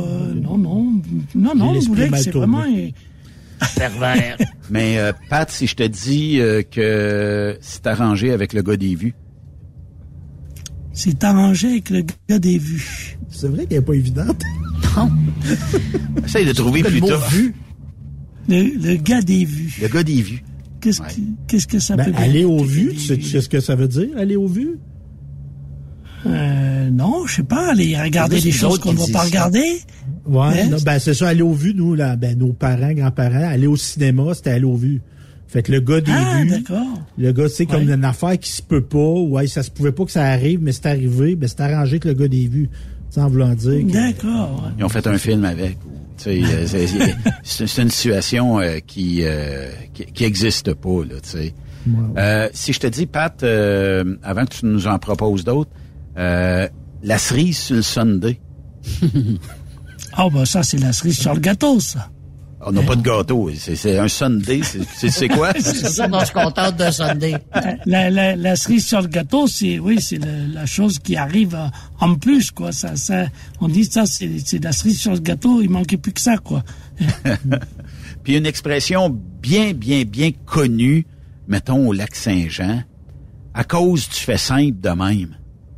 Bouleg, c'est vraiment... Pervers. Mais, Pat, si je te dis que c'est arrangé avec le gars des vues. C'est arrangé avec le gars des vues. C'est vrai qu'elle n'est pas évidente. Non. Essaye de trouver plus tard. Le gars des vues. Le gars des vues. Qu'est-ce que ça peut dire? Aller aux vues, tu sais ce que ça veut dire, aller aux vues? Non, je sais pas, aller regarder des choses qu'on ne va pas regarder. Ouais, non, ben c'est ça, aller aux vues, nous, là, ben nos parents, grands-parents, aller au cinéma, c'était aller aux vues. Fait que le gars des vues, d'accord. le gars, c'est comme une affaire qui se peut pas, ça se pouvait pas que ça arrive, mais c'est arrivé, ben c'est arrangé avec le gars des vues, sans vouloir dire. D'accord. Ils ont fait un film avec. C'est une situation qui existe pas, là, tu sais. Ouais. Si je te dis, Pat, avant que tu nous en proposes d'autres, la cerise sur le sundae. Ça, c'est la cerise sur le gâteau, ça. On n'a pas de gâteau. C'est un sundae. C'est quoi? C'est ça, dans ce compteur de sundae. La cerise sur le gâteau, c'est la chose qui arrive en plus, quoi. Ça, on dit ça, c'est la cerise sur le gâteau, il manquait plus que ça, quoi. Puis une expression bien connue, mettons au lac Saint-Jean, à cause tu fais simple de même.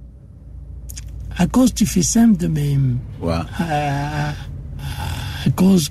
À cause tu fais simple de même. Ouais. À cause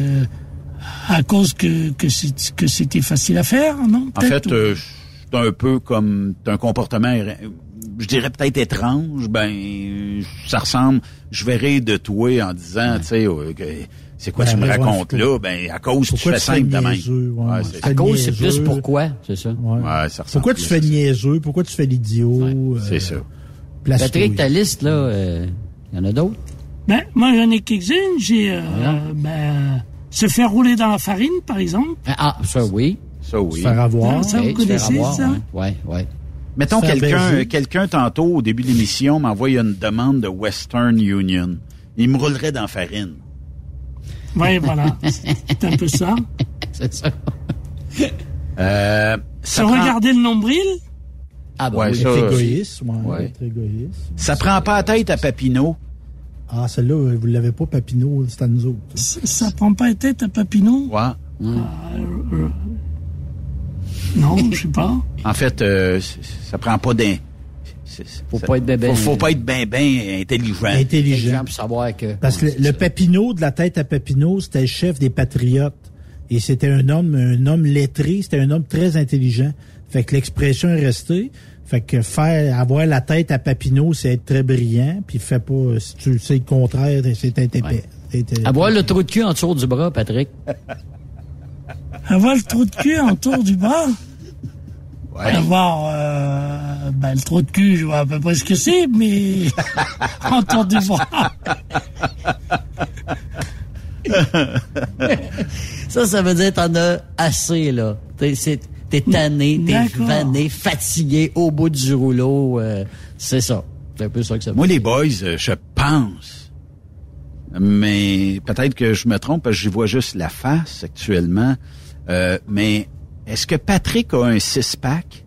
que c'était facile à faire, non? En fait, c'est un peu comme un comportement, je dirais peut-être étrange. Ben, ça ressemble. Je verrai de toi en disant, tu sais, c'est quoi tu me racontes là? Ben, à cause tu fais simple de même. À cause, c'est plus pourquoi, c'est ça. Ouais, ça ressemble. Pourquoi tu fais niaiseux? Pourquoi tu fais l'idiot? C'est ça. Patrick, ta liste là, y en a d'autres? Ben, moi, j'en ai quelques-unes. J'ai, se faire rouler dans la farine, par exemple. Ça, oui. Ça, oui. Se faire avoir. Ça, vous connaissez, ça? Ouais. Mettons, quelqu'un, tantôt, au début de l'émission, m'envoie une demande de Western Union. Il me roulerait dans la farine. Oui, voilà. C'est un peu ça. C'est ça. Se regarder le nombril? Ouais, ça, être égoïste. Être égoïste. Ça prend pas la tête à Papineau. Celle-là, vous l'avez pas, Papineau, c'est à nous autres. Ça prend pas la tête à Papineau? Ouais. Non, je sais pas. En fait, ça prend pas d'un... Faut pas être bien faut pas être bien intelligent. Intelligent. Pour savoir que... Parce que le Papineau, de la tête à Papineau, c'était le chef des Patriotes. Et c'était un homme lettré, c'était un homme très intelligent. Fait que l'expression est restée. Fait que avoir la tête à Papineau, c'est être très brillant. Puis fais pas, si tu sais le contraire, c'est être épais. Avoir le trou de cul en dessous du bras, Patrick. Avoir le trou de cul en dessous du bras? Ouais. Avoir, le trou de cul, je vois à peu près ce que c'est, mais en dessous du bras. Ça veut dire que t'en as assez, là. T'es tanné, t'es vanné, fatigué, au bout du rouleau. C'est ça. C'est un peu ça que ça veut dire. Moi, les boys, je pense, mais peut-être que je me trompe parce que j'y vois juste la face actuellement, mais est-ce que Patrick a un 6-pack?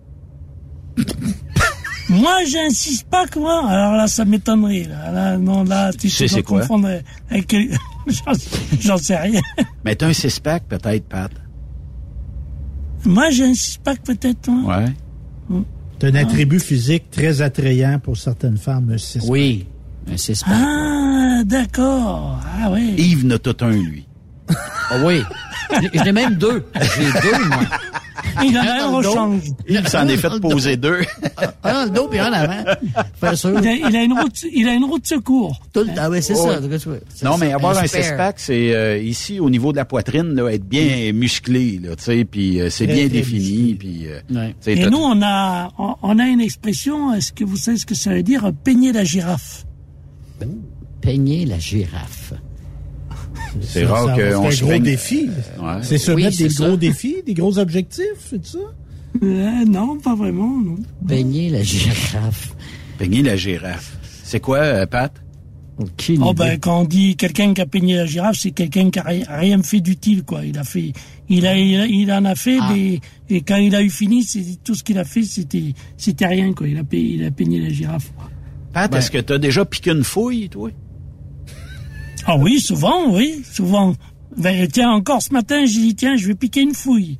Moi, j'ai un 6-pack, moi. Alors là, ça m'étonnerait. Tu sais c'est quoi? Avec... J'en sais rien. Mais t'as un 6-pack, peut-être, Pat? Moi, j'ai un 6-pack, peut-être, moi. Ouais. T'as un attribut physique très attrayant pour certaines femmes, un 6-pack. Oui, un 6-pack. Ah, d'accord. Ah, oui. Yves n'a tout un, lui. Oui. J'en ai même deux. J'ai deux, moi. Il en a un au change. Il s'en est fait poser deux. Un dans le dos puis un en avant. Fait sûr. Il a une roue de secours. Tout le temps, oui, c'est ça. Non, mais avoir un six-pack, c'est ici, au niveau de la poitrine, là, être bien musclé, là, tu sais, puis c'est bien défini. Puis, et nous, on a une expression, est-ce que vous savez ce que ça veut dire, peigner la girafe? Peigner la girafe. C'est rare qu'on se gros défi. C'est se mettre des gros défis, des gros objectifs, c'est ça? Non, pas vraiment, non. Peigner la girafe. Peigner la girafe. C'est quoi, Pat? Quand on dit quelqu'un qui a peigné la girafe, c'est quelqu'un qui a rien fait d'utile, quoi. Il en a fait, et quand il a eu fini, tout ce qu'il a fait, c'était rien, quoi. Il a peigné la girafe, quoi. Pat, est-ce que t'as déjà piqué une fouille, toi? Ah oui, souvent. Tiens, encore ce matin, j'ai dit, tiens, je vais piquer une fouille.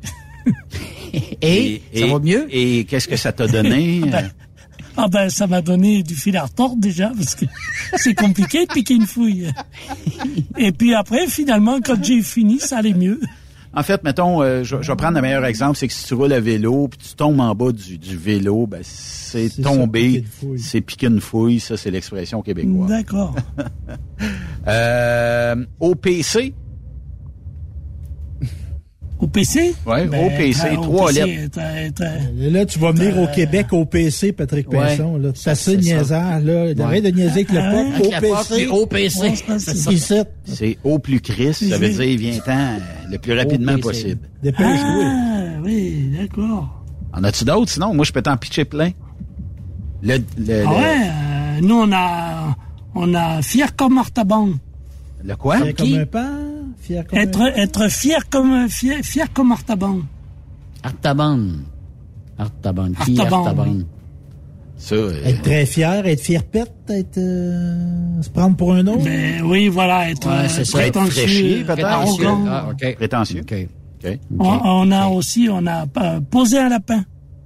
Et ça va mieux? Et qu'est-ce que ça t'a donné? Ça m'a donné du fil à retordre déjà, parce que c'est compliqué de piquer une fouille. Et puis après, finalement, quand j'ai fini, ça allait mieux. En fait, mettons, je vais prendre le meilleur exemple, c'est que si tu roules à vélo, puis tu tombes en bas du vélo, c'est tomber, c'est piquer une fouille, ça c'est l'expression québécoise. D'accord. OPC? OPC? Oui, OPC, 3 lettres. Là, tu vas venir au Québec au PC, Patrick Pinson. Là. C'est assez niaisant, là. Arrête de niaiser avec le POC. OPC. C'est au plus Christ, ça veut dire viens-t'en le plus rapidement possible. Dépêche-toi. Ah, oui, d'accord. En as-tu d'autres? Sinon, moi, je peux t'en pitcher plein. Nous, on a fier comme Artaban. Le quoi? Fier comme un pan? Être fier comme Artaban. Artaban. Qui est Artaban? Ça, être très fier, être fier-pète, se prendre pour un autre. Oui, voilà, être prétentieux, fraîchier, peut-être. arrogant. Prétentieux. On a posé un lapin.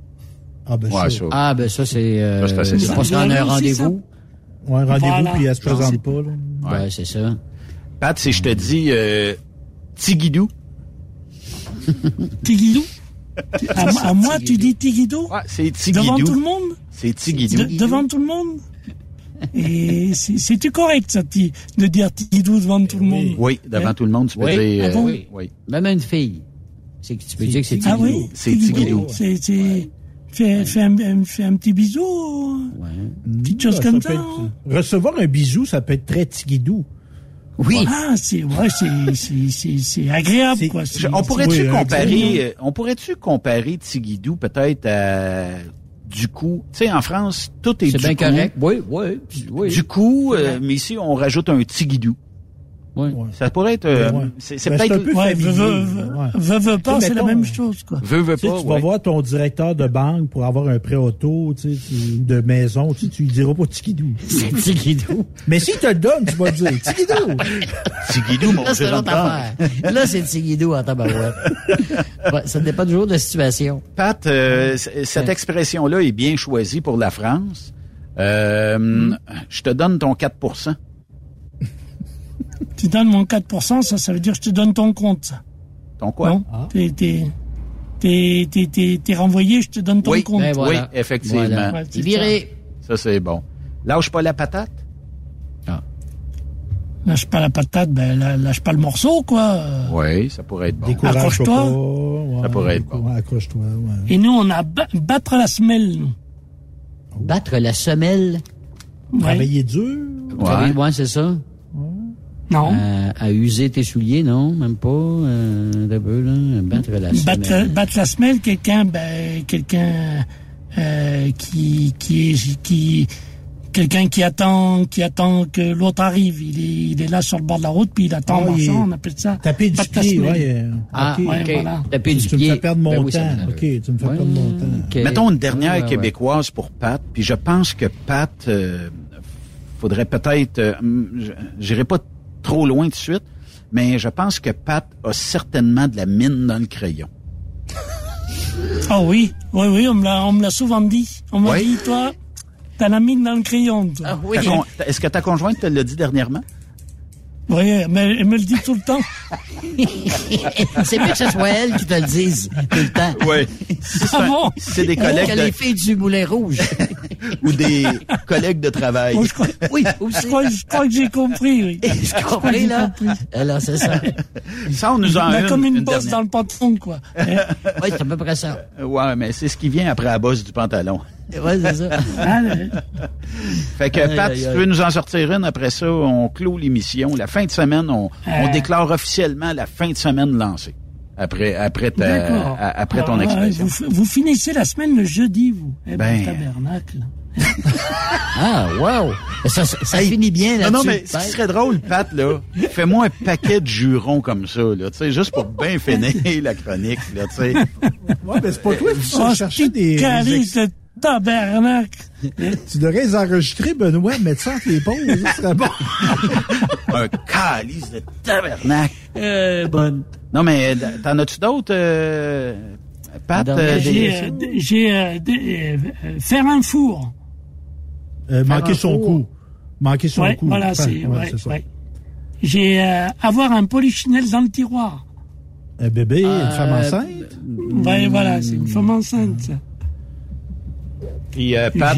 Ça, c'est parce qu'on a un rendez-vous. Un rendez-vous, puis elle se présente pas. Ouais, c'est ça. Pat, si je te dis Tigidou. Tigidou? À moi, tu dis Tigidou? Ouais, c'est Tigidou. Devant tout le monde? C'est Tigidou. Devant tout le monde? Et c'est-tu correct, ça, de dire Tigidou devant tout le monde? Oui, devant tout le monde, tu peux dire... Oui. Même une fille. Tu peux dire que c'est Tigidou. Ah oui? C'est Tigidou. Fais un petit bisou. Petite chose comme ça. Recevoir un bisou, ça peut être très Tigidou. Oui. C'est agréable, quoi. On pourrait-tu comparer Tigidou peut-être à du coup? Tu sais, en France, tout est du coup. C'est bien correct. Oui. Du coup, mais ici, on rajoute un Tigidou. Oui. Ça pourrait être... c'est peut-être un peu familier. Veux pas, c'est la même chose, quoi. Veux pas, tu vas voir ton directeur de banque pour avoir un prêt auto, de maison, tu lui diras pas Tigidou. C'est Tigidou. Mais s'il te le donne, tu vas dire Tigidou. Tigidou, mon Là, c'est l'autre affaire. Là, c'est Tigidou en tabarouette. Ça dépend toujours de la situation. Pat, cette expression-là est bien choisie pour la France. Je te donne ton 4%. Tu donnes mon 4%, ça veut dire que je te donne ton compte, ça. Ton quoi? Non? T'es renvoyé, je te donne ton compte. Oui, effectivement. Voilà. C'est viré. Ça, c'est bon. Lâche pas la patate? Lâche pas la patate, lâche pas le morceau, quoi. Oui, ça pourrait être bon. Accroche-toi. Ça pourrait être bon. Accroche-toi, Et nous, on a battre la semelle, nous. Battre la semelle? Travailler dur? Ouais, c'est ça. Non. À user tes souliers, non, même pas. Battre la semelle. Battre la semelle, quelqu'un qui attend que l'autre arrive. Il est là sur le bord de la route, puis il attend en marchant, on appelle ça. Taper du pied, ouais. Voilà. Taper du pied. Tu me fais perdre mon temps. OK, tu me fais perdre mon temps. Mettons une dernière québécoise pour Pat, puis je pense que Pat, faudrait peut-être, j'irai pas trop loin de suite, mais je pense que Pat a certainement de la mine dans le crayon. Ah oui, on me l'a souvent dit. On m'a dit, toi, t'as la mine dans le crayon. Toi. Ah oui. Est-ce que ta conjointe te l'a dit dernièrement? Oui, mais elle me le dit tout le temps. C'est mieux que ce soit elle qui te le dise tout le temps. Oui. Bon? C'est des collègues. Que les filles du Moulin Rouge. ou des collègues de travail. Bon, je crois que j'ai compris, oui. J'ai compris, là. Alors, c'est ça. Ça, on nous en a comme une bosse dans le pantalon, quoi. Oui, c'est à peu près ça. Ouais, mais c'est ce qui vient après la bosse du pantalon. Ouais, c'est ça. Fait que, Pat, si tu veux nous en sortir une, après ça, on clôt l'émission. La fin de semaine, on déclare officiellement la fin de semaine lancée. Après ton expression. Vous finissez la semaine le jeudi, vous. Tabernacle. Ah, wow! Ça finit bien là-dessus. Non, mais ce qui serait drôle, Pat, là, fais-moi un paquet de jurons comme ça, là, tu sais, juste pour bien finir la chronique, là, tu sais. Ouais, mais c'est pas toi qui vas chercher des... Calice de tabernacle! Tu devrais les enregistrer, Benoît, mettre ça entre les pauses, ça serait bon. Un calice de tabernacle. Bonne. Non, mais t'en as-tu d'autres, Pat? J'ai faire un four. Manquer son coup. Manquer son coup. Voilà, c'est ça. Ouais. J'ai avoir un polichinelle dans le tiroir. Un bébé, une femme enceinte? Ouais, voilà, c'est une femme enceinte, ça. Puis, Pat,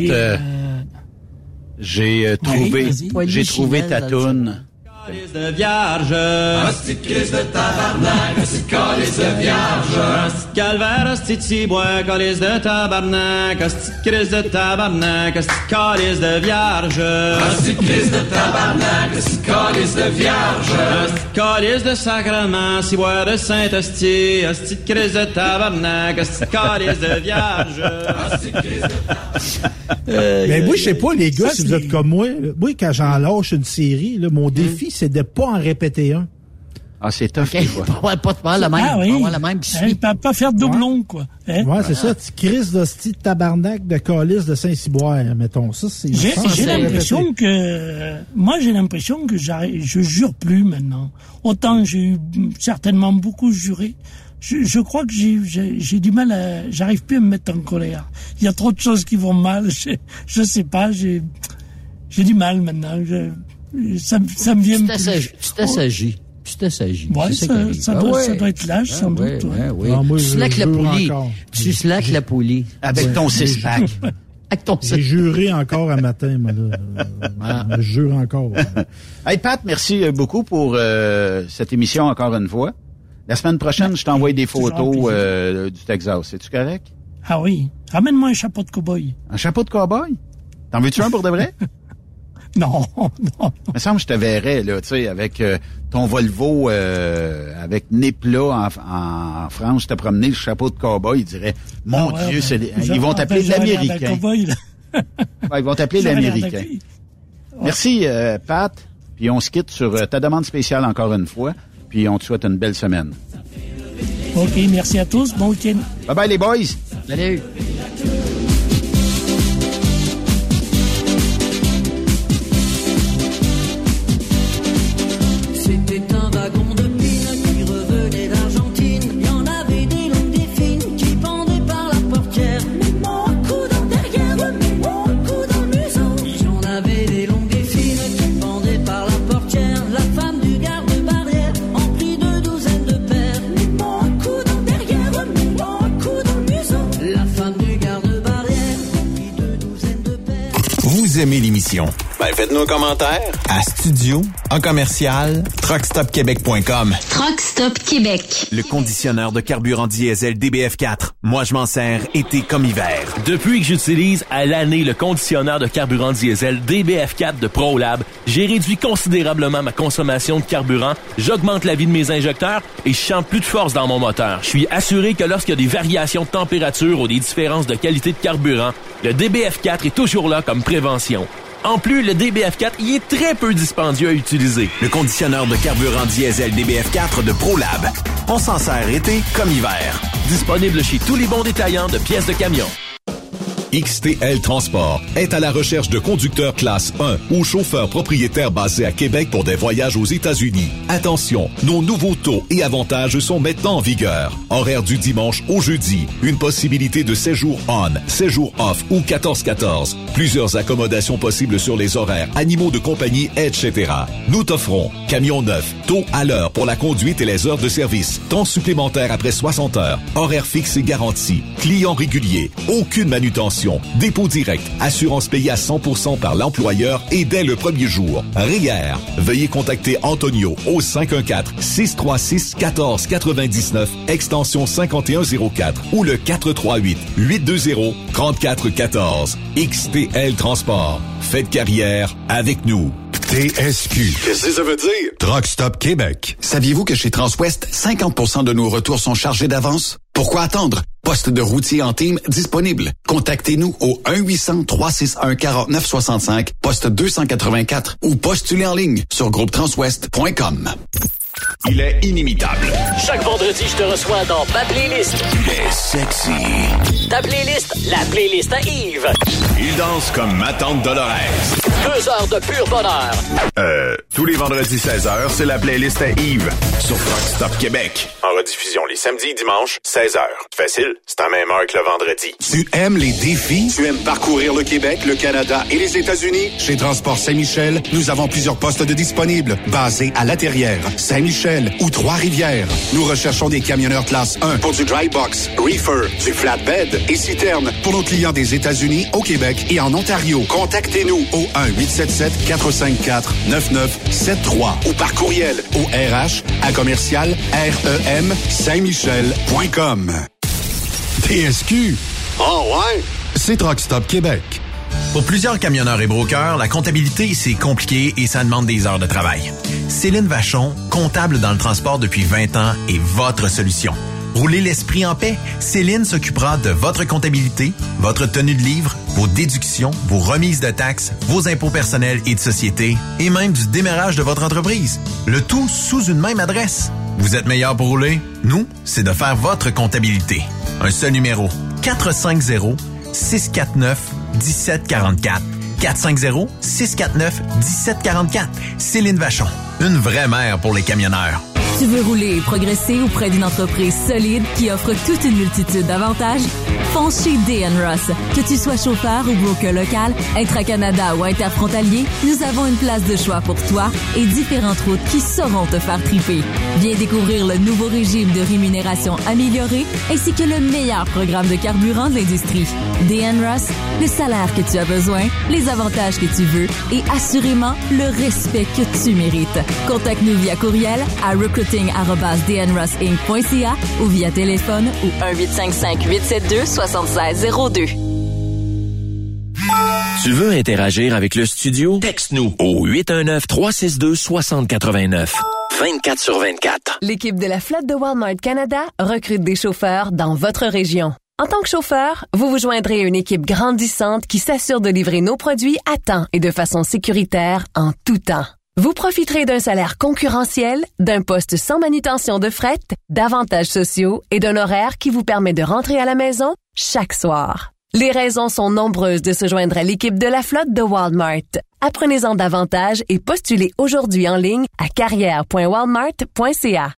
j'ai trouvé ta toune. Calice de vierge, hostie de crise de tabarnak, hostie de calice de vierge, hostie de calvaire, hostie de cibois, calice de tabarnak, hostie de crise de tabarnak, hostie de calice de vierge, hostie de crise de tabarnak, hostie de calice de vierge, hostie de calice de sacrement, cibois de Saint-Hostie, hostie de crise de tabarnak, hostie de calice de vierge, hostie de crise de tabarnak. Mais moi, je sais pas, les gars, si vous êtes comme moi. Moi, quand j'en lâche une série, là, mon défi, c'est de pas en répéter un. Ah, c'est tough, quoi. Pas le même. Ah oui. Pas le même qui suit. Pas faire de doublon, quoi. Ouais, c'est ça. Crise d'hostie de tabarnak de calice de Saint-Cyboire, mettons. Ça, c'est... J'ai l'impression que... Moi, j'ai l'impression que je jure plus maintenant. Autant j'ai certainement beaucoup juré. Je crois que j'ai du mal à... J'arrive plus à me mettre en colère. Il y a trop de choses qui vont mal. Je sais pas, j'ai du mal maintenant. Ça me vient... Tu t'assagis. Ouais, ça doit être l'âge, sans doute. Ouais. Tu slack la poulie. Tu slack la poulie. Avec ton six-pack. J'ai juré encore un matin, moi, là. Je jure encore. Hey, Pat, merci beaucoup pour cette émission encore une fois. La semaine prochaine, je t'envoie des photos du Texas. C'est-tu correct? Ah oui. Ramène-moi un chapeau de cow-boy. Un chapeau de cow-boy? T'en veux-tu un pour de vrai? Non. Il me semble que je te verrais, là, tu sais, avec ton Volvo, avec nez plat en France, te promener le chapeau de cow-boy, ils diraient, mon Dieu, ils vont t'appeler l'Américain. Ils vont t'appeler l'Américain. Merci, Pat. Puis on se quitte sur ta demande spéciale encore une fois. Puis on te souhaite une belle semaine. OK, merci à tous. Bon week-end. Bye-bye, les boys. Salut. C'était un wagon de pine qui revenait d'Argentine. Il y en avait des longues, des fines qui pendaient par la portière. Mets-moi un coup dans le derrière, mets-moi un coup dans le museau. Il y en avait des longues, des fines qui pendaient par la portière. La femme du garde-barrière emplit de douzaines de paires. Mets-moi un coup dans le derrière, mets-moi un coup dans le museau. La femme du garde-barrière emplit de douzaines de paires. Vous aimez l'émission? Ben, faites-nous un commentaire à studio, en commercial, truckstopquebec.com. Truck Stop Québec. Le conditionneur de carburant diesel DBF4. Moi, je m'en sers été comme hiver. Depuis que j'utilise à l'année le conditionneur de carburant diesel DBF4 de ProLab, j'ai réduit considérablement ma consommation de carburant, j'augmente la vie de mes injecteurs et je sens plus de force dans mon moteur. Je suis assuré que lorsqu'il y a des variations de température ou des différences de qualité de carburant, le DBF4 est toujours là comme prévention. En plus, le DBF4 y est très peu dispendieux à utiliser. Le conditionneur de carburant diesel DBF4 de ProLab. On s'en sert été comme hiver. Disponible chez tous les bons détaillants de pièces de camion. XTL Transport est à la recherche de conducteurs classe 1 ou chauffeurs propriétaires basés à Québec pour des voyages aux États-Unis. Attention, nos nouveaux taux et avantages sont maintenant en vigueur. Horaire du dimanche au jeudi. Une possibilité de séjour on, séjour off ou 14-14. Plusieurs accommodations possibles sur les horaires, animaux de compagnie, etc. Nous t'offrons camion neuf, taux à l'heure pour la conduite et les heures de service, temps supplémentaire après 60 heures, horaire fixe et garanti, client régulier, aucune manutention rémunération, dépôt direct, assurance payée à 100% par l'employeur et dès le premier jour. REER. Veuillez contacter Antonio au 514-636-1499, extension 5104 ou le 438-820-3414. XTL Transport. Faites carrière avec nous. TSQ. Qu'est-ce que ça veut dire? Truck Stop Québec. Saviez-vous que chez Transwest, 50% de nos retours sont chargés d'avance? Pourquoi attendre? Poste de routier en team disponible. Contactez-nous au 1-800-361-4965, poste 284 ou postulez en ligne sur groupetranswest.com. Il est inimitable. Chaque vendredi, je te reçois dans ma playlist. Il est sexy. Ta playlist, la playlist à Yves. Il danse comme ma tante Dolores. 2 heures de pur bonheur. Tous les vendredis 16h, c'est la playlist à Yves sur Truck Stop Québec. En rediffusion les samedis et dimanches, 16h. Facile, c'est à même heure que le vendredi. Tu aimes les défis? Tu aimes parcourir le Québec, le Canada et les États-Unis? Chez Transport Saint-Michel, nous avons plusieurs postes de disponibles, basés à La Terrière, Saint-Michel ou Trois-Rivières. Nous recherchons des camionneurs classe 1 pour du dry box, reefer, du flatbed et citerne pour nos clients des États-Unis, au Québec et en Ontario. Contactez-nous au 1-877-454-9973 ou par courriel au RH@remsaint-michel.com. TSQ. Oh ouais? C'est Truck Stop Québec. Pour plusieurs camionneurs et brokers, la comptabilité, c'est compliqué et ça demande des heures de travail. Céline Vachon, comptable dans le transport depuis 20 ans, est votre solution. Roulez l'esprit en paix. Céline s'occupera de votre comptabilité, votre tenue de livre, vos déductions, vos remises de taxes, vos impôts personnels et de société, et même du démarrage de votre entreprise. Le tout sous une même adresse. Vous êtes meilleur pour rouler? Nous, c'est de faire votre comptabilité. Un seul numéro. 450-649-1744. 450-649-1744. Céline Vachon. Une vraie mère pour les camionneurs. Tu veux rouler et progresser auprès d'une entreprise solide qui offre toute une multitude d'avantages? Fonce chez D&R Ross. Que tu sois chauffeur ou broker local, intra-Canada ou interfrontalier, nous avons une place de choix pour toi et différentes routes qui sauront te faire triper. Viens découvrir le nouveau régime de rémunération amélioré ainsi que le meilleur programme de carburant de l'industrie. D&R Ross, le salaire que tu as besoin, les avantages que tu veux et assurément le respect que tu mérites. Contacte-nous via courriel à recruiting@dnrossinc.ca ou via téléphone au 1-855-872-7602. Tu veux interagir avec le studio? Texte-nous au 819-362-6089. 24/24. L'équipe de la flotte de Walmart Canada recrute des chauffeurs dans votre région. En tant que chauffeur, vous vous joindrez à une équipe grandissante qui s'assure de livrer nos produits à temps et de façon sécuritaire en tout temps. Vous profiterez d'un salaire concurrentiel, d'un poste sans manutention de fret, d'avantages sociaux et d'un horaire qui vous permet de rentrer à la maison chaque soir. Les raisons sont nombreuses de se joindre à l'équipe de la flotte de Walmart. Apprenez-en davantage et postulez aujourd'hui en ligne à carrière.walmart.ca.